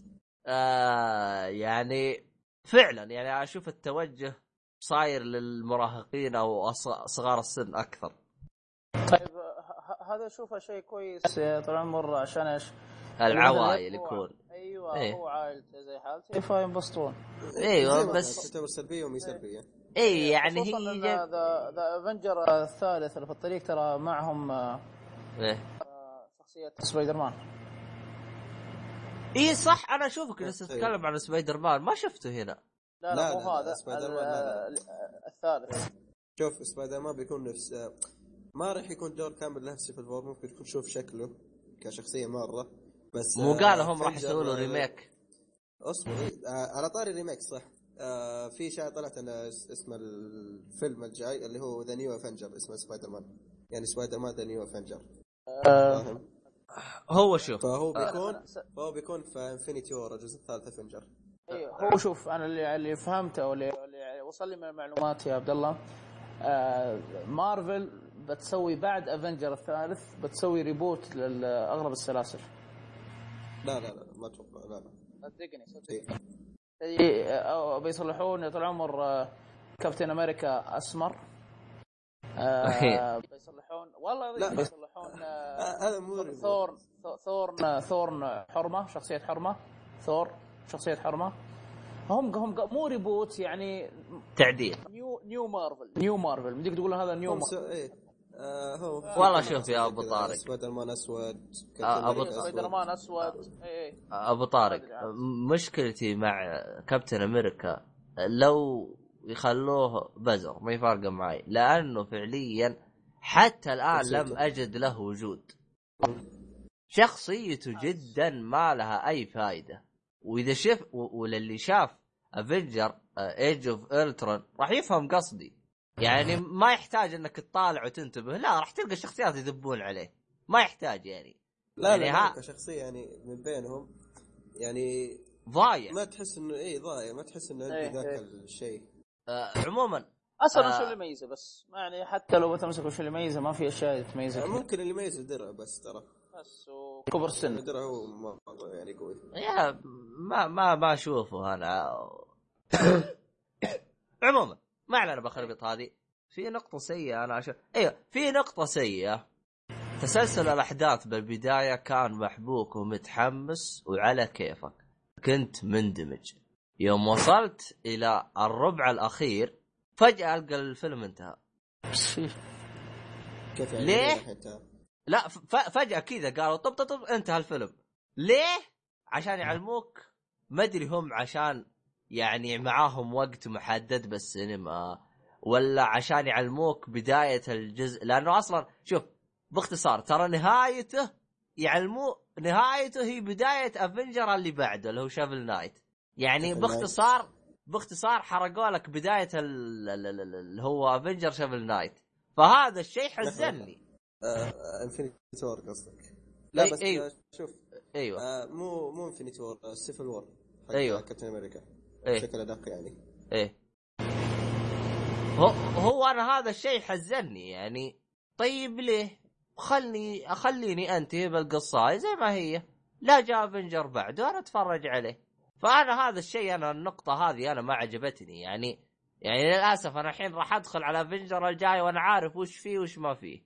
يعني فعلا يعني اشوف التوجه صاير للمراهقين او صغار السن اكثر. طيب هذا اشوفه شيء كويس طول العمر عشان ايش العوائل يكون. ايوه إيه؟ هو عائلته زي حالتي فينبسطون. ايوه بس تعتبر سلبيه ومي سلبيه. اي يعني هي ذا افنجر الثالث اللي في الطريق ترى معهم شخصيه سبايدر مان. اي صح انا اشوفك لسه تتكلم عن سبايدر مان ما شفته هنا. لا مو هذا سبايدر مان الثالث. شوف سبايدر مان بيكون نفس ما راح يكون دور كامل نفسي في الفور. ممكن تكون تشوف شكله كشخصيه مره. بس مو قالوا هم راح فنجر يسووا له ريميك؟ اصبر على طاري ريميك صح. في شيء طلعت ان اسم الفيلم الجاي اللي هو ذا نيو افنجر، اسمه سبايدر مان، يعني سبايدر مان ذا نيو افنجر. فاهم؟ هو شوف فهو بيكون في انفينيتي وور الجزء الثالث افنجر. ايوه هو شوف انا اللي فهمته واللي وصل لي من المعلومات يا عبد الله، مارفل بتسوي بعد افنجر الثالث بتسوي ريبوت لاغلب السلاسل. لا ما اتوقع. لا صدقني بيصلحون طول عمر كابتن امريكا اسمر. بيصلحون والله بيصلحون هذا مو ثورن حرمه، شخصيه حرمه ثور، شخصيه حرمه. هم مو ريبوت يعني تعديل. نيو مارفل بدك تقول هذا نيو مارفل. هو والله شوف يا ابو طارق، سبايدر مان اسود، سبايدر مان اسود. ابو طارق مشكلتي مع كابتن امريكا لو يخلوه بزر ما يفارق معي، لانه فعليا حتى الان لم اجد له وجود. شخصيته جدا ما لها اي فائده. واذا شف وللي شاف افنجر ايج اوف الترون راح يفهم قصدي. يعني ما يحتاج انك تطالع وتنتبه، لا راح تلقى الشخصيات يذبون عليه، ما يحتاج يعني. لا يعني لا كشخصيه يعني من بينهم يعني ضايع، ما تحس انه ضايع، ما تحس انه عندي ذاك الشيء. عموما اصلا شو اللي يميزه بس يعني حتى لو بتمسك وش اللي يميزه ما في اشياء تميزه. ممكن اللي يميزه درع بس ترى، بس وكبر السن. درع هو ما يعني قوي. يا ما اشوفه انا. عموما ما علينا بخربط هذه. في نقطة سيئة أنا أشوف. أيوة في نقطة سيئة، تسلسل الأحداث بالبداية كان محبوك ومتحمس وعلى كيفك، كنت مندمج. يوم وصلت إلى الربع الأخير فجأة ألقى الفيلم انتهى. كيف يعني؟ ليه؟ لا فجأة كذا قالوا طب انتهى الفيلم. ليه؟ عشان يعلموك، ما أدري هم عشان يعني معاهم وقت محدد بالسينما، ولا عشان يعلموك بداية الجزء. لأنه أصلا شوف باختصار ترى نهايته نهايته هي بداية أفنجر اللي بعده اللي هو شافل نايت. يعني باختصار حرقوا لك بداية اللي هو أفنجر شافل نايت. فهذا الشيء حزنني. انفينيتي وور قصدك؟ لا بس شوف ايوه مو انفينيتي وور، سيفل وور. ايوه كابتن امريكا بشكل ادق يعني. هو انا هذا الشيء حزنني يعني. طيب ليه؟ خليني انتهي بالقصه زي ما هي، لا جاء افنجر بعده انا اتفرج عليه. فانا هذا الشيء انا النقطه هذه انا ما عجبتني يعني للاسف انا الحين راح ادخل على افنجر الجاي وانا عارف وش فيه وش ما فيه.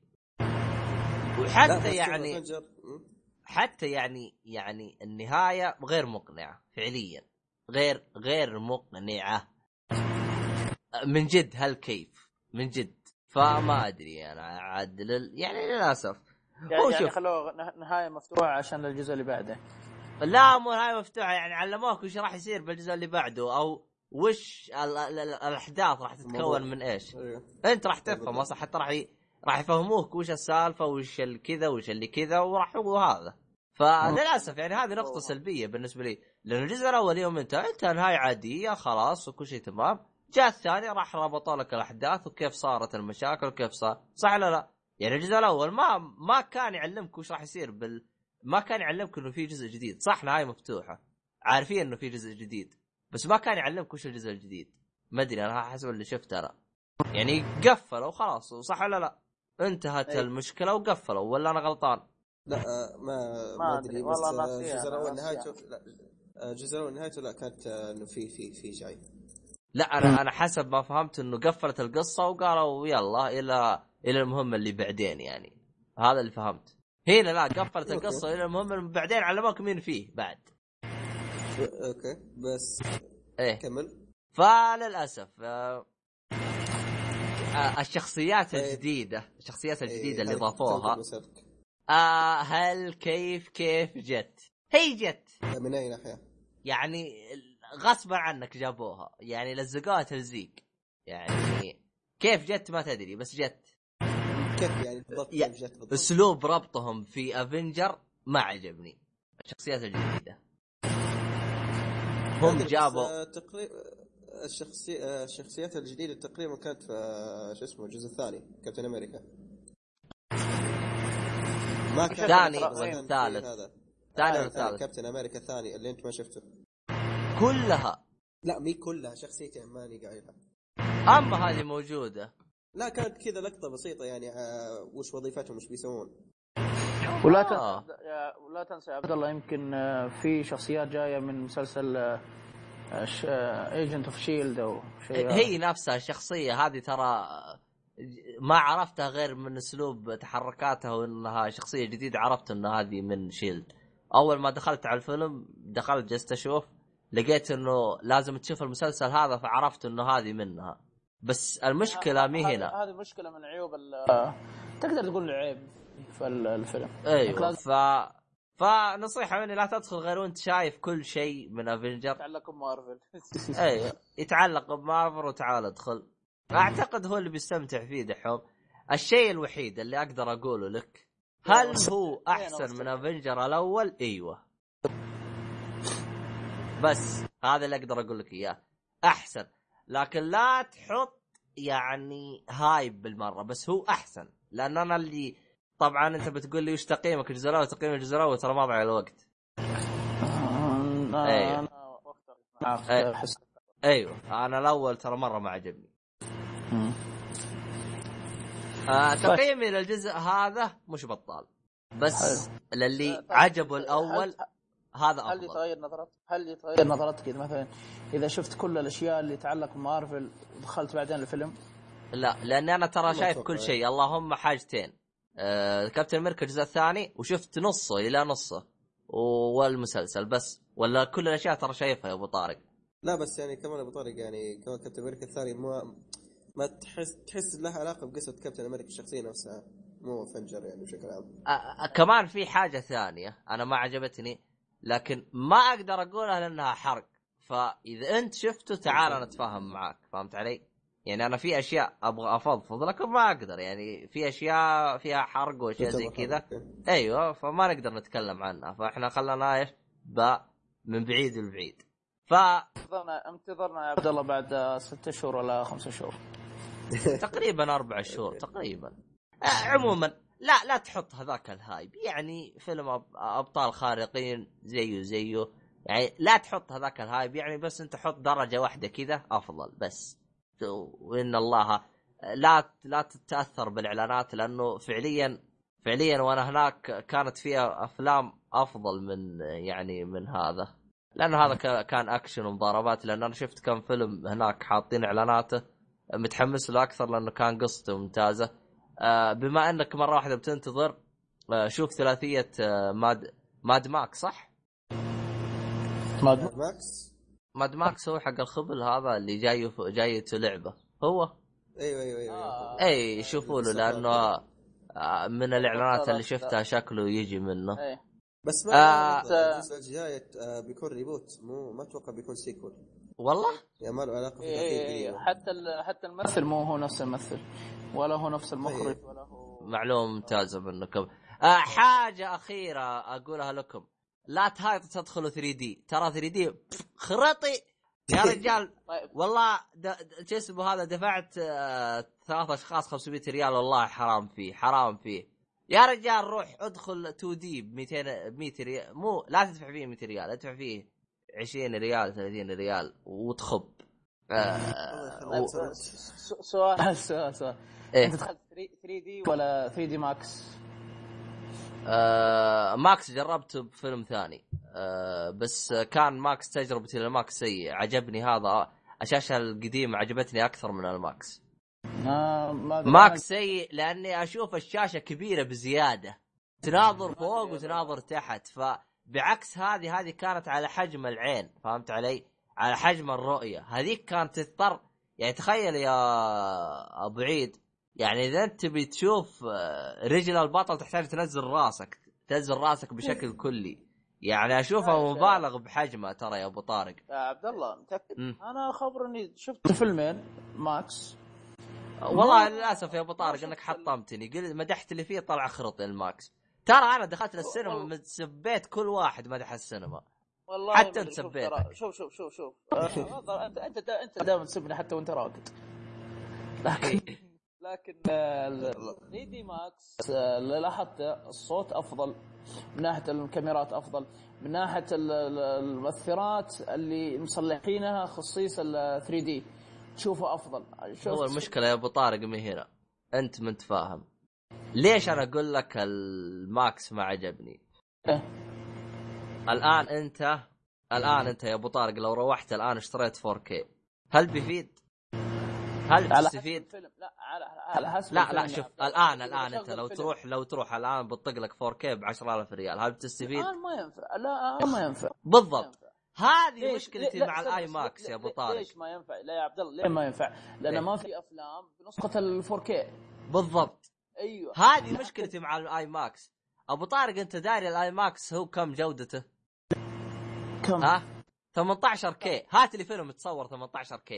وحتى يعني النهايه غير مقنعه فعليا، غير مقنعه من جد. هالكيف من جد. فما ادري انا عادل يعني للاسف. يعني خلوه نهايه مفتوحه عشان الجزء اللي بعده. لا مو نهايه مفتوحه، يعني علموك وش راح يصير بالجزء اللي بعده او وش الاحداث راح تتكون من ايش. انت راح تفهم اصلا، حتى راح يفهموك وش السالفه وش الكذا وش اللي كذا وراح هو هذا. فللاسف يعني هذه نقطه سلبيه بالنسبه لي، لان الجزء الاول يوم انت نهايه عاديه خلاص وكل شيء تمام. جاء الثاني راح ربطوا لك الاحداث وكيف صارت المشاكل وكيف صار صح لا يعني الجزء الاول ما كان يعلمك وش راح يصير ما كان يعلمك انه في جزء جديد. صح نهايه مفتوحه عارفين انه في جزء جديد، بس ما كان يعلمك وش الجزء الجديد. ما ادري انا حسب اللي شفته انا يعني قفلوا خلاص. صح ولا لا؟ انتهت المشكله وقفلوا ولا انا غلطان؟ لا ما ادري بس الجزء الاول نهايته الجزء الاول نهايته لا كانت انه في جاي. لا انا حسب ما فهمت انه قفلت القصه وقالوا يلا الى المهمه اللي بعدين، يعني هذا اللي فهمت. هنا لا قفلت القصه الى المهمه اللي بعدين علموك مين فيه بعد. اوكي بس كمل. فللاسف الشخصيات الجديده اللي ضافوها هل كيف جت؟ هي جت من اي ناحيه؟ يعني غصبا عنك جابوها، يعني لزقوها تلزيق. يعني كيف جت ما تدري بس جت. كيف يعني بالضبط؟ كيف جت بالضبط؟ اسلوب ربطهم في افنجر ما عجبني الشخصيات الجديدة. هم جابوا تقريبا الشخصيات الجديدة تقريبا كانت في شو اسمه الجزء الثاني كابتن أمريكا. ما كان الثاني والثالث. ثاني والثالث كابتن أمريكا الثاني اللي أنت ما شفته كلها. لا مي كلها، شخصيتي ماني قايلها. أما هذه موجودة. لا كانت كذا لقطة بسيطة يعني وش وظيفتهم وش بيسوون. ولا تنسى يا عبد الله يمكن في شخصيات جاية من مسلسل ايجنت اوف شيلد او شيء. هي نفسها الشخصية هذه ترى ما عرفتها غير من اسلوب تحركاتها وانها شخصية جديدة. عرفت ان هذه من شيلد اول ما دخلت على الفيلم. دخلت جلست اشوف لقيت انه لازم تشوف المسلسل هذا فعرفت انه هذه منها. بس المشكلة مي هنا. هذه مشكلة من عيوب تقدر تقول عيب في الفيلم. ايوه فنصيحة مني لا تدخل غير وانت شايف كل شيء من افنجر. يتعلق بمارفل. ايوه يتعلق بمارفل وتعال ادخل. اعتقد هو اللي بيستمتع فيه دحوم. الشيء الوحيد اللي اقدر اقوله لك هل هو احسن من افنجر الاول؟ ايوه بس هذا اللي اقدر اقول لك اياه احسن. لكن لا تحط يعني هايب بالمره. بس هو احسن لان انا اللي طبعا انت بتقول لي وش تقييمك الجزء الاول. تقييم الجزء الاول ترى ما ضيع الوقت. ايوه انا الاول ترى مره ما عجبني. تقييمي للجزء هذا مش بطال بس للي عجبه الاول هذا افضل. هل يتغير نظرتك إذا مثلا اذا شفت كل الاشياء اللي تتعلق بمارفل ودخلت بعدين الفيلم؟ لا لان انا ترى شايف كل شيء. اللهم حاجتين كابتن أمريكا الجزء الثاني وشفت نصه الى نصه والمسلسل بس. ولا كل الاشياء ترى شايفها يا ابو طارق. لا بس يعني كمان ابو طارق يعني كمان كابتن أمريكا الثاني ما تحس لها علاقه بقصه كابتن أمريكا الشخصيه نفسها مو فنجر يعني بشكل عام. كمان في حاجه ثانيه انا ما عجبتني لكن ما اقدر اقولها لانها حرق. فاذا انت شفته تعال نتفاهم معاك. فهمت علي؟ يعني انا في اشياء ابغى افضفض لكن ما اقدر. يعني في اشياء فيها حرق واشياء زي كذا. ايوه فما نقدر نتكلم عنها. فاحنا خلنا ايش من بعيد لبعيد. انتظرنا يا عبد الله بعد 6 شهور ولا 5 شهور تقريبا 4 شهور تقريبا. عموما لا تحط هذاك الهايب. يعني فيلم ابطال خارقين زيه يعني لا تحط هذاك الهايب. يعني بس انت حط درجة واحدة كذا افضل بس. وان الله لا تتاثر بالاعلانات لانه فعليا وانا هناك كانت فيها افلام افضل من هذا. لانه هذا كان اكشن ومضاربات. لان انا شفت كم فيلم هناك حاطين اعلاناته متحمس له اكثر لانه كان قصته ممتازه. بما انك مره واحده بتنتظر شوف ثلاثيه ماد ماكس. صح ماد ماكس هو حق الخبل هذا اللي جاي لعبه هو. ايوه اي شوفوا له لانه من الاعلانات اللي شفتها شكله يجي منه. بس ما الجزء الجاي بيكون ريبوت ما اتوقع بيكون سيكول والله. يا ما له علاقه حتى الممثل مو هو نفس الممثل ولا هو نفس المخرج ولا هو. معلومه ممتازه منكم. حاجه اخيره اقولها لكم لا تهايط تدخلوا 3D. ترى 3D خرطي يا رجال. والله جسمه هذا دفعت 3 أشخاص 500 ريال. والله حرام فيه يا رجال. روح ادخل 2D ب 100 ريال. مو لا تدفع فيه 100 ريال ادفع فيه 20 ريال 30 ريال وتخب. سؤال إيه؟ انت دخلت 3D ولا 3D ماكس؟ ماكس جربته بفيلم ثاني. بس كان ماكس تجربتي للماكس سيء. عجبني هذا الشاشة القديمة عجبتني أكثر من الماكس. ماكس سيء لأني أشوف الشاشة كبيرة بزيادة. تناظر فوق وتناظر تحت. فبعكس هذه كانت على حجم العين. فهمت علي؟ على حجم الرؤية. هذيك كانت تضطر يعني تخيل يا أبو عيد. يعني إذا أنت بتشوف رجل البطل تحتاج تنزل راسك بشكل كلي. يعني أشوفها مبالغ بحجمه ترى يا أبو طارق. يا عبد الله متأكد؟ أنا خبر إني شفت فيلمين ماكس. والله للأسف يا أبو طارق إنك حطمتني. قلت مدحت اللي فيه طلع خرط الماكس. ترى انا دخلت للسينما والله سبيت كل واحد مدح السينما، والله حتى ما انت أدري. شوف سبيتك. ترى شوف انت دائما تسبني حتى وانت راقد. لكن 3 دي ماكس اللي لاحظته الصوت افضل من ناحيه الكاميرات، افضل من ناحيه المؤثرات اللي مصلحينها خصيص ال 3 دي تشوفه افضل. هو المشكله يا ابو طارق من هنا، انت ما انت فاهم ليش انا اقول لك الماكس ما عجبني. إيه؟ الان انت يا ابو طارق لو روحت الان اشتريت 4K هل بيفيد؟ هل على تستفيد؟ حسب الفيلم. لا على حسب لا الفيلم شوف يا الان إذا انت بشغل فيلم. لو تروح الان بتطق لك 4K ب 10,000 ريال هل بتستفيد؟ الآن ما ينفع. لا ما ينفع بالضبط. ينفع. هذه مشكلتي لا مع الاي ماكس يا ابو طارق. ليش ما ينفع؟ لا يا عبد الله ليه ما ينفع؟ لأن ما في أفلام بنسخة ال 4K. بالضبط. أيوه هذه مشكلتي مع الاي ماكس. ابو طارق انت داري الاي ماكس هو كم جودته؟ كم؟ 18K. هات لي فيلم تصور 18K.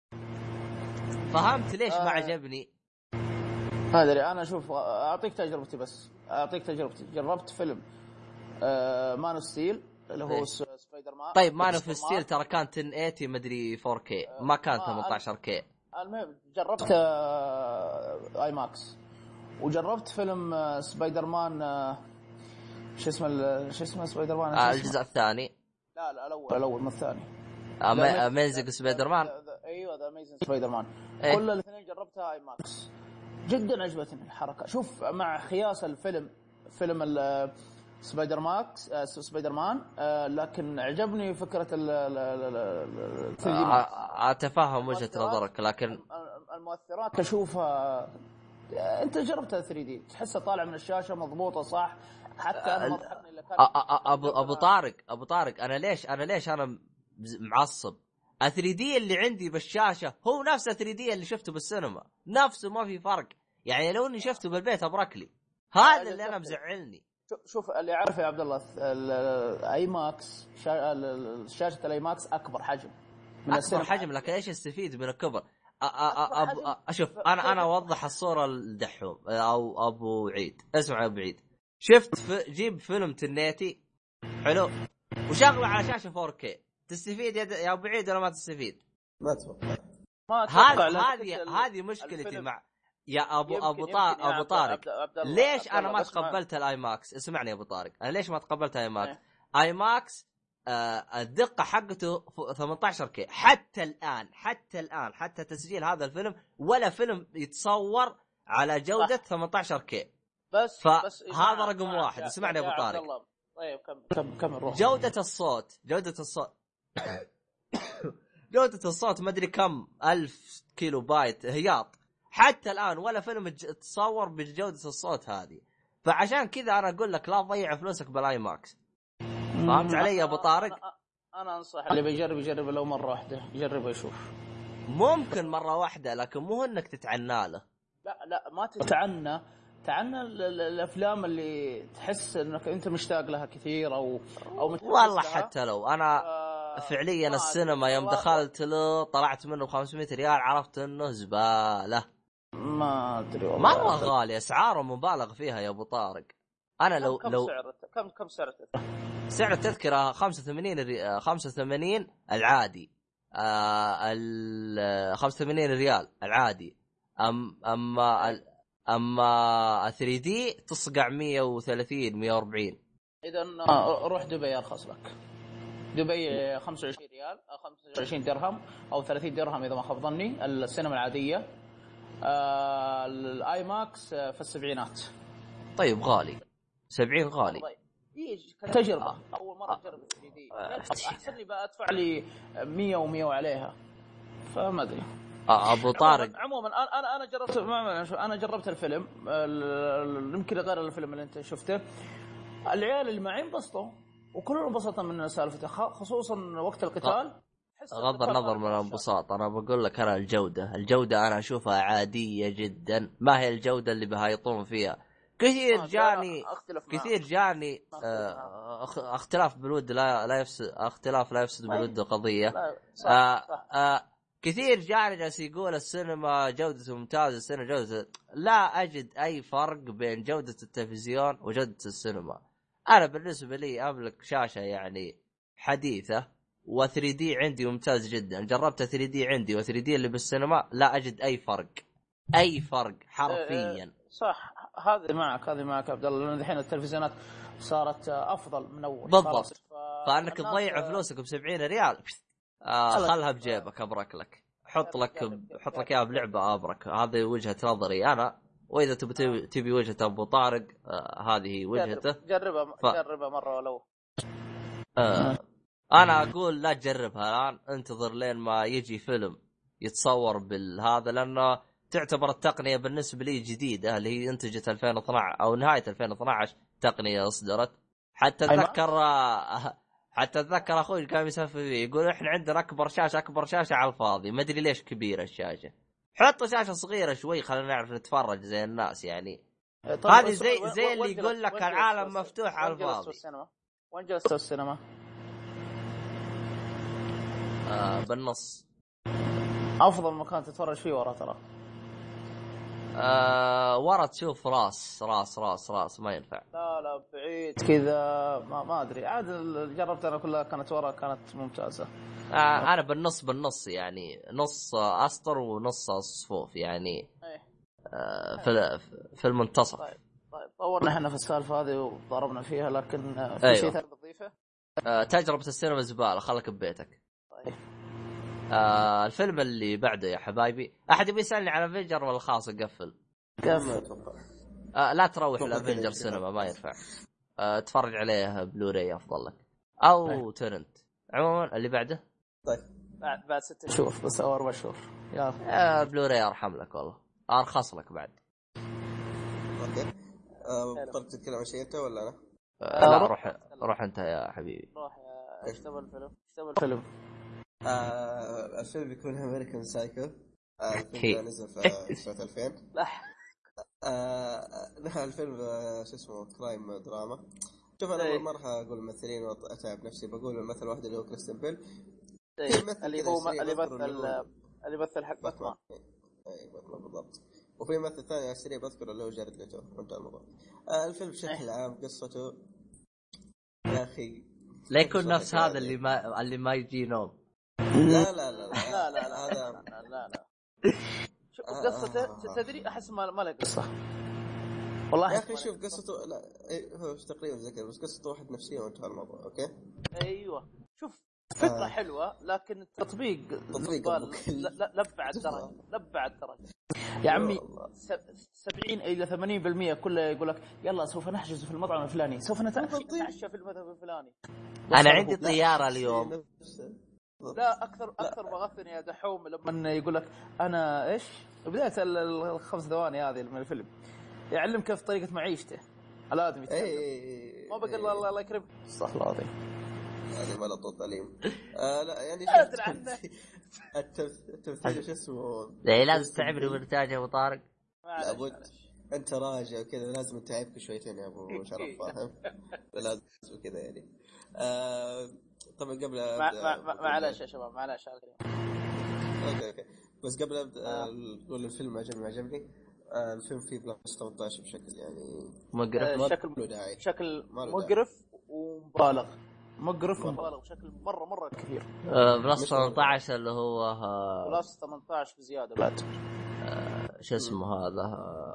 فهمت ليش ما عجبني؟ ما ادري انا. شوف اعطيك تجربتي، بس اعطيك تجربتي. جربت فيلم مان اوف ستيل اللي هو سبايدر مان. طيب مان اوف ستيل ترى كان 1080 مدري 4K ما كان 18K. المهم جربت اي ماكس، وجربت فيلم سبايدر مان شو اسمه سبايدر مان الجزء الثاني. لا الاول ما الثاني. اميزنج سبايدر مان. ايوه ذا اميزنج سبايدر مان. إيه؟ كل الاثنين جربتها اي ماكس، جدا عجبتني الحركه. شوف مع خياس الفيلم، فيلم سبايدر مان لكن عجبني فكره اتفهم وجهة نظرك، لكن المؤثرات اشوفها. انت جربتها 3 دي تحسها طالع من الشاشه مضبوطه صح. حتى انا ما ضحكني الا كان ابو طارق انا ليش انا معصب. 3 دي اللي عندي بالشاشه هو نفس 3 دي اللي شفته بالسينما، نفسه ما في فرق. يعني لو اني شفته بالبيت ابركلي. هذا اللي انا مزعلني. شوف اللي عارف يا عبد الله الاي ماكس شاشه الاي ماكس اكبر حجم من اكبر حجم، لكن ايش استفيد من الكبر؟ اشوف انا اوضح الصوره للدحوم او ابو عيد. اسمع يا ابو عيد، جيب فيلم تنيتي حلو وشغله على شاشه 4K تستفيد يا ابو عيد ولا ما تستفيد؟ ما اتوقع. هذه مشكلتي مع يا ابو طارق. ليش انا ما تقبلت الاي ماكس؟ اسمعني يا ابو طارق، انا ليش ما تقبلت اي ماكس؟ اي ماكس الدقه حقته 18K حتى الان حتى تسجيل هذا الفيلم ولا فيلم يتصور على جوده 18K. بس هذا رقم واحد. اسمعني يا ابو طارق. طيب كم روح. جوده الصوت جودة الصوت ما ادري كم 1000 كيلو بايت هياط. حتى الان ولا فيلم تصور بجودة الصوت هذه. فعشان كذا انا اقول لك لا تضيع فلوسك بالاي ماكس. فهمت علي يا ابو طارق؟ انا انصح اللي بيجرب لو مره واحده يجرب يشوف. ممكن مره واحده لكن مو انك تتعنى له. لا ما تتعنى الافلام اللي تحس انك انت مشتاق لها كثير او والله حتى لو انا فعليا السينما يوم دخلت له طلعت منه ب500 ريال عرفت انه زباله. ما ادري والله مره غالي، اسعاره مبالغ فيها يا ابو طارق. انا لو كم سعر التذكره 85 العادي، 85 ريال العادي. اما 3 دي تصقع 130 140. اذا روح دبي ارخص لك. دبي 25 ريال 25 درهم او 30 درهم اذا ما خاب ظني السينما العاديه. الاي ماكس في السبعينات. طيب غالي 70 غالي. تجربه اول مره اجرب 3 دي احسن لي بقى ادفع لي 100 و100 عليها. فما ادري. ابو طارق عموما انا جربت الفيلم يمكن غير الفيلم اللي انت شفته. العيال اللي معي انبسطوا وكلهم انبسطوا من سالفته خصوصا وقت القتال. غض النظر من الانبساط انا بقول لك انا الجوده انا اشوفها عاديه جدا، ما هي الجوده اللي بهايطون فيها. كثير جاني اختلاف بالود لا يفسد بالود قضيه. كثير جاني جالس يقول السينما جودته ممتازة، السينما جودته، لا أجد أي فرق بين جودة التلفزيون وجودة السينما. أنا بالنسبة لي أملك شاشة يعني حديثة و3D عندي ممتاز جدا، جربت 3D عندي و3D اللي بالسينما لا أجد أي فرق، أي فرق حرفيا. صح، هذه معك عبد الله، لأن الحين التلفزيونات صارت أفضل من أول بالضبط. فأنك تضيع فلوسك ب70 ريال، خلها بجيبك أبرك لك، حط لك إياها بلعبة أبرك. هذه وجهة نظري أنا، وإذا تبي وجهة أبو طارق هذه وجهته. جربها مرة ولو. أنا أقول لا تجربها الآن، انتظر لين ما يجي فيلم يتصور بالهذا، لأنه تعتبر التقنية بالنسبة لي جديدة، اللي هي انتجت 2012 أو نهاية 2012 تقنية أصدرت. حتى أتذكر أخوي كان يسافر فيه يقول إحنا عندنا أكبر شاشة على الفاضي، ما أدري ليش كبيرة الشاشة، حطوا شاشة صغيرة شوي خلينا نعرف نتفرج زي الناس يعني. هذه زي اللي يقول لك العالم مفتوح على الفاضي. وين جلست السينما؟ بالنص. أفضل مكان تتفرج فيه ورا ترى. ورا تشوف راس ما ينفع. لا بعيد كذا، ما أدري عاد، جربت أنا كلها كانت ورا، كانت ممتازة. أنا بالنص يعني نص أسطر ونص صفوف يعني. في المنتصف. طيب طورنا احنا في السالفة هذه وضربنا فيها، لكن في شيء ثاني بتضيفه؟ تجربة السينما زبالة، خلك ببيتك. طيب. الفيلم اللي بعده يا حبايبي، أحد يبي يسألني على افنجر ولا خلاص أقفل؟ لا تروح الافنجر سينما، ما ينفع. تفرج عليه بلوراي أفضل لك، أو تورنت. عموما اللي بعده طيب بعد 6 شهور بس أو 4 شهور يا بلوراي أرحم لك والله، أرخص لك بعد. اوكي. طب تتكلم عن شيء انت ولا انا؟ لا روح انت يا حبيبي. روح يا اشتغل الفيلم. الفيلم بيكون امريكان سايكو. الفيلم نزل في سنة 2000. لا الفيلم شو اسمه كرايم دراما. شوف انا ما راح اقول ممثلين واتعب نفسي، بقول الممثل واحد اللي هو كريستيان بيل، اللي هو اللي مثل حق باتمان. اي باتمان بالضبط. وفي ممثل ثاني على السريع بذكر اللي هو جارد ليتو. انت الموضوع الفيلم بشكل عام قصته يا اخي لا يكون نفس هذا اللي ما يجي نوم. لا شوف قصته تدري احس ما له قصه والله يا اخي. شوف قصته لا هو تقريبا زي كذا، بس قصته واحد نفسيه وانتهى الموضوع. اوكي ايوه شوف فكره حلوه، لكن التطبيق لبعد درجه يا عمي. 70 إلى 80% كله يقول لك يلا سوف نحجز في المطعم الفلاني، سوف نتعشى في المطعم الفلاني. أنا عندي طيارة اليوم. لا أكثر بغثني يا دحوم لما يقول لك أنا إيش بداية ال5 ثواني هذه من الفيلم يعلم كيف طريقة معيشته الآدمي. ما بقى الله يكرم صح العظيم هذه ما لطط أليم. لا يعني التمثيل شو اسمه، لا لازم تعبني بالتاج يا أبو طارق. لابد أنت راجع وكذا، لازم تعبك شويتين يا أبو شرف، فاهم؟ لازم كذا يعني. طبعا قبل معلش يا شباب معلش اوكي بس قبل ابدا نقول الفيلم عجبني. الفيلم فيه بلس 18 بشكل يعني شكل مقرف ومبالغ بشكل مره كثير. بلس 18 اللي هو بلس 18 بزياده بعد. شو اسمه هذا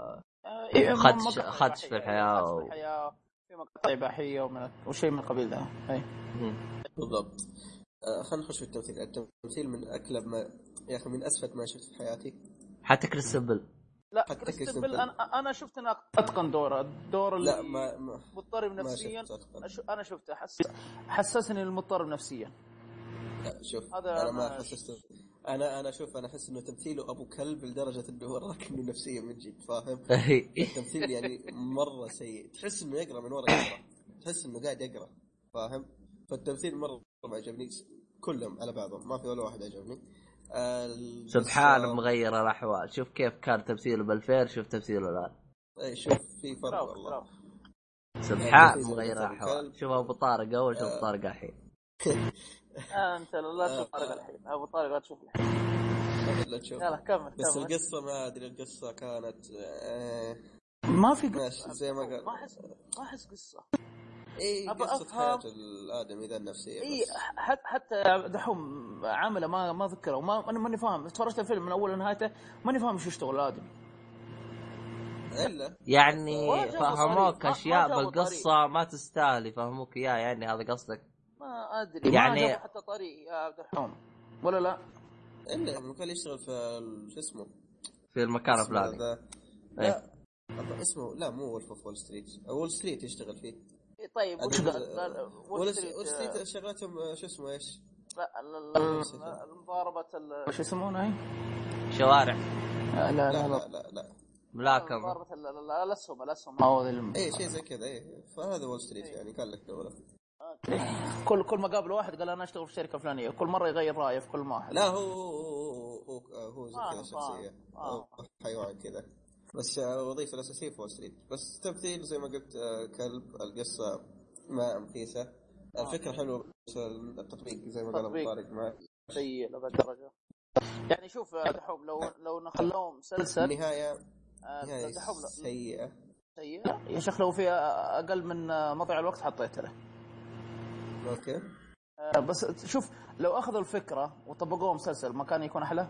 خدش في الحياه في مقاطع اباحيه وشيء من القبيل ده. اي بالضبط. خلينا نخش في التمثيل من اكلب ما يا اخي، من اسفل ما شفت في حياتي. حتى كريستيان بيل. لا كريستيان بيل انا شفت انه اتقن الدور اللي مضطرب نفسيا. انا شفته حسسني المضطرب نفسيا. لا شوف انا ما حسسته. انا شوف انا احس انه تمثيله ابو كلب لدرجه انه وراك انه نفسيا من جد، فاهم؟ التمثيل يعني مره سيء، تحس انه يقرا من ورا يقرا، تحس انه قاعد يقرا، فاهم؟ فالتمثيل مره ما عجبني كلهم على بعضهم، ما في ولا واحد عجبني. سبحان مغير الاحوال. شوف كيف كان تمثيله بالفير، شوف تمثيله الان. اي شوف في فرق والله. سبحان مغير الاحوال. شوف ابو طارق اول، شوف طارق الحين. انت لا تطارق الحين ابو طارق، لا تشوف الحين. لا تشوف. يلا كمل بس القصة ما أدري، القصة كانت ما في قصة زي ما قال، ما أحس قصة. إيه قصة حياة الآدمي ذا النفسية. إيه حتى دحوم عاملة ما ذكره وما ماني فاهم. اتفرجت الفيلم من أول لنهايته ماني فاهم شو يشتغل الآدمي. إلا يعني فهموك أشياء بالقصة ما تستاهل يفهموك إياه، يعني هذا قصدك؟ ما أدري يعني ما جابوا حتى طريق يا دحوم ولا لا. إلا إنه كان يشتغل في شو اسمه في المكان الفلاني. لا اسمه لا مو وولف اوف وول ستريت. وول ستريت يشتغل فيه. طيب وش قال وول ستريت شغلتهم شو اسمه ايش؟ لا المضاربة شو يسمونها هي؟ شوارع. لا ملاكمة. مضاربة الأسهم أو اي شيء زي كذا. اي فهذا وول ستريت يعني قال لك دوله. كل ما قابل واحد قال انا اشتغل في شركة فلانية، كل مرة يغير رأيه في كل واحد. لا هو زي كذا شخصية حيوان كذا، بس وظيفته الأساسية في وول ستريت. بس تمثيل زي ما قلت كلب. القصة ما مخيسة، الفكرة حلوة، بس التطبيق زي ما قال أبو طارق ما سيء لبعد درجة. يعني شوف دحوم لو نخلوهم مسلسل النهاية سيئة يا شيخ، لو في أقل من مضيع الوقت حطيت له. اوكي بس شوف لو أخذوا الفكرة وطبقوها مسلسل ما كان يكون أحلى.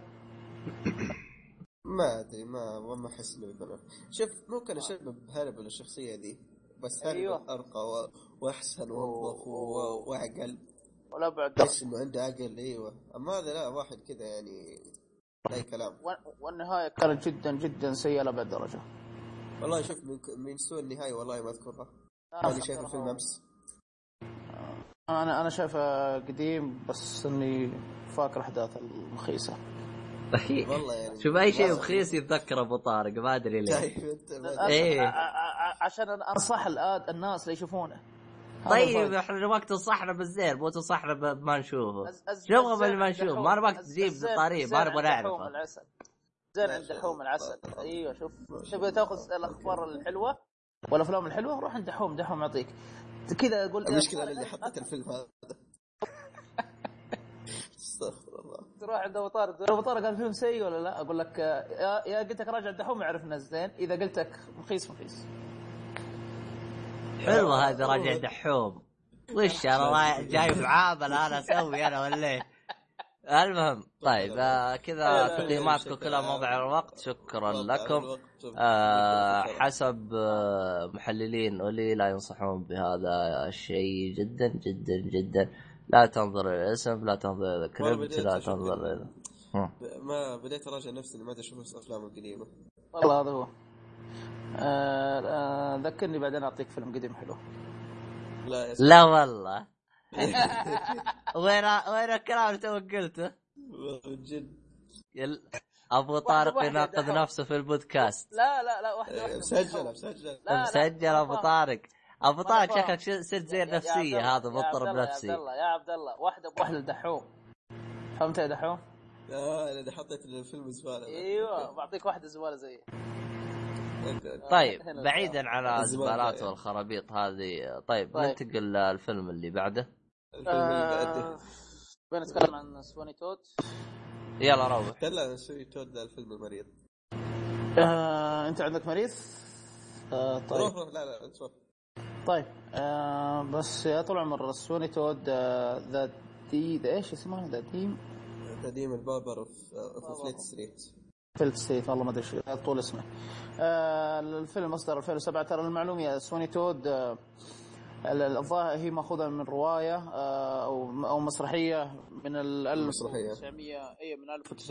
ما أدري ما أحس إنه يكون. شوف ممكن أشبه هارب الشخصية دي، بس هارب أرقى وأحسن وأنظف وأعقل ولا بعد بس إنه عنده عقل. أيوة أما هذا لا، واحد كذا يعني أي كلام. والنهاية كانت جدا جدا سيئة لبعد درجة. والله شوف من سوء النهاية والله ما أذكرها. أنا شايف الفيلم أمس. أنا شايفه قديم بس إني فاكر أحداث المخيسة. والله يعني شوف أي شيء بخيس يتذكر أبو طارق، ما أدري ليه. إيه عشان أنصح الناس اللي يشوفونه. طيب احنا نبغاك تنصحنا بالزين، مو تنصحنا بما نشوفه. نبغى بالما نشوف، ما نبغاك تجيب طريق ما نبغى نعرفه. زين عند دحوم العسل. ايوه شوف تبغى تاخذ الاخبار الحلوه والافلام الحلوه روح عند دحوم يعطيك كذا. اقول المشكله اللي حطيت الفيلم هذا استغفر الله. تروح عند ابو طارق قال فيلم سيء ولا لا؟ اقول لك يا قلت لك راجع دحوم يعرفنا زين، اذا قلت لك مخيس حلوه هذا راجع دحوم. وش انا جايب عامل انا اسوي انا ولا ايه؟ المهم طيب كذا تقييماتكم كلها موضع الوقت. شكرا لكم. حسب محللين أولي لا ينصحون بهذا الشيء جدا جدا جدا. لا تنظر الاسم، لا تنظر الكريبت، لا تنظر ما بديت اراجع نفسي ما ادري اشوف الافلام القديمه. والله هذا هو. ذكرني بعدين اعطيك فيلم قديم حلو. لا والله وين الكلام اللي تو قلته جد ابو طارق يناقض نفسه في البودكاست. لا واحده مسجل ابو طارق شكلك صرت زي النفسيه. هذا مضطرب نفسي يا عبد الله. واحده بوحده دحوم. فهمت يا دحوم؟ انا حطيت الفيلم زباله. ايوه بعطيك واحده زباله زي. طيب بعيدا عن الزبالات والخرابيط هذه، طيب ننتقل للفيلم اللي بعده. بنتكلم عن سواني تود. يلا روح. لا سواني تود ده الفيلم المريض. انت عندك مريض؟ طيب روح لا تروح. طيب بس يا طول عمر سواني تود ذا ايش اسمه؟ ذا ديم البابر في فليت ستريت. والله ما ادري طول اسمه. الفيلم اصدر 2007. ترى المعلومه سوني تود الظاهر هي ماخوذه من روايه او مسرحيه من 1900 من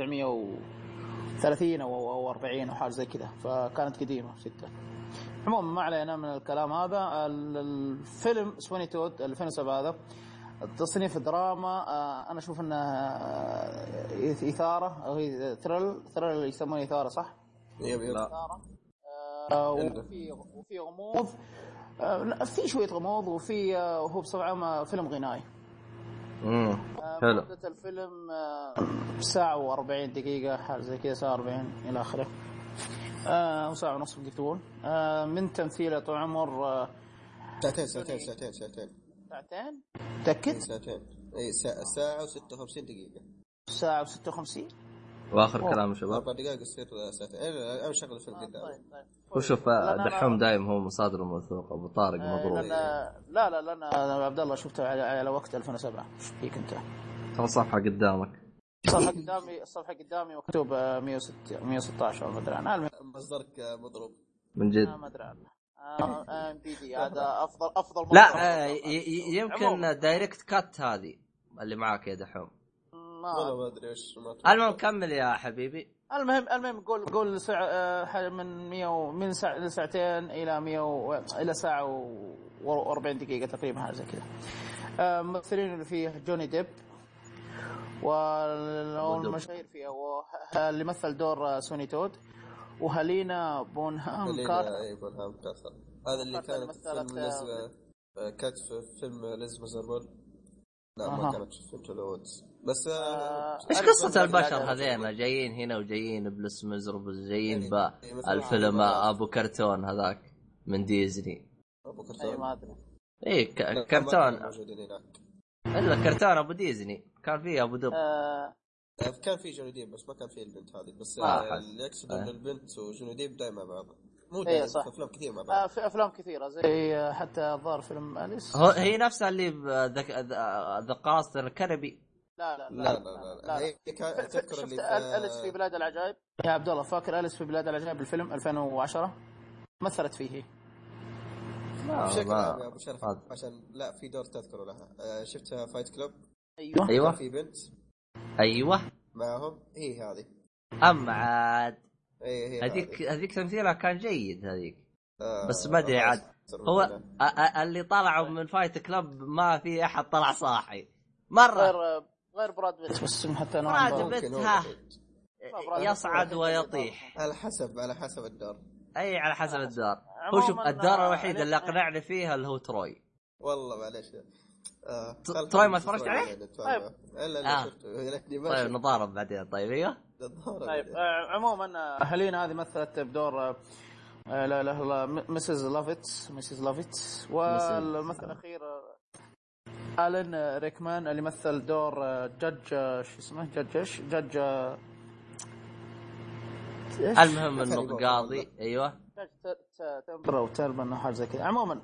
1930 او 40 او حاجه زي كذا، فكانت قديمه جدا. عموما ما علينا من الكلام هذا. الفيلم سوني تود 2007 هذا تصنيف دراما. انا اشوف انه اثاره او هي ثريل يسمونه اثاره صح؟ اثاره. وفي غموض. في شويه غموض وفي هو بصفه عامه فيلم غنائي. حلو. مدة الفيلم ساعة و40 دقيقة حاجة زي كذا، ساعة 40 إلى آخره. وساعة ونصف يقولون. من تمثيله طول عمر ساعتين تأكد؟ ساعتين. اي ساعة و56 دقيقة. ساعة و56. واخر كلام يا شباب. 4 دقائق يصير ساعتين. انا شغل الفيلم قدامي. وشوف دحوم دايم هو مصادر موثوق. ابو طارق مبروك. لا انا عبد الله شفته على وقت 2007 فيك انت. الصفحه قدامك. الصفحه قدامي مكتوب 116 ما ادري انا. مصدرك مضروب من جد ما ادري ام بي دي هذا افضل لا يمكن دايركت كات هذه اللي معاك يا دحوم. والله ما ادري ايش. المهم كمل يا حبيبي. المهم قول ساعه من 100 من ساعتين الى 100 الى ساعه و40 دقيقه تقريبا حاجه زي كذا. ممثلين اللي فيه جوني ديب والمشاهير فيها اللي مثل دور سوني تود وهالينا بونهام كارتر. هذا اللي كانت كانت في فيلم ليز مزربل. لا ما كانت في فيلم تولوز بس ايش قصة البشر هذين جايين هنا وجايين بلس مزرب جايين بالفيلم ابو كرتون هذاك من ديزني. ابو كرتون ما ادري كرتون الا كرتون ابو ديزني كان فيه ابو دب. كان في جوني ديب بس ما كان في البنت هذه بس اللي يقصد ان البنت وجوني ديب دائما مع بعض. مو دائما في افلام كثير مع بعض. في افلام كثيره زي حتى ظهر فيلم أليس. هي نفسها اللي ذا قاصد الكربي. لا هي تذكر اللي أليس في بلاد العجائب يا عبد الله. فاكر أليس في بلاد العجائب الفيلم 2010 مثلت فيه. بشكل عام يا ابو شرف عشان لا في دور تذكروا لها. شفتها فايت كلوب. ايوه في بنت ايوه معهم هي هذه عاد هذيك تمثيلها كان جيد هذيك. بس ما ادري عاد هو اللي طلعوا من فايت كلوب ما في احد طلع صاحي مره غير براد بيت. بس حتى براد بيت يصعد ويطيح على حسب الدور. اي على حسب الدور. هو شوف الدور الوحيد اللي اقنعني فيها اللي هو تروي. والله معليش تروي ما تفرجت عليه؟ لا شفته. طيب نضارب بعدين. طيب ايوه طيب عموما هالينا هذه مثلت بدور لا مسز لافيت والممثل الاخير آلان ريكمان اللي مثل دور جدج شو اسمه جدج المهم انه قاضي. ايوه تمبر او تربن حاجه زي كذا. عموما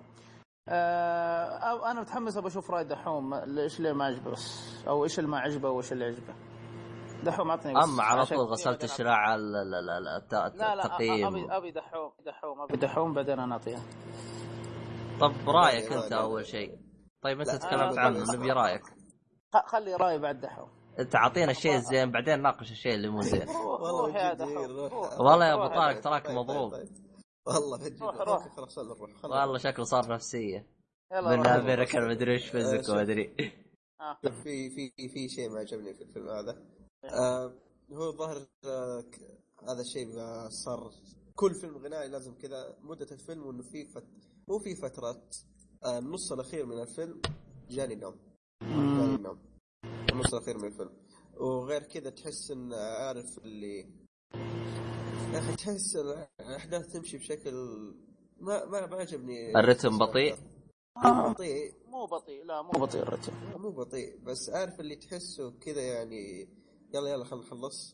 انا متحمس ابى اشوف راي دحوم ايش اللي ما عجبه او ايش اللي ما عجبه وايش اللي عجبه. دحوم عطني بس اما على طول غسلت الشراع التقييم. ابي دحوم بعدين انا اعطيها. طب رايك انت اول شيء. طيب انت تكلمت عنه نبي رايك. خلي راي بعد دحوم. انت عطينا الشيء الزين بعدين ناقش الشيء اللي مو زين. والله يا ابو طارق تراك مضروب. والله خلاص نروح. والله شكله صار نفسيه من امريكا ما ادري ايش فزك ما ادري. في شيء ما عجبني في الفيلم هذا. هو ظاهر هذا الشيء صار كل فيلم غنائي لازم كذا مدة الفيلم وانه مو في فترات النص الاخير من الفيلم جاني نوم النص الاخير من الفيلم. وغير كذا تحس ان عارف اللي يا اخي تحس الاحداث تمشي بشكل ما عجبني. الرتم بطيء. مو بطيء الرتم مو بطيء بس عارف اللي تحسه كذا يعني يلا خلينا نخلص.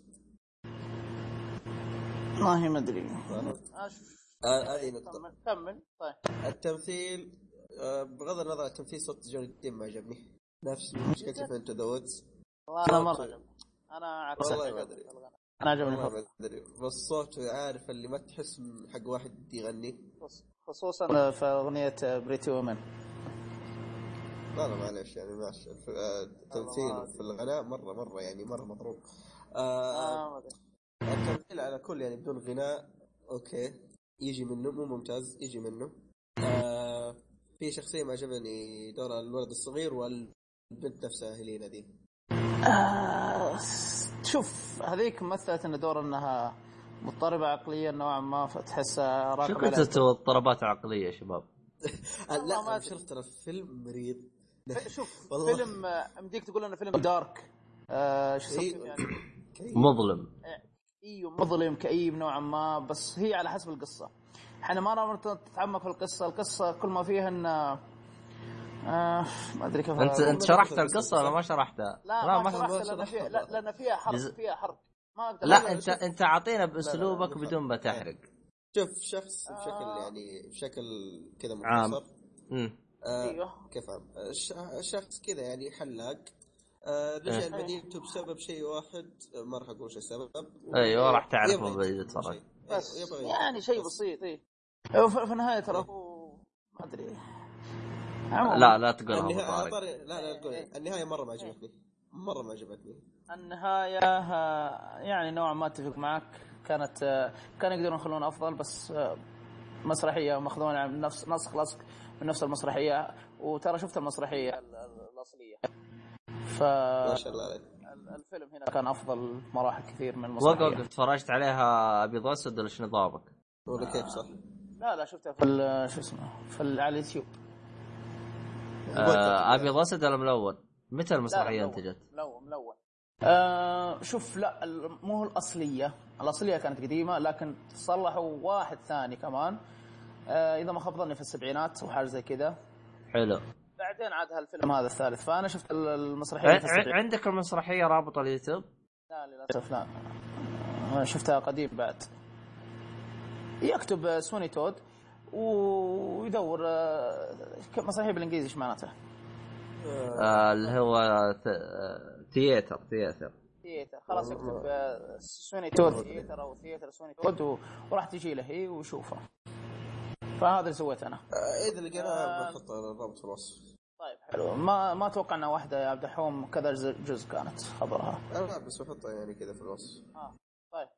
والله ما ادري. هذه نقطة. كمل. طيب التمثيل بغض النظر عن تمثيل صوت جوني ديب ما عجبني نفس مشكلتي في انت ذا وودز. والله مرة عجبني. انا عكسك. والله ما ادري. انا عجبني بس صوت عارف اللي ما تحس حق واحد يغني خصوصا في اغنية بريتي وومن. لا معليش يعني ماشي. التمثيل في الغناء مرة يعني مرة مضروب. التمثيل على كل يعني بدون غناء اوكي يجي منه مو ممتاز يجي منه. في شخصية ما عجبني دور الولد الصغير والبنت نفسها هيلينا دي. شوف هذيك مثلت ان دور انها مضطربة عقليا نوعا ما فتحسها راكبة. شو كنت اضطرابات عقلية يا شباب؟ لا ما شفت ترى فيلم مريض. شوف فيلم مديك تقول انه فيلم دارك شو يعني مظلم. ايوه مظلم كئيب نوعا ما بس هي على حسب القصة. احنا ما نتعمق في القصة كل ما فيها ان ما ادري كيف. انت شرحت القصة ولا ما شرحتها؟ لا ما شرحتها لان فيها حرق ما اقدر. لا انت اعطينا باسلوبك بدون ما تحرق. شوف شخص بشكل يعني بشكل كذا عام. مختصر. ايوه كيف عام شخص كذا يعني حلاق رجع مدينته بسبب شيء واحد، ما راح اقول شو السبب. ايوه راح تعرف اذا تفرج. بس يعني شيء بسيط. ايه في النهايه ترى هو ما ادري. لا تقولها ابو طارق. لا تقول النهايه مره ما عجبتني، مره ما عجبتني النهايه. يعني نوعا ما اتفق معك، كان يقدرون يخلون افضل، بس مسرحيه ماخذونها من نفس نسخ لصق من نفس المسرحيه. وترى شفت المسرحيه الاصليه، ما شاء الله عليك. الفيلم هنا كان افضل مراحل كثير من المسرحيه. وقف تفرجت عليها ابيض واسود ولا شنو نظامك؟ ولا كيف صح؟ لا شفتها في شو اسمه على اليوتيوب. ابيض واسود ولا ملون؟ متى المسرحيه انتجت؟ ملون. شوف لا مو الأصلية كانت قديمة، لكن صلحوا واحد ثاني كمان إذا ما خاب ظني في السبعينات وحاجة زي كده. حلو. بعدين عاد هالفيلم هذا الثالث، فأنا شفت المسرحية. عندك المسرحية رابطة اليوتيوب؟ لا للأسف لا، شفتها قديم. بعد يكتب سوني تود ويدور مسرحية بالإنجليزي إيش معناته؟ اللي هو ثياتر. خلاص اكتب سوني تود ثياتر او ثياتر سوني تود وراح تجي له هي وشوفها. فهذا اللي سويت انا. اذا لقيناها بنحط الرابط في الوصف. طيب حلو. ما توقعنا واحده يا عبد الحوم كذا جزء كانت خبرها. لا بس بحطها يعني كذا في الوصف. طيب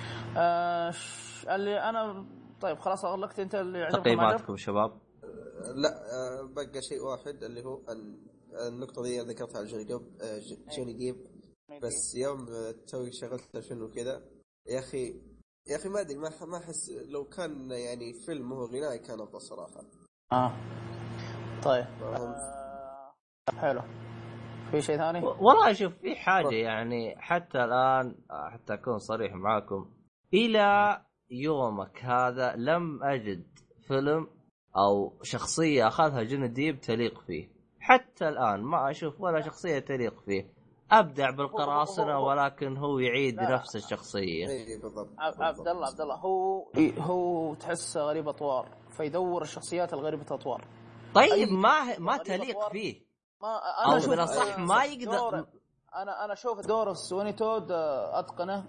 اللي انا طيب خلاص اغلقت. انت اللي عجبك تقييماتكم شباب؟ لا بقى شيء واحد اللي هو النقطة دي ذكرتها على جوني ديب. بس يوم تسوي شغلت الفيلم وكذا يا أخي ما أدري، ما أحس لو كان يعني فيلم هو غنائي كان أفضل صراحة. طيب حلو. في شيء ثاني؟ والله شوف في حاجة يعني حتى الآن حتى أكون صريح معاكم، إلى يومك هذا لم أجد فيلم أو شخصية أخذها جوني ديب تليق فيه. حتى الآن ما أشوف ولا شخصية تليق فيه. أبدع بالقراصنة ولكن هو يعيد نفس الشخصية. بالضبط. عبد الله هو تحس غريب أطوار، فيدور الشخصيات الغريبة أطوار. طيب ما تليق فيه. أنا أو بالأصح ما يقدر. أنا أشوف دور سوني تود أتقنه.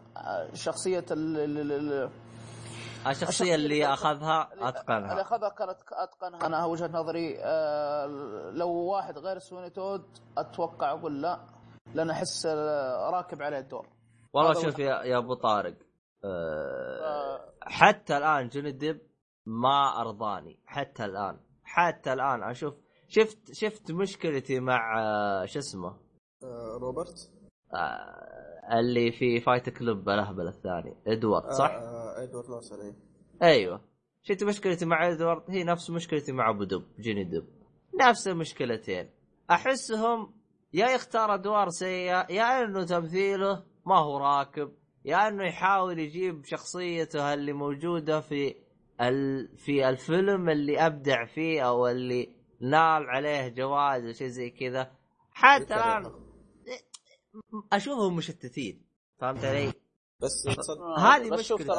الشخصية اللي أخذها أتقنها. اللي أخذها كانت أتقنها. أنا وجهة نظري لو واحد غير سوني تود أتوقع أقول لا، لأن أحس راكب عليه الدور. والله شوف يا أبو طارق حتى الآن جوني ديب ما أرضاني. حتى الآن أشوف شفت مشكلتي مع شو اسمه روبرت اللي في فايت كلوب الأهبل الثاني إدوارد صح؟ إدوارد نورسون. أيوة شفت مشكلتي مع إدوارد هي نفس مشكلتي مع أبو دب جوني ديب، نفس المشكلتين. أحسهم يا يختار أدوار سيئة، يا إنه تمثيله ما هو راكب، يا إنه يحاول يجيب شخصيته اللي موجودة في الفيلم اللي أبدع فيه أو اللي نال عليه جوائز وشيء زي كذا. حتى الآن أشوفهم مشتتين. فهمت علي؟ بس هذه مشكلة.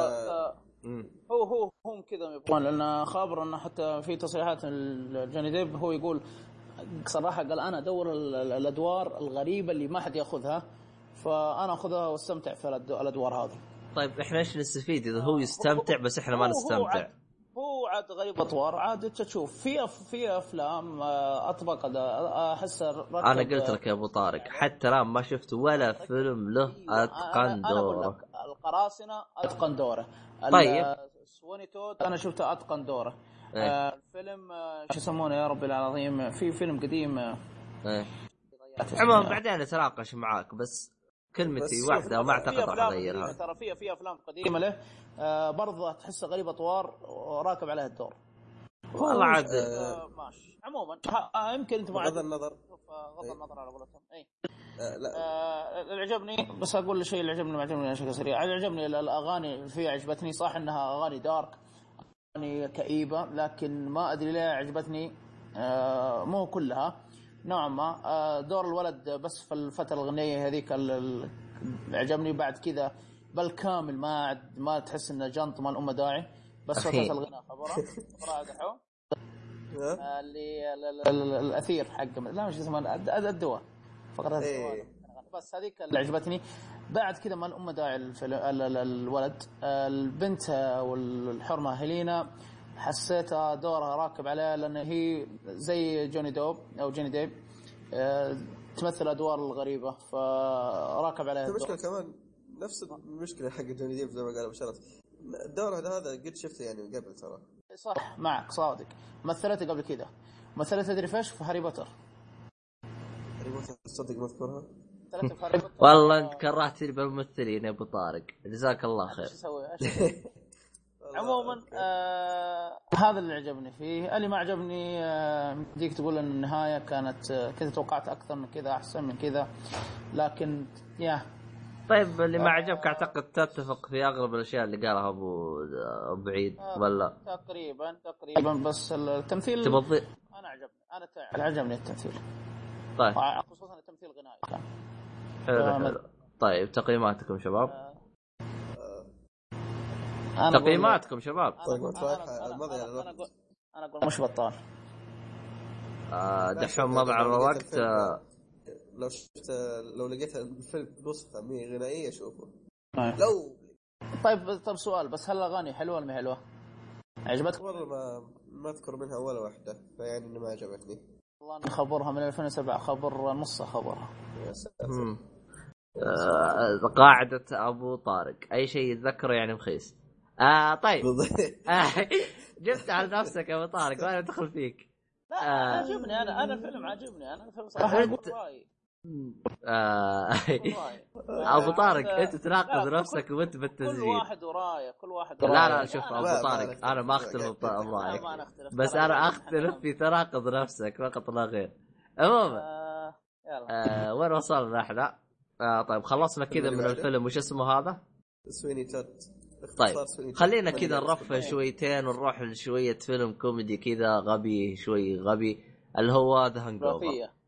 هم كذا يبغون، لأن خابر أنه حتى في تصريحات جوني ديب هو يقول صراحة، قال أنا أدور الأدوار الغريبة اللي ما حد يأخذها، فأنا أخذها واستمتع في الأدوار هذه. طيب إحنا إيش نستفيد إذا هو يستمتع بس إحنا ما نستمتع؟ هو عاد غريب أطوار. عاد تشوف في أفلام أطبق أحس أنا قلت لك يا أبو طارق حتى الآن ما شفت ولا فيلم له أتقن دوره. القراصنة أتقن دوره. طيب سوني تود أنا شفته أتقن دوره. الفيلم شو يسمونه يا رب العظيم، في فيلم قديم عموما بعدين نتناقش معاك، بس كلمتي واحدة وما أعتقد راح أغيرها. ترى في أفلام قديمة له برضه تحس غريب أطوار وراكب عليه الدور. والله عاد ماشي. عموما يمكن أنت بغض النظر على قولتهم لا اللي عجبني، بس أقول الشيء اللي عجبني بشكل سريع. عجبني الأغاني فيها، عجبتني صح إنها أغاني دارك أغاني كئيبة، لكن ما أدري ليه عجبتني مو كلها نوعا ما. دور الولد بس في الفترة الغنية هذيك عجبني. بعد كذا بالكامل، ما تحس انه جنط مال ام داعي، بس صوت الغناء خبره دحو اللي الاثير حق لا مش اسمه الدواء فقره الدواء. بس هذيك اللي عجبتني. بعد كذا مال ام داعي الولد البنت والحرمه هيلينا حسيتها دورها راكب عليها، لان هي زي جوني ديب تمثل ادوار الغريبه فراكب عليها. المشكله كمان نفس المشكله حق جوني ديب زي ما قال بشرط، الدور هذا قد شفته يعني من قبل ترى. صح معك صادق، مثلته قبل كذا، مثلت تدري فيش في هاري بوتر. تصدق ما اذكرها والله انت كرهتني بالممثلين يا ابو طارق، جزاك الله خير. ايش اسوي عموما هذا اللي عجبني فيه. اللي ما عجبني ديك تقول ان النهايه كانت كنت توقعت اكثر من كذا، احسن من كذا، لكن طيب اللي ما عجبك اعتقد تتفق في اغلب الاشياء اللي قالها ابو عيد ولا تقريبا بس التمثيل انا عجبني التمثيل. طيب خصوصا التمثيل الغنائي كان حلو. طيب تقييماتكم شباب؟ تقييماتكم شباب؟ انا اقول مش بطال. دحوم مضى الوقت. لو لقيت الفيلم نسخه غنائيه اشوفه. لو طيب سؤال بس، هل الاغاني حلوه ولا ما حلوه؟ عجبتك؟ والله ما اذكر منها ولا واحده، فيعني انه ما عجبتني والله. خبرها من 2007 خبر نص خبرها. قاعدة أبو طارق أي شيء يتذكره يعني مخيس. طيب جبت على نفسك يا أبو طارق وأنا أدخل فيك. لا عجبني أنا الفيلم عجبني أنا الفيلم صراحة. أبو طارق أنت تناقض نفسك وأنت بالتسجيل. كل واحد وراية لا شوف أبو طارق أنا ما أختلف برأيك، بس أنا أختلف في تناقض نفسك فقط لا غير. عموما وين وصلنا احنا؟ طيب خلصنا كذا من الفيلم. وش اسمه هذا؟ سويني تود. طيب خلينا كذا نرفه شويتين ونروح لشوية فيلم كوميدي كذا غبي شوي غبي اللي هو ذا هانجوفر.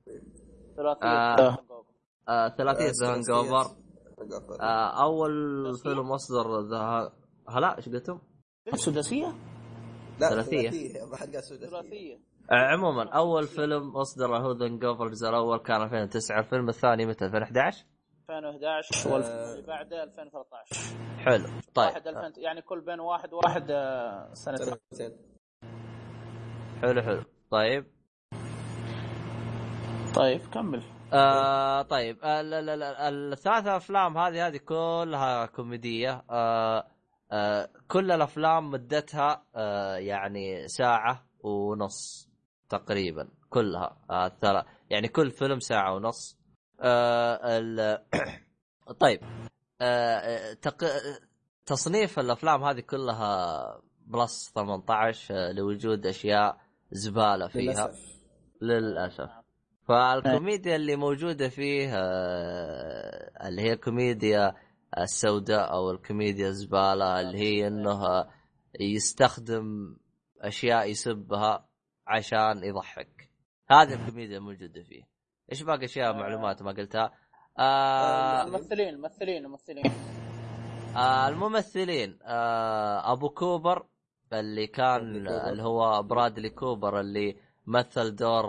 ثلاثية ذا هانجوفر. أول فيلم أصدر ذا هلا إيش قلتم؟ سداسية؟ لا ثلاثية. ما حد قال سداسية. عموما أول فيلم أصدر هو ذا هانجوفر. الجزء الأول كان 2009. الفيلم الثاني متى؟ 2011 والفيلم بعده 2013. حلو. طيب يعني كل بين واحد سنتين. حلو. طيب كمل. طيب الثلاثة أفلام هذه كلها كوميدية. كل الأفلام مدتها يعني ساعة ونص تقريبا كلها. يعني كل فيلم ساعة ونص. طيب تصنيف الأفلام هذه كلها بلس 18 لوجود أشياء زبالة فيها للأسف. فالكوميديا اللي موجودة فيه اللي هي كوميديا السوداء أو الكوميديا الزبالة، اللي هي إنه يستخدم أشياء يسبها عشان يضحك. هذه الكوميديا الموجودة فيه. إيش باقي أشياء معلومات ما قلتها؟ الممثلين أبو كوبر اللي كان اللي هو برادلي كوبر اللي مثل دور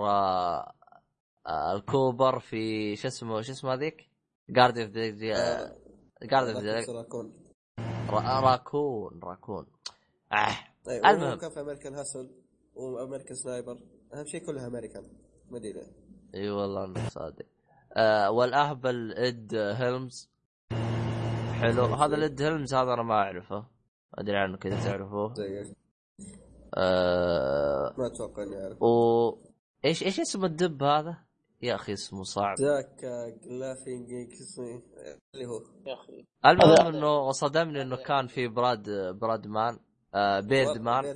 الكوبر في شو اسمه هذيك جارديف راكون. المهم كان في أمريكان هاسل وأمريكان سنايبر، أهم شيء كلها أمريكان مدينة. اي والله انا صادق. والاهبل إد هيلمز. حلو. هذا الإد هيلمز هذا انا ما اعرفه، ادري عنه كذا تعرفوه؟ ما اتوقع اني اعرف. ايش اسم الدب هذا يا اخي؟ اسمه صعب. جاك جلافينج اللي هو يا اخي. المهم انه صدمني انه كان في برادمان بيردمان.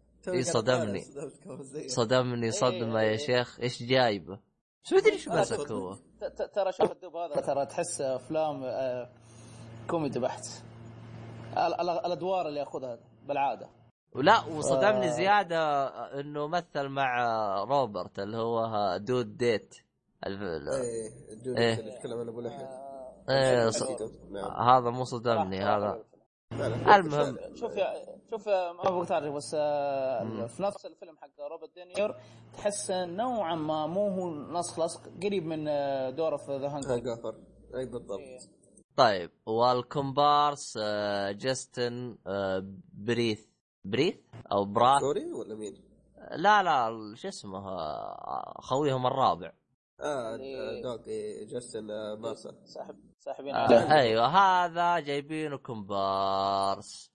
صدمني صدمة يا شيخ. ايش جايبه؟ شو ادري ايش مسك هو. ترى شوف الدب هذا ترى تحس افلام كوميدي بحت. الادوار اللي ياخذها بالعاده. ولا وصدمني زياده انه مثل مع روبرت اللي هو دود ديت. دود اللي يتكلم عن ابو لحيه. إيه نعم. هذا مو صدمني هذا. المهم شوف ما ابغى تعرف بس في نفس الفيلم حق روبرت دينيور تحس نوعا ما مو هو نسخ لصق قريب من دوره في ذا هانغوفر. اي بالضبط. طيب والكومبارس جاستن بريث او براث سوري ولا مين؟ لا شو اسمه خويهم الرابع دوغ جاستن مارسا صاحبين ايوه هذا جايبينه كومبارس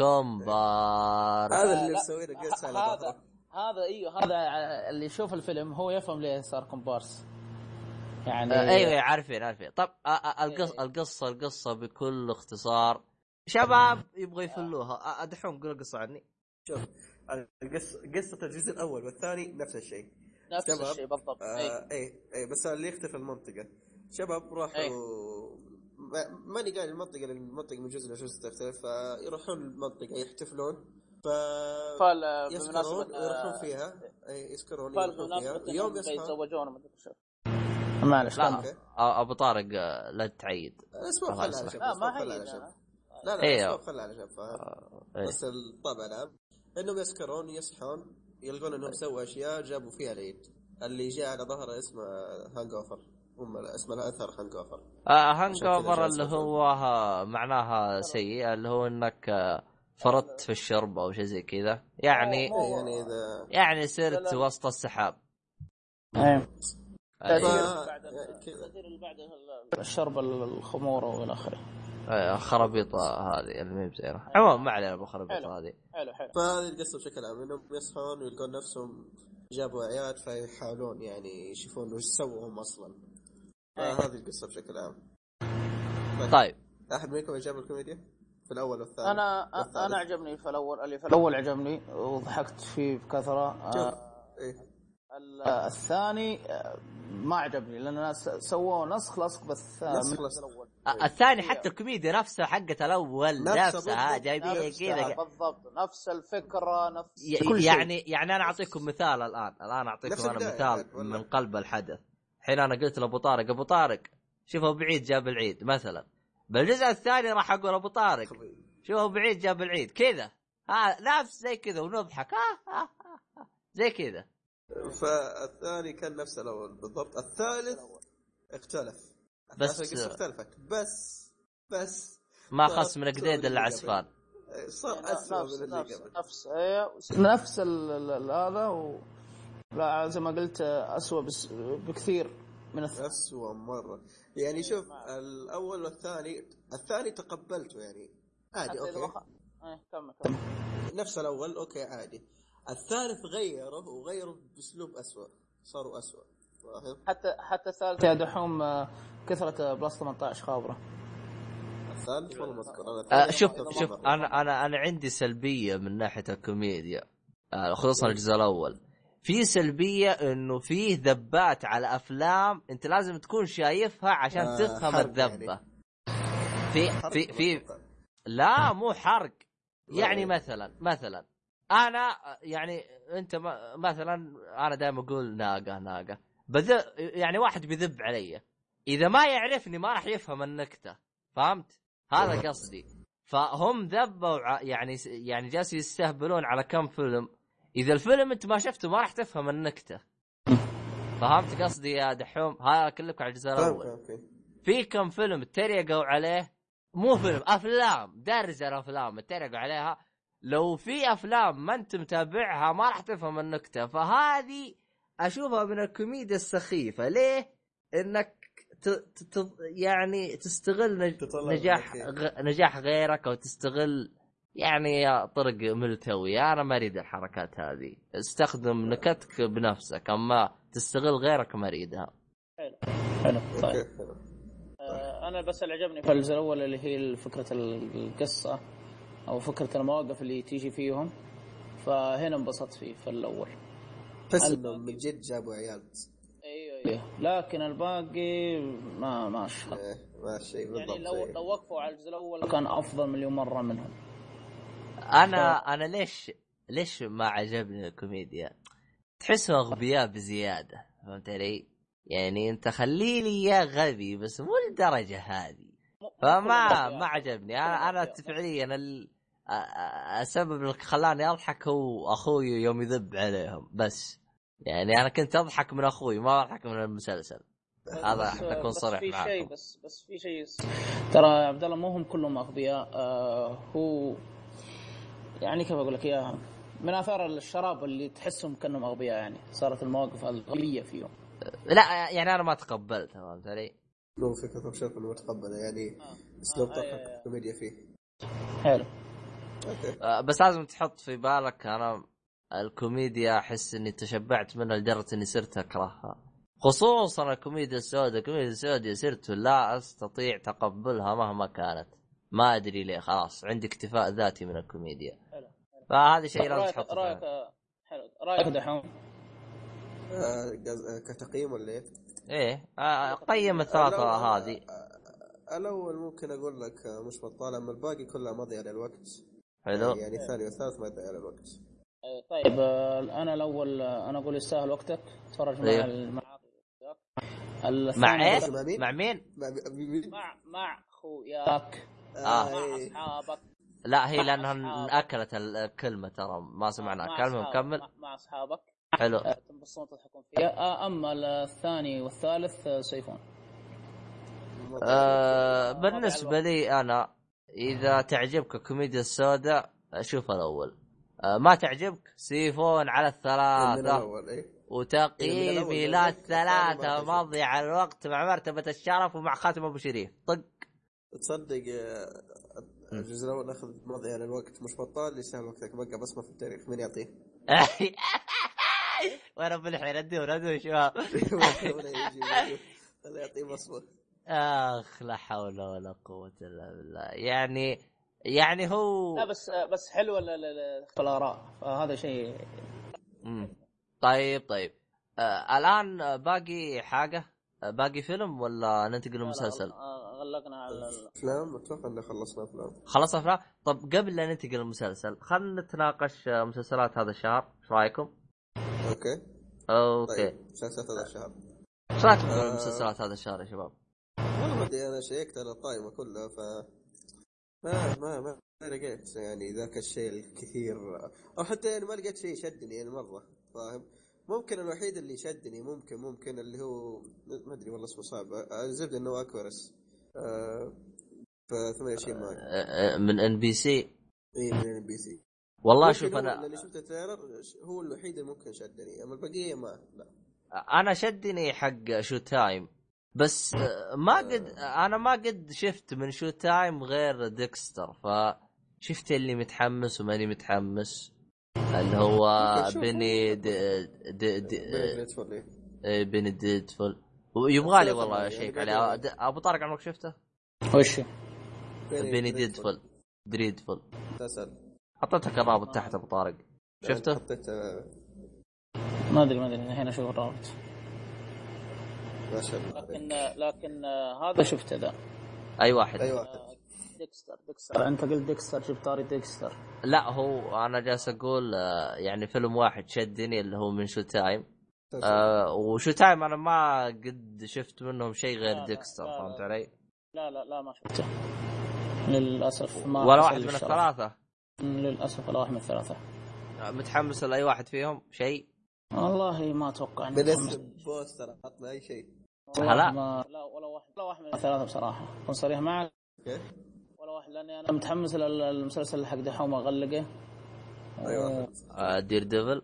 هذا اللي مسوي له قصه على هذا ايوه هذا اللي يشوف الفيلم هو يفهم ليه صار كومبارس يعني. ايوه عارفين. طب القصه بكل اختصار شباب يبغوا يفلوها ادحوم قولوا قصه عني. شوف قصه الجزء الاول والثاني نفس الشيء بالضبط. اي بس اللي يختلف المنطقه. شباب راحوا ماني قايل المنطقه من جزء لجزء تختلف، فيروحون المنطقه يحتفلون يسكرون يروحون فيها يسكرون يروحون فيها يوم يتزوجون ما ادري شو. معلش ابو طارق لا تعيد اسمه خلى على شب. لا خلى على شب. بس الطبع العام انهم يسكرون يصحون يلقون انهم سووا اشياء جابوا فيها العيد اللي جاء على ظهره اسمه هانغوفر. اسمه الاثر هانغوفر. هانغوفر اللي هو معناها سيء اللي هو انك فرطت في الشرب او شيء زي كذا يعني يعني صرت وسط السحاب. تأثير بعد الشرب الخمور والى اخره. خرابيط هذه المهم زيرة عموما ما علينا بالخرابيط هذه. حلو فهذه القصة بشكل عام انهم يصحون ويلقون نفسهم جابوا عياد فيحاولون يعني يشوفون وش سووا هم اصلا. هذه القصة بشكل عام. طيب احد منكم جاب الكوميديا في الاول والثاني؟ انا عجبني في الاول عجبني وضحكت فيه بكثرة. الثاني ما عجبني لأن الناس سووا نسخ لصق بس الأول. الثاني حتى الكوميديا نفسها حقة الأول نفسها جايبيها كذا بالضبط نفس الفكرة نفس كل شيء. يعني أنا أعطيكم مثال الآن أعطيكم أنا مثال من قلب الحدث. حين أنا قلت لأبو طارق شوفوا بعيد جاب العيد مثلا، بالجزء الثاني راح أقول أبو طارق شوفوا بعيد جاب العيد كذا نفس زي كذا ونضحك زي كذا. فالثاني كان نفس الأول بالضبط. الثالث اختلف بس اختلفت بس ما خص من قديد العسفان صار أسوأ من اللي قبل. نفس هذا لا زي ما قلت أسوأ بكثير من أسوأ مرة يعني. شوف الأول والثاني تقبلته يعني عادي أوكي كمل نفس الأول أوكي عادي. الثالث غيروا بأسلوب أسوأ صاروا أسوأ. حتى الثالث يا دحوم كثرة بلس 18 خابرة. الثالث والله ما أذكر. شوف أنا عندي سلبية من ناحية الكوميديا خصوصا الجزء الأول. في سلبية إنه فيه ذبات على أفلام أنت لازم تكون شايفها عشان تفهم الذبة يعني. في لا مو حرق يعني. مثلا أنا يعني أنت مثلا أنا دائما أقول ناقة يعني واحد بيذب علي إذا ما يعرفني ما راح يفهم النكتة فهمت هذا قصدي. فهم ذبوا يعني جالسين يستهبلون على كم فيلم. إذا الفيلم أنت ما شفته ما راح تفهم النكتة فهمت قصدي يا دحوم. هذا كلك على الجزء الأول. في كم فيلم تريقوا عليه مو فيلم أفلام درجة الأفلام تريقوا عليها. لو في أفلام ما أنت متابعها ما راح تفهم النكتة. فهذه أشوفها من الكوميديا السخيفة. ليه؟ إنك يعني تستغل نجاح غيرك أو تستغل يعني طرق ملتوي. أنا ما أريد الحركات هذه. استخدم نكتك بنفسك أما تستغل غيرك ما أريدها. حلو طيب. أنا بس اللي عجبني في الجزء الأول اللي هي فكرة القصة أو فكرة المواقف اللي تيجي فيهم. فهنا انبسطت فيه في الأول. بس إنه من جد جابوا عيال. أيوة. لكن الباقي ما أشهر. ماشي بالضبط. يعني لو وقفوا على الجزء الأول كان أفضل مليون مرة منهم. أنا ليش ما عجبني الكوميديا؟ تحسوا أغبياء بزيادة فهمت علي؟ يعني انت خليلي يا غبي بس مو للدرجه هذه. فما عجبني. انا فعليا السبب اللي خلاني اضحك هو اخوي يوم يذب عليهم بس. يعني انا كنت اضحك من اخوي ما اضحك من المسلسل. هذا حتى اكون صريح معاكم. بس في شيء ترى يا عبد الله، مو هم كلهم اغبياء. هو يعني كيف اقول لك اياها، من اثار الشراب اللي تحسهم كانهم اغبياء، يعني صارت المواقف الغبيه فيهم. لا يعني انا ما تقبلتها، فهمت علي؟ مو فكرة مشاركة متقبلة يعني اسلوب طرح الكوميديا فيه حلو. بس لازم تحط في بالك انا الكوميديا احس اني تشبعت منها لدرجه اني صرت اكرهها، خصوصا الكوميديا السوداء. الكوميديا السوداء صرت لا استطيع تقبلها مهما كانت، ما ادري ليه، خلاص عندي اكتفاء ذاتي من الكوميديا. حلو. فهذا شيء لازم تحطه في بالك. حلو. رايك دحوم كتقييم ولا ايه؟ ايه قيم الثلاثه هذه. الاول ممكن اقول لك مش بطال، اما الباقي كلها مضي على الوقت. حلو. يعني الثاني والثالث ما يضيع على الوقت. طيب انا الاول انا اقول يستاهل وقتك. تفرج مع مع ايه؟ مع مين؟ مع خوياك مع اصحابك. لا هي لانها اكلت الكلمه، ترى ما سمعنا كلمه. مكمل مع اصحابك. حلو. تنبسطون تضحكون فيها. اما الثاني والثالث سيفون. بالنسبه لي انا اذا تعجبك الكوميديا السوداء شوف الاول، ما تعجبك سيفون على الثلاثه. وتقييمي لا الثلاثه مضي على الوقت مع مرتبه الشرف ومع خاتم ابو شريف. طق تصدق الجزء الاول اخذ مضي على الوقت مش بطال اللي يستاهل وقتك بقى بصمه في التاريخ. من يعطيه؟ وانا بالحين ادور شباب خليه يعطيه بصمه. اخ لا حول ولا قوه الا بالله. يعني هو لا بس حلو الاراء، فهذا شيء. طيب الان باقي حاجه، باقي فيلم ولا ننتقل للمسلسل؟ غلقنا على الافلام. اتوقع ان خلصنا افلام. طب قبل لا ننتقل للمسلسل خلينا نتناقش مسلسلات هذا الشهر، ايش رايكم؟ اوكي طيب. مسلسلات هذا الشهر، ايش رايكم في مسلسلات هذا الشهر يا شباب؟ والله بدي انا شيكت على القائمه كلها ف ما لقيت يعني ذاك الشيء الكثير، او حتى يعني ما لقيت شيء شدني يعني مره، فاهم؟ ممكن الوحيد اللي شدني ممكن اللي هو ما ادري والله اسمه صعب، الزبده انه اكورس ف 28 ماي من ان بي سي. اي من ان بي سي. والله شوف انا اللي شفت التريلر هو الوحيد اللي ممكن شدني، اما البقيه ما لا. انا شدني حق شو تايم بس ما قد شفت من شو تايم غير ديكستر، فشفت اللي متحمس وماني متحمس اللي هو بني ديدفول ويبغالي والله شيك عليه. ابو طارق عمرك شفته؟ وش بني ديدفول حطيتك الرابط تحت ابو طارق، شفته؟ ما ادري الحين اشوف الرابط ما شاء الله. لكن هذا شفته ذا. اي واحد ديكستر. انت قلت ديكستر، جبت طاري ديكستر. لا هو انا جالس اقول يعني فيلم واحد شدني اللي هو من شو تايم. وشو تايم انا ما قد شفت منهم شيء غير ديكستر، فهمت علي؟ لا ما شفته للاسف. ما ولا واحد من الثلاثه للاسف، ولا واحد من الثلاثه. متحمس لاي واحد فيهم شيء؟ والله ما اتوقع اني بالنسبه بوستر عطنا اي شيء. لا ولا واحد من الثلاثه بصراحه، اكون صريح معك. ولا واحد، لاني انا متحمس للمسلسل حق دحوم اغلقه. ايوه دير ديفل.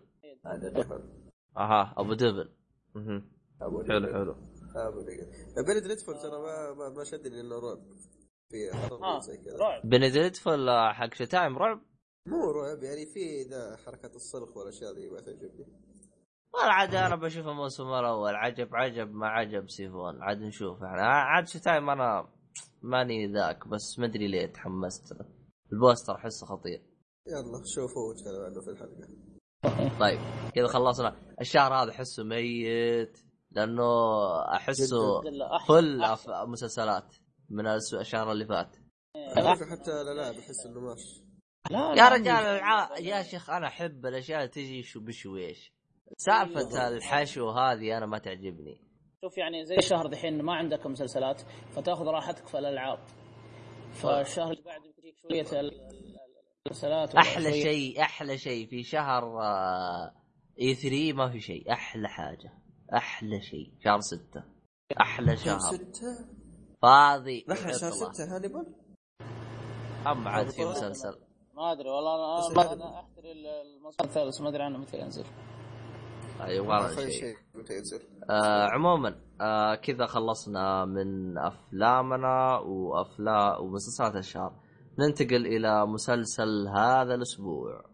ابو ديفل. حلو. بني ديدفول ترى ما شدني انه رعب في حرب زي كذا. بني ديدفول حق شو تايم رعب؟ مو رعب يعني في ذا حركات الصرخ والاشياء ذي ما تعجبني. والله عاد انا بشوف الموسم الاول عجب ما عجب سيفون، عاد نشوف احنا. عاد شو تايم انا ماني ذاك، بس ما ادري ليه تحمست. البوستر احسه خطير. يلا شوفوا وش كانوا عنه في الحلقه. طيب كذا خلصنا الشهر هذا. احسه ميت لانه احسه فل مسلسلات من الشهر اللي فات. حتى لا بحس انه ماشي. يا رجال يا شيخ انا احب الاشياء تجي بشويش. سالفه الحشو هذه انا ما تعجبني. شوف يعني زي الشهر دحين ما عندك مسلسلات فتاخذ راحتك في الالعاب، فالشهر اللي بعد بتجيك شويه المسلسلات. احلى شيء في شهر E3 ما في شيء. احلى حاجه احلى شيء شهر 6 احلى شهر 6 فاضي. لحظة شهر 6 هانيبال أما عاد في مسلسل ما ادري والله. انا احتري الموسم الثالث ما ادري عنه متى ينزل. ايوه والله شيء متى ينزل. عموما كذا خلصنا من افلامنا ومسلسلات الشهر. ننتقل الى مسلسل هذا الاسبوع.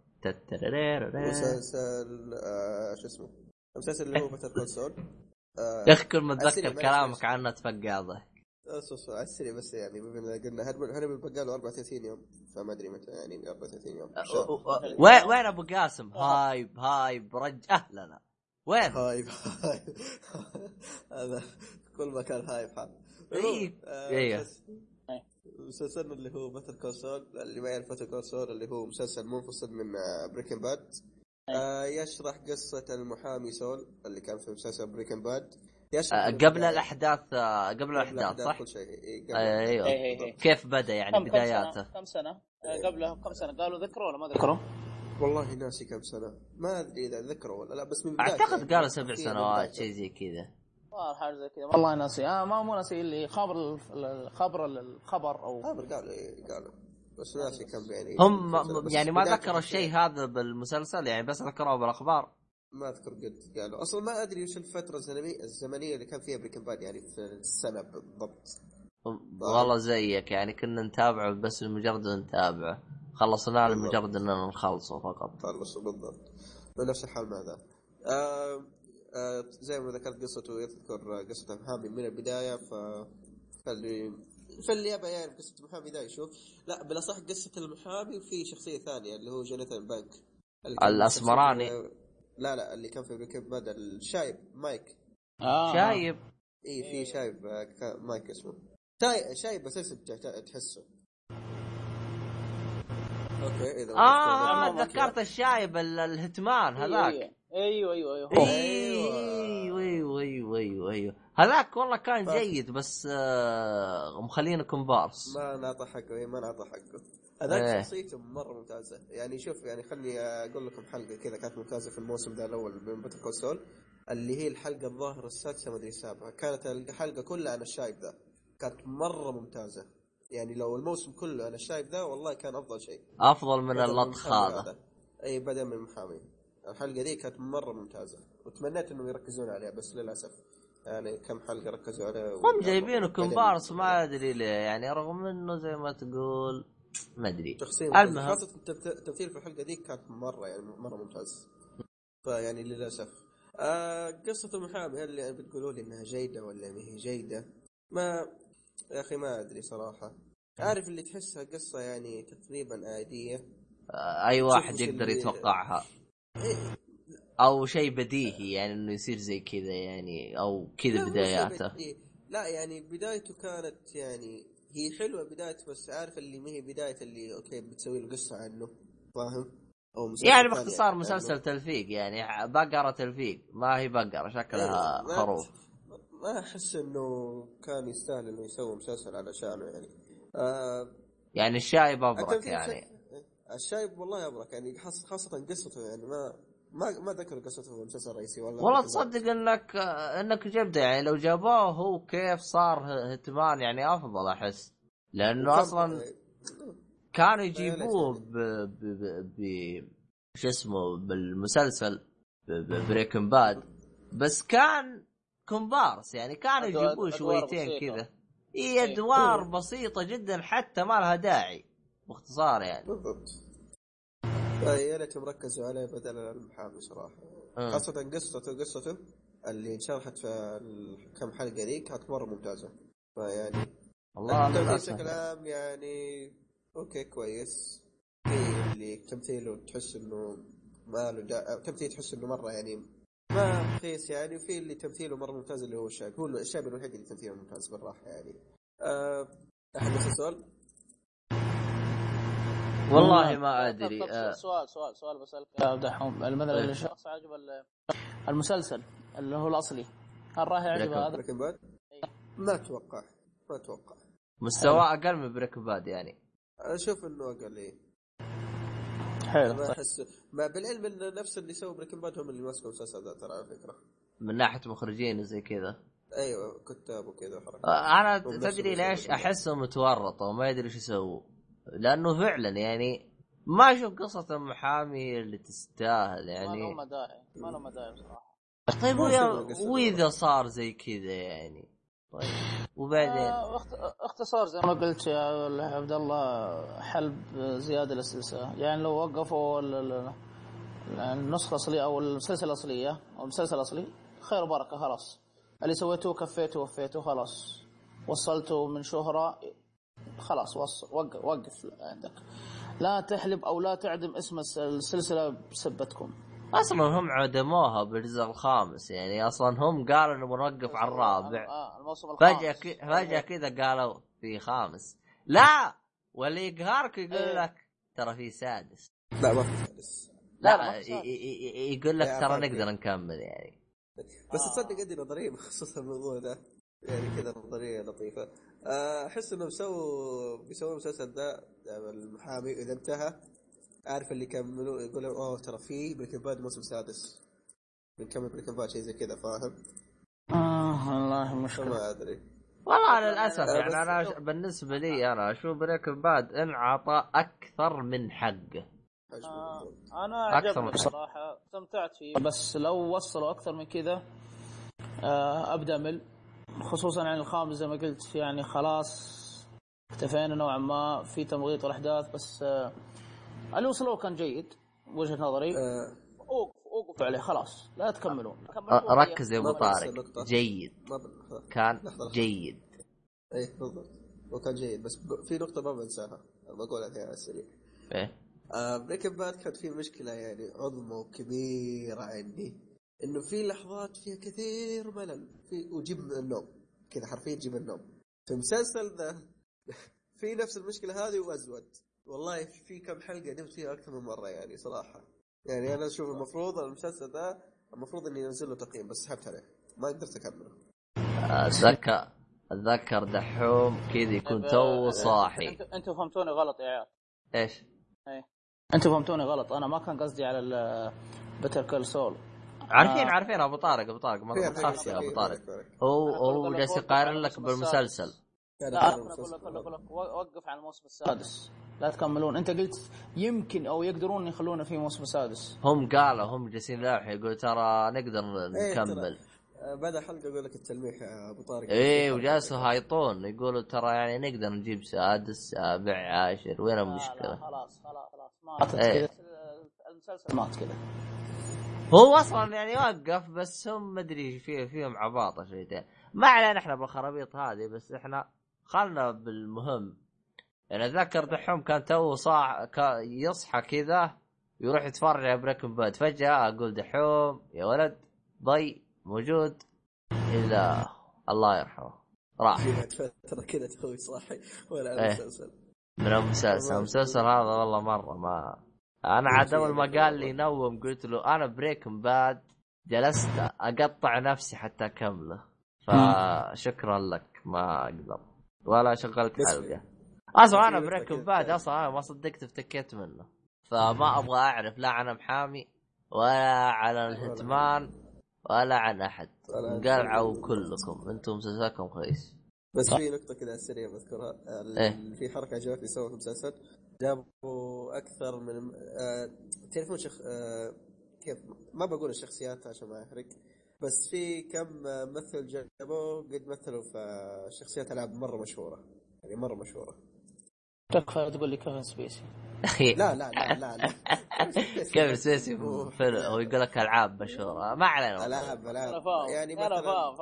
مسلسل شو اسمه المسلسل اللي هو باتل كول سول. يا اخي كل ما اتذكر كلامك عنه اتفقع ضحك. على السريع بس يعني بما قلنا هنبل بقاله 34 يوم فما ادري متى يعني 34 يوم. وين ابو قاسم؟ هايب رج اهلنا وين هايب هذا كل مكان هايب حال. ايوه مسلسلنا اللي هو باتل كول سول اللي ما يعرف باتل كول سول اللي هو مسلسل منفصل من بريكنج باد. يشرح قصة المحامي سول اللي كان في مسلسل بريكنج باد قبل الأحداث صح؟ كل شيء. أيوه. كيف بدأ يعني بداياته؟ كم سنة؟ قبله كم سنة قالوا ذكروا ولا ما ذكروا؟ والله ناسي كم سنة ما أدري إذا ذكروا ولا لا بس من أعتقد يعني قالوا 7 سنوات شيء زي كذا. حاجة زي كذا والله ناسي. ما مو ناسي اللي الخبر أو قالوا بس ناسي كم يعني. هم يعني ما ذكروا الشيء هذا بالمسلسل يعني بس ذكروه بالأخبار. ما أذكر قد قالوا أصلا ما أدري وش الفترة الزمنية اللي كان فيها بريكنج باد يعني في السنة بالضبط. والله زيك يعني كنا نتابعه بس لمجرد نتابعه خلصنا لمجرد أننا نخلصه فقط. خلصوا بالضبط بنفس الحال مع ذا. زي ما ذكرت قصته يذكر قصة المحامي من البداية فاللي يبغى يعرف قصة المحامي ذا يشوف. لا بلا صح قصة المحامي وفي شخصية ثانية اللي هو جوناثان بانك الأسمراني. لا اللي كان في بريكنج باد الشايب مايك. شايب في شايب مايك اسمه شايب بس اسم تحسه. اوكي اذا ذكرت الشايب الهتمان هذاك. ايوه هذاك والله كان جيد بس مخلينه كومبارس ما نعطى حقه هذاك شخصيته مرة ممتازة يعني. شوف يعني خلني أقول لكم حلقة كذا كانت ممتازة في الموسم ذا الأول من باتل كول سول اللي هي الحلقة الظاهرة السادسة ما أدري السابعة. كانت الحلقة كلها عن الشايب ذا كانت مرة ممتازة يعني. لو الموسم كله عن الشايب ذا والله كان أفضل شيء أفضل من اللطخ هذا. أي بدأ من المحامي. الحلقة دي كانت مرة ممتازة وتمنيت إنهم يركزون عليها بس للأسف يعني كم حلقة ركزوا عليها هم جايبينه كومبارس ما أدري ليه يعني رغم إنه زي ما تقول ما أدري. المهم خاصة التمثيل في الحلقة دي كانت مرة يعني مرة ممتاز. فيعني للأسف قصة المحامي هل يعني بتقولوا لي إنها جيدة ولا ما هي جيدة؟ ما يا أخي ما أدري صراحة. عارف اللي تحسها قصة يعني تقريبا عادية. أي واحد يقدر يتوقعها أو شيء بديهي يعني إنه يصير زي كذا يعني أو كذا بداياته. لا يعني بدايته كانت يعني هي حلوة بدايته بس عارف اللي ما هي بداية اللي أوكي بتسوي له قصة عنه فاهم أو يعني باختصار مسلسل تلفيق يعني بقرة تلفيق ما هي بقرة شكلها خروف. ما أحس إنه كان يستاهل إنه يسوي مسلسل على شأنه يعني. يعني الشايب أبرك يعني الشايب والله أبرك يعني خاصة قصته يعني ما ذكر قصته هو المسلسل الرئيسي والله تصدق انك جبده يعني لو جابوه هو كيف صار هتمان يعني افضل احس لانه اصلا كانوا يجيبوه شو اسمه بالمسلسل بريكنج باد بس كان كومبارس يعني كانوا يجيبوه شويتين كذا ادوار بسيطة جدا حتى ما لها داعي باختصار يعني بالضبط. يا ريت مركزوا عليه بدل المحامي صراحة. خاصة قصته اللي انشرحت في كم حلقة دي كانت مرة ممتازة. فيعني والله بشكل عام يعني اوكي كويس. اللي تمثيله تحس انه ما له تمثيل تحس انه مرة يعني ما رخيص يعني. وفي اللي تمثيله مرة ممتاز اللي هو الشاب. هو الشاب الوحيد اللي تمثيله ممتاز بالراحة يعني. أحد نفس السؤال والله ما ادري. سؤال بسالك يا دحوم. مثلا الشخص عجب المسلسل اللي هو الاصلي هل راح يعجب هذا؟ بريكنج باد ما اتوقع مستوى اقل من بريكنج باد يعني. اشوف انه اقل ايه. حلو. ما احس ما بالعلم ان نفس اللي سووا بريكنج باد هم اللي ماسكوا المسلسل ده ترى على فكره، من ناحيه مخرجين وزي كذا. ايوه كتاب وكذا حركات. انا تدري ليش احسهم متورطوا وما يدري ايش يسووا؟ لانه فعلا يعني ما اشوف قصه المحامي اللي تستاهل يعني. ما لهم داعي بصراحه. طيب واذا صار زي كذا يعني طيب وبعدين اختصار زي ما قلت يا عبد الله، حلب زياده للسلسله. يعني لو وقفوا النسخه الاصليه او السلسله الاصليه او المسلسل الاصلي خير وبركه، خلاص اللي سويته كفيته وفيته، خلاص وصلته من شهرة، خلاص وقف عندك. لا تحلب او لا تعدم اسم السلسله بسبتكم. اصلا هم عدموها بالجزء الخامس يعني. اصلا هم قالوا انه بنوقف على الرابع الموسم الخامس فجأة كذا قالوا في خامس. لا واللي يقهرك يقول لك ترى في سادس. لا ما في سادس. لا يقول لك ترى نقدر نكمل يعني. بس تصدق عندي نظريه بخصوص الموضوع ده يعني، كذا نظريه لطيفه. احس انهم بيسووا المسلسل ده المحامي اذا انتهى، عارف اللي كملوا يقولوا اوه ترى في بريكنج باد موسم سادس بنكمل بريكنج باد شيء زي كذا، فاهم؟ والله مشكله ما ادري والله للاسف يعني. انا بالنسبه لي انا اشوف بريكنج باد انعطى اكثر من حقه. انا عجبني بصراحه، استمتعت فيه، بس لو وصلوا اكثر من كذا ابدا مل، خصوصا عن الخامس زي ما قلت يعني. خلاص اكتفينا نوعا ما في تمغيط الاحداث، بس اللي وصلوا كان جيد وجهه نظري. اوقف عليه خلاص، لا تكملون. ركز يا ابو طارق، جيد كان جيد. ايه بالضبط وكان جيد، بس في نقطه ما بنساها بقولها على السريع. ايه بريكنج باد كانت فيه مشكله يعني عظمى وكبيره عندي، انه في لحظات فيها كثير ملل وجيب النوم كذا، حرفيا جيب النوم. في المسلسل ذا في نفس المشكله هذه وازود، والله في كم حلقه نمت فيها اكثر من مره يعني صراحه. يعني انا اشوف المفروض المسلسل ذا المفروض اني انزل له تقييم، بس سحبت عليه ما قدرت اكمله. اتذكر دحوم كذا يكون تو صاحي. انتوا فهمتوني غلط يا عيال. ايش؟ انتوا فهمتوني غلط، انا ما كان قصدي على بيتر كول سول. عارفين ابو طارق ما تخافش يا ابو طارق. هو جالس يقارن لك بالمسلسل. لا اقول لك وقف على الموسم السادس، لا تكملون. انت قلت يمكن او يقدرون يخلونه في موسم سادس. هم جالسين لاح يقول ترى نقدر نكمل. بعد حلقه اقول لك التلميح يا ابو طارق. ايه وجالسوا هايطون يقولوا ترى يعني نقدر نجيب سادس سابع عاشر. وين المشكله؟ لا خلاص ماتت كذا المسلسل، مات كذا. هو اصلا يعني وقف، بس هم ما ادري فيهم عباطه شيئين. ما علينا احنا بالخرابيط هذه، بس احنا خلنا بالمهم. يعني اتذكر دحوم كان تو يصحى كذا يروح يتفرج على بريكنج باد، فجاه اقول دحوم يا ولد ضي موجود الا الله يرحمه راح فتره كذا تخوي صاحي ولا المسلسل من المسلسل هذا والله مره ما. انا عاد اول ما قال لي نوم قلت له انا بريكنج باد جلست اقطع نفسي حتى اكمله، فشكرا لك ما اقدر ولا شغلت حلقه. اصلا انا بريكنج باد اصلا انا ما صدقت افتكيت منه، فما ابغى اعرف لا عن محامي ولا على الهتمان ولا عن احد. قلعوا كلكم انتم مسلسلكم كويس. بس في نقطه كذا سريعه بذكرها. في حركه عجبتني سووا في المسلسل، جابوا اكثر من تعرفون كيف ما بقول الشخصيات عشان ما احرق، بس في كم ممثل جابوه قد مثلوا في شخصيات العاب مره مشهوره يعني مره مشهوره. تكفى تقول لي كيفن سبيسي. لا كيفن سبيسي هو يقول لك العاب مشهوره ما علينا. العاب يعني مثلا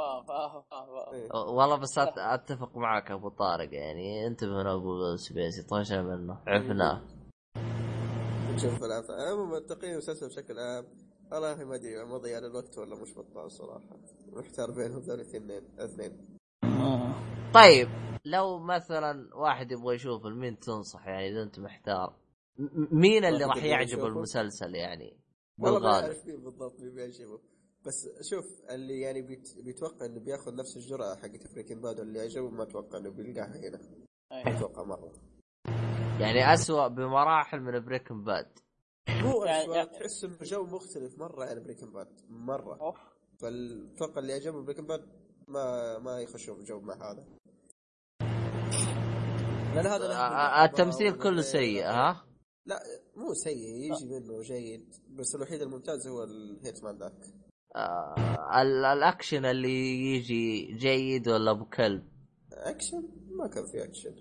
والله بس اتفق معك ابو طارق يعني انتبه من ابو سبيسي طيش منه عرفناه. نشوف العاب التقييم المسلسل بشكل عام والله ما ادري مضي على الوقت ولا مش بطال صراحه، محتار بينهم ذول الاثنين. طيب لو مثلا واحد يبغى يشوف مين تنصح يعني اذا انت محتار مين اللي راح يعجب المسلسل يعني؟ والله ما اعرف مين بالضبط بيعجبه، بس شوف اللي يعني بيتوقع انه بياخذ نفس الجرعه حقت بريكنج باد اللي عجبه، ما اتوقع انه بيلقاها هنا. ما اتوقع مره، يعني أسوأ بمراحل من بريكنج باد. مو يعني أسوأ، تحس انه جو مختلف مره عن بريكنج باد مره. فالتوقع اللي عجبه بريكنج باد ما يخشوا في جو مع هذا، لان هذا له مغامرة التمثيل كله وغير سيء. آخره. ها لا مو سيء، يجي منه جيد، بس الوحيد الممتاز هو الهيتمان ذاك. الأكشن اللي يجي جيد ولا أبو كلب؟ اكشن ما كان في اكشن.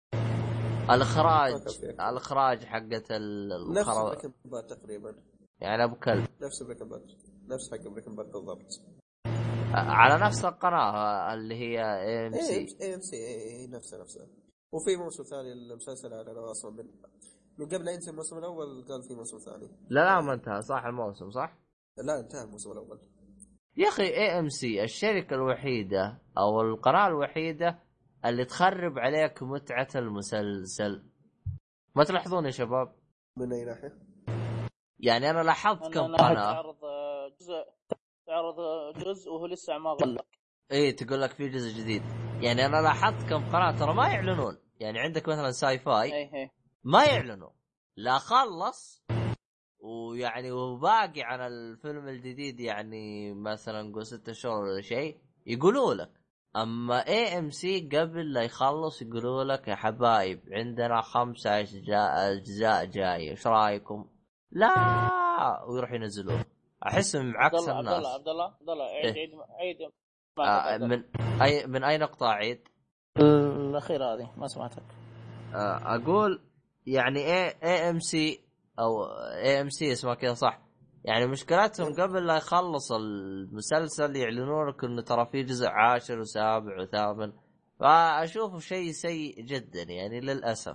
الإخراج حقت نفس بريكنج باد تقريبا، يعني أبو كلب، نفس بريكنج باد، نفس حق بريكنج باد بالضبط. على نفس القناة اللي هي AMC. نفسه. وفي موسم ثاني المسلسل على اصلا من قبل لا ينتهي الموسم الاول قال في موسم ثاني. لا ما انتهى صح الموسم صح؟ لا انتهى الموسم الاول يا أخي AMC الشركة الوحيدة أو القناة الوحيدة اللي تخرب عليك متعة المسلسل. ما تلاحظون يا شباب؟ من اي ناحيه؟ يعني أنا لاحظت كم قناة تعرض جزء وهو لسه ما غلق. إيه تقول لك في جزء جديد. يعني أنا لاحظت كم قناة ترى ما يعلنون. يعني عندك مثلا ساي فاي ما يعلنوا لا خلص، ويعني وباقي عن الفيلم الجديد يعني مثلا نقول 6 شهور ولا شيء يقولوا لك. اما AMC قبل لا يخلص يقولوا لك يا حبايب عندنا 5 اجزاء جاي ايش رايكم؟ لا ويروح ينزلوه. احسهم عكس الناس. عبد الله عيد من اي نقطه عيد الاخيره هذه ما سمعتك. اقول يعني AMC او AMC اسمها كذا صح. يعني مشكلتهم قبل لا يخلص المسلسل يعلنون لك انه ترى في جزء 10 و7 و8. فاشوفه شيء سيء جدا يعني للاسف.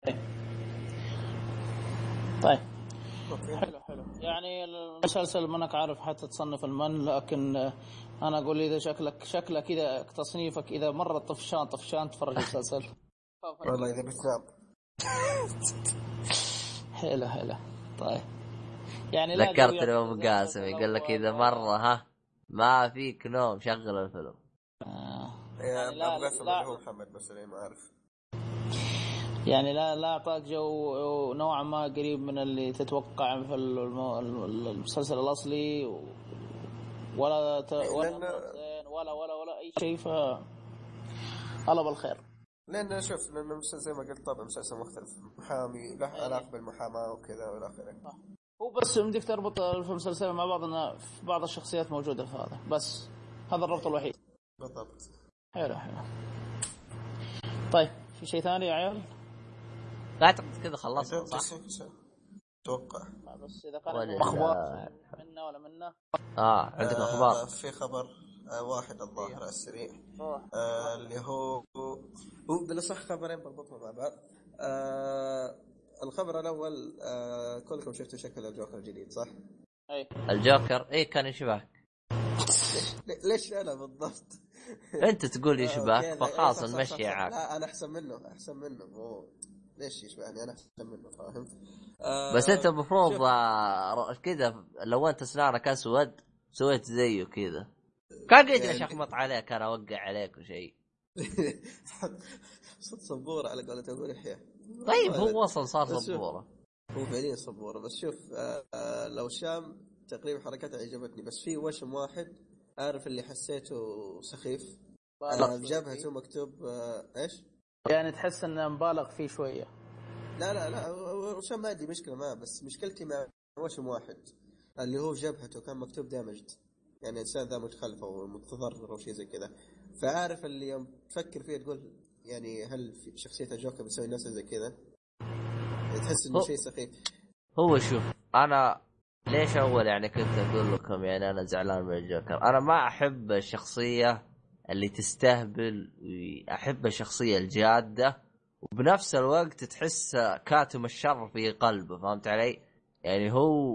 طيب حلو يعني المسلسل منك عارف حتى تصنف المن، لكن انا اقول اذا شكلك كذا تصنيفك اذا مره طفشان تفرج المسلسل. والله اذا بتنام. حلو طيب يعني ذكرتني ابو قاسم يقول لك اذا مره ما فيك نوم شغل الفيلم. يعني لا هو محمد بس اللي ما اعرف. يعني لا اعطاك جو نوعا ما قريب من اللي تتوقع في المسلسل الاصلي ولا ولا اي شيء. ف الله بالخير. لأن المسلسل زي ما قلت طبعا مسلسل مختلف، محامي له علاقة بالمحاماة وكذا والى آخره. هو بس بدك تربط في المسلسل مع بعض ان في بعض الشخصيات موجودة في هذا، بس هذا الربط الوحيد بالضبط. حلو طيب في شيء ثاني يا عيال؟ لا اعتقد كذا خلصنا صح؟ اتوقع بس اذا كان اخبار منا ولا منا عندك اخبار؟ في خبر واحد الظاهر على السريع اللي هو بالأصح خبرين بربطهم مع بعض. الخبر الأول كلكم شفتوا شكل الجوكر الجديد صح؟ أي الجوكر كان يشبهك. ليش أنا بالضبط؟ أنت تقول يشبهك فخلاص نمشي عاك. لا أنا أحسن منه ليش يشبهني؟ أنا أحسن منه فاهم؟ بس أنت المفروض كذا لو أنت أسنانك أسود سويت زيه كذا كان قد يعني أشخمط عليك أنا أوقع عليك وشيء. صوت صبورة على قولة أبو يحيى. طيب هو وصل صار صبورة. هو فعليا صبورة. بس شوف لو شام تقريبا حركاتها عجبتني، بس في وشم واحد عارف اللي حسيته سخيف بجبهته مكتوب إيش يعني تحس إنه مبالغ فيه شوية. لا وشم ما عندي مشكلة معه، بس مشكلتي مع وشم واحد اللي هو جبهته كان مكتوب دامجد، يعني إنسان ذا متخلف أو متضرر أو شيء زي كذا. فعارف اللي يوم تفكر فيه تقول يعني هل في شخصية الجوكر بتسوي نفسه زي كذا؟ تحس إنه شيء سخيف. هو شوف أنا ليش أول يعني كنت أقول لكم يعني أنا زعلان من الجوكر. أنا ما أحب الشخصية اللي تستهبل، أحب الشخصية الجادة وبنفس الوقت تحس كاتم الشر في قلبه. فهمت علي؟ يعني هو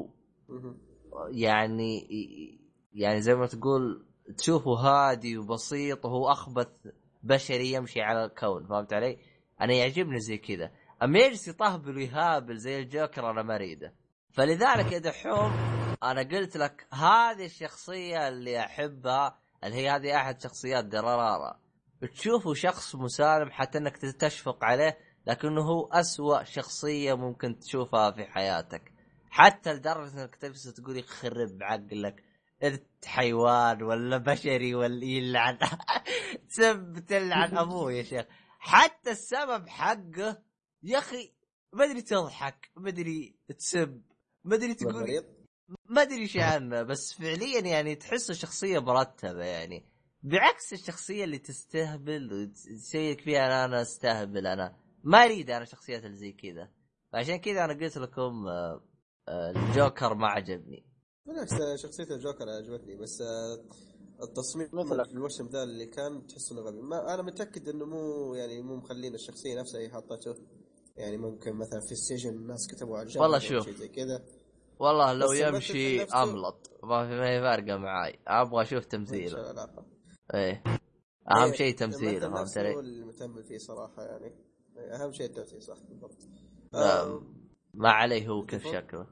يعني زي ما تقول تشوفه هادي وبسيط وهو أخبث بشري يمشي على الكون. فهمت علي؟ أنا يعجبني زي كذا. أما يجلس يطهبل ويهابل زي الجوكر أنا مريده. فلذلك يا دحوم انا قلت لك هذه الشخصيه اللي احبها، اللي هي هذه احد شخصيات درارارا. بتشوفه شخص مسالم حتى انك تشفق عليه، لكنه هو أسوأ شخصيه ممكن تشوفها في حياتك، حتى لدرجه انك تلبس تقول يخرب عقلك، انت حيوان ولا بشري ولا يلعن تسب تلعن ابوه يا شيخ. حتى السبب حقه يا اخي ما ادري، تضحك ما ادري، تسب ما ادري، تقول مريض. ما ادري ايش عنه، بس فعليا يعني تحسه شخصيه مرتبه، يعني بعكس الشخصيه اللي تستهبل وتسيك فيها. انا استهبل، انا ما اريد انا شخصيات اللي زي كذا. فعشان كذا انا قلت لكم الجوكر ما عجبني. بالعكس شخصية الجوكر عجبتني، بس التصميم مثلك. الوشم ذا اللي كان تحس انه غبي. ما انا متاكد انه مو مخلين الشخصيه نفسها هي حطته، يعني ممكن مثلا في السجن الناس كتبوا على الجبل والله او شوف، شيء زي كذا. والله لو بس الممثل يمشي نفسه املط ما هي فارقه معاي، ابغى اشوف ما ادري شو تمثيله. العلاقه. ايه اهم ايه شيء تمثيله، الممثل فهمت نفسه هو علي؟ اللي متأمل فيه صراحه، يعني اهم شيء التمثيل صح بالضبط. لا، ما عليه هو كيف متفق. شكله.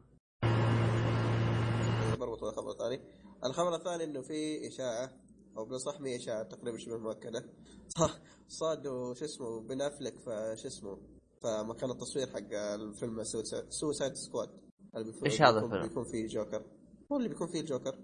بربط الخبر الثاني. الخبر الثاني انه في اشاعه او بنصح مي اشاعه تقريبا شبه مؤكده صادوا شو اسمه بن افلك فشو اسمه فمكان التصوير حق الفيلم سوسايد سكواد اللي ايش هذا الفيلم؟ بيكون فيه جوكر. هو اللي بيكون فيه الجوكر،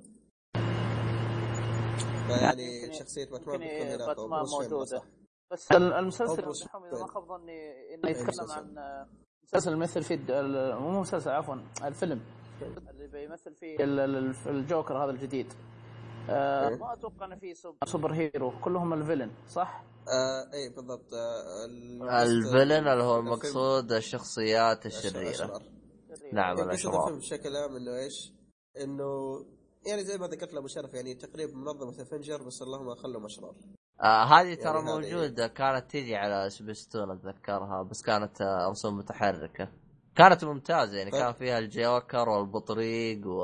يعني يعني شخصيه باتمان بتكون هناك او باتمان بروس وين موجودة، صح. بس المسلسل بروس بتاعهم اذا ما وين. خاب ظني انه يتكلم المسلسل. عن مسلسل مثل في مو مسلسل، عفوا الفيلم اللي بيمثل فيه الجوكر هذا الجديد. إيه؟ ما اتوقع انه فيه سوبر هيرو، كلهم الفيلن صح؟ اي بالضبط. الفيلن اللي هو الفيلم المقصود الشخصيات الشريره. الاشرار. نعم قصة الفيلم الاشرار. بشكل عام انه ايش؟ انه يعني زي ما ذكرت له مشرف، يعني تقريبا منظمة افنجر بس اللهم خلهم اشرار. هذه ترى يعني موجودة، كانت تيجي على سبيستون اتذكرها، بس كانت رسوم متحركة، كانت ممتازة يعني. كان فيها الجوكر والبطريق و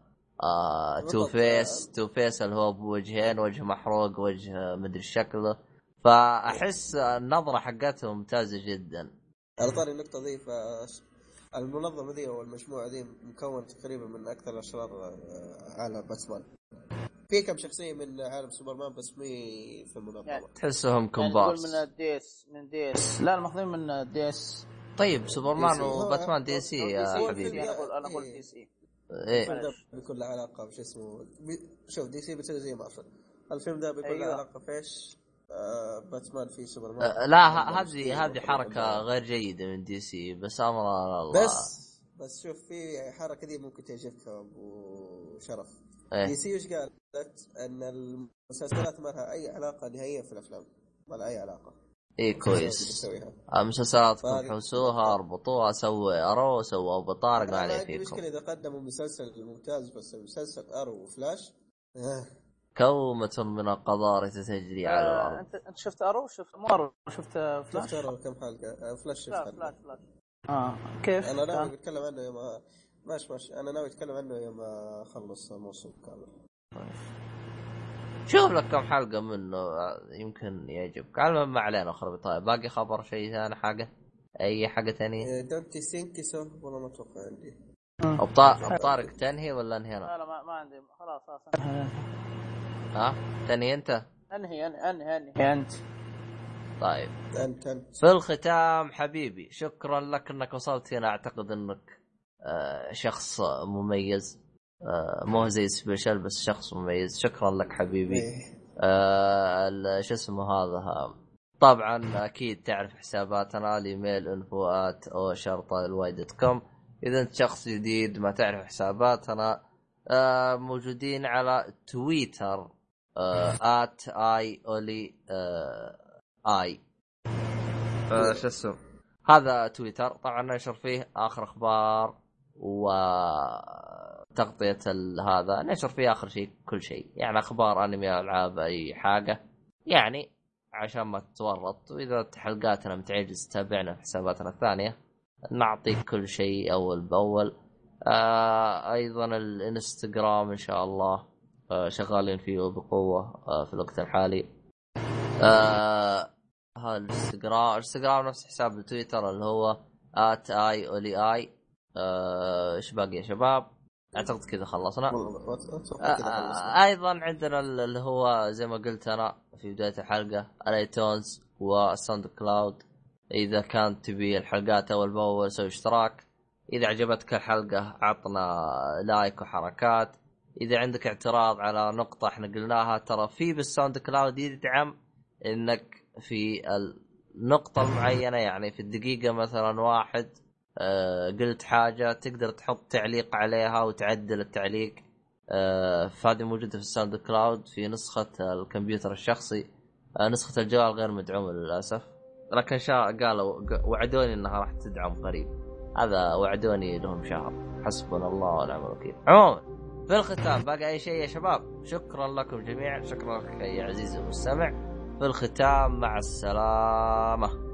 تو فيس اللي هو بوجهين، وجه محروق وجه مدري شكله. فأحس النظرة حقتهم ممتازة جدا. على طاري النقطة ذي، المنظمة ذي او المجموعة ذي مكون تقريبا من اكثر الاشرار عالم باتمان. في كم شخصية من عالم سوبرمان بس مي في المنظمة، يعني تحسهم يعني كومبارس. من ديس لا الماخذين من ديس. طيب سوبرمان DC. وباتمان دي سي يا حبيبي. انا اقول دي سي. الفيلم ده بيكون له علاقة بش اسمه شوف دي سي بتسوي زي مارفل. الفيلم ده بيكون له علاقة فيش باتمان في سوبرمان. لا هذه حركة غير جيدة من دي سي، بس امر الله. بس شوف في حركة دي ممكن تعجبك ابو شرف. إيه؟ دي سي وش قالت؟ ان المسلسلات ما لها اي علاقة نهائيا في الافلام، ما لها اي علاقة. ايه كويس. مسلسلاتكم حوسوها اربطوها، سووا ارو سووا بطارق ما عليه فيكم. المشكلة اذا قدموا مسلسل ممتاز بس مسلسل ارو وفلاش كومة من القذارة تجري على الارض. انت شفت ارو؟ شفت مارو؟ شفت فلاش؟ شفت ارو كم حلقة؟ فلاش شفت فلاش كيف انا ناوي اتكلم عنه يوم ماشي انا ناوي اتكلم عنه يوم اخلص الموسم كامل. شوف لك كم حلقة منه يمكن يعجبك. المهم ما علينا خربي. طيب باقي خبر شيء ثاني، اي حاجة ثانية؟ دانتي سينكسو والله ما اتوقع عندي. ابطارك تنهي ولا انهي انا؟ لا ما عندي خلاص ها تنهي انت؟ انهي انت. طيب انت في الختام حبيبي، شكرا لك انك وصلت هنا. اعتقد انك شخص مميز، مو زي سبيشال بس شخص مميز. شكرا لك حبيبي. شو اسمه هذا؟ طبعا اكيد تعرف حساباتنا، الايميل info@o@الواي.com. اذا انت شخص جديد ما تعرف حساباتنا، موجودين على تويتر @i شو اسمه هذا تويتر. طبعا نشر فيه اخر اخبار وتغطية هذا، نشر فيه اخر شيء كل شيء، يعني اخبار انمي العاب اي حاجة، يعني عشان ما تتورط. واذا حلقاتنا متعجز تتابعنا في حساباتنا الثانية، نعطيك كل شيء اول باول. ايضا الانستغرام ان شاء الله شغالين فيه بقوة في الوقت الحالي. الانستغرام نفس حساب تويتر اللي هو @ioli. ايش باقي يا شباب؟ اعتقد كذا خلصنا. والله اتوقع كذا خلصنا. ايضا عندنا اللي هو زي ما قلت انا في بدايه الحلقه الايتونز والساوند كلاود. اذا كانت تبي الحلقات اول باول سوي اشتراك. اذا عجبتك الحلقه عطنا لايك وحركات. اذا عندك اعتراض على نقطه احنا قلناها ترى في بالساوند كلاود يدعم انك في النقطه المعينه يعني في الدقيقه مثلا واحد قلت حاجة تقدر تحط تعليق عليها وتعدل التعليق. فهذه موجودة في الساوند كلاود في نسخة الكمبيوتر الشخصي. نسخة الجوال غير مدعومة للأسف، لكن قالوا وعدوني انها راح تدعم قريب. هذا وعدوني لهم شهر. حسبنا الله ونعم الوكيل. عموما في الختام باقي اي شيء يا شباب؟ شكرا لكم جميعا، شكرا لك يا عزيزي المستمع. في الختام مع السلامة.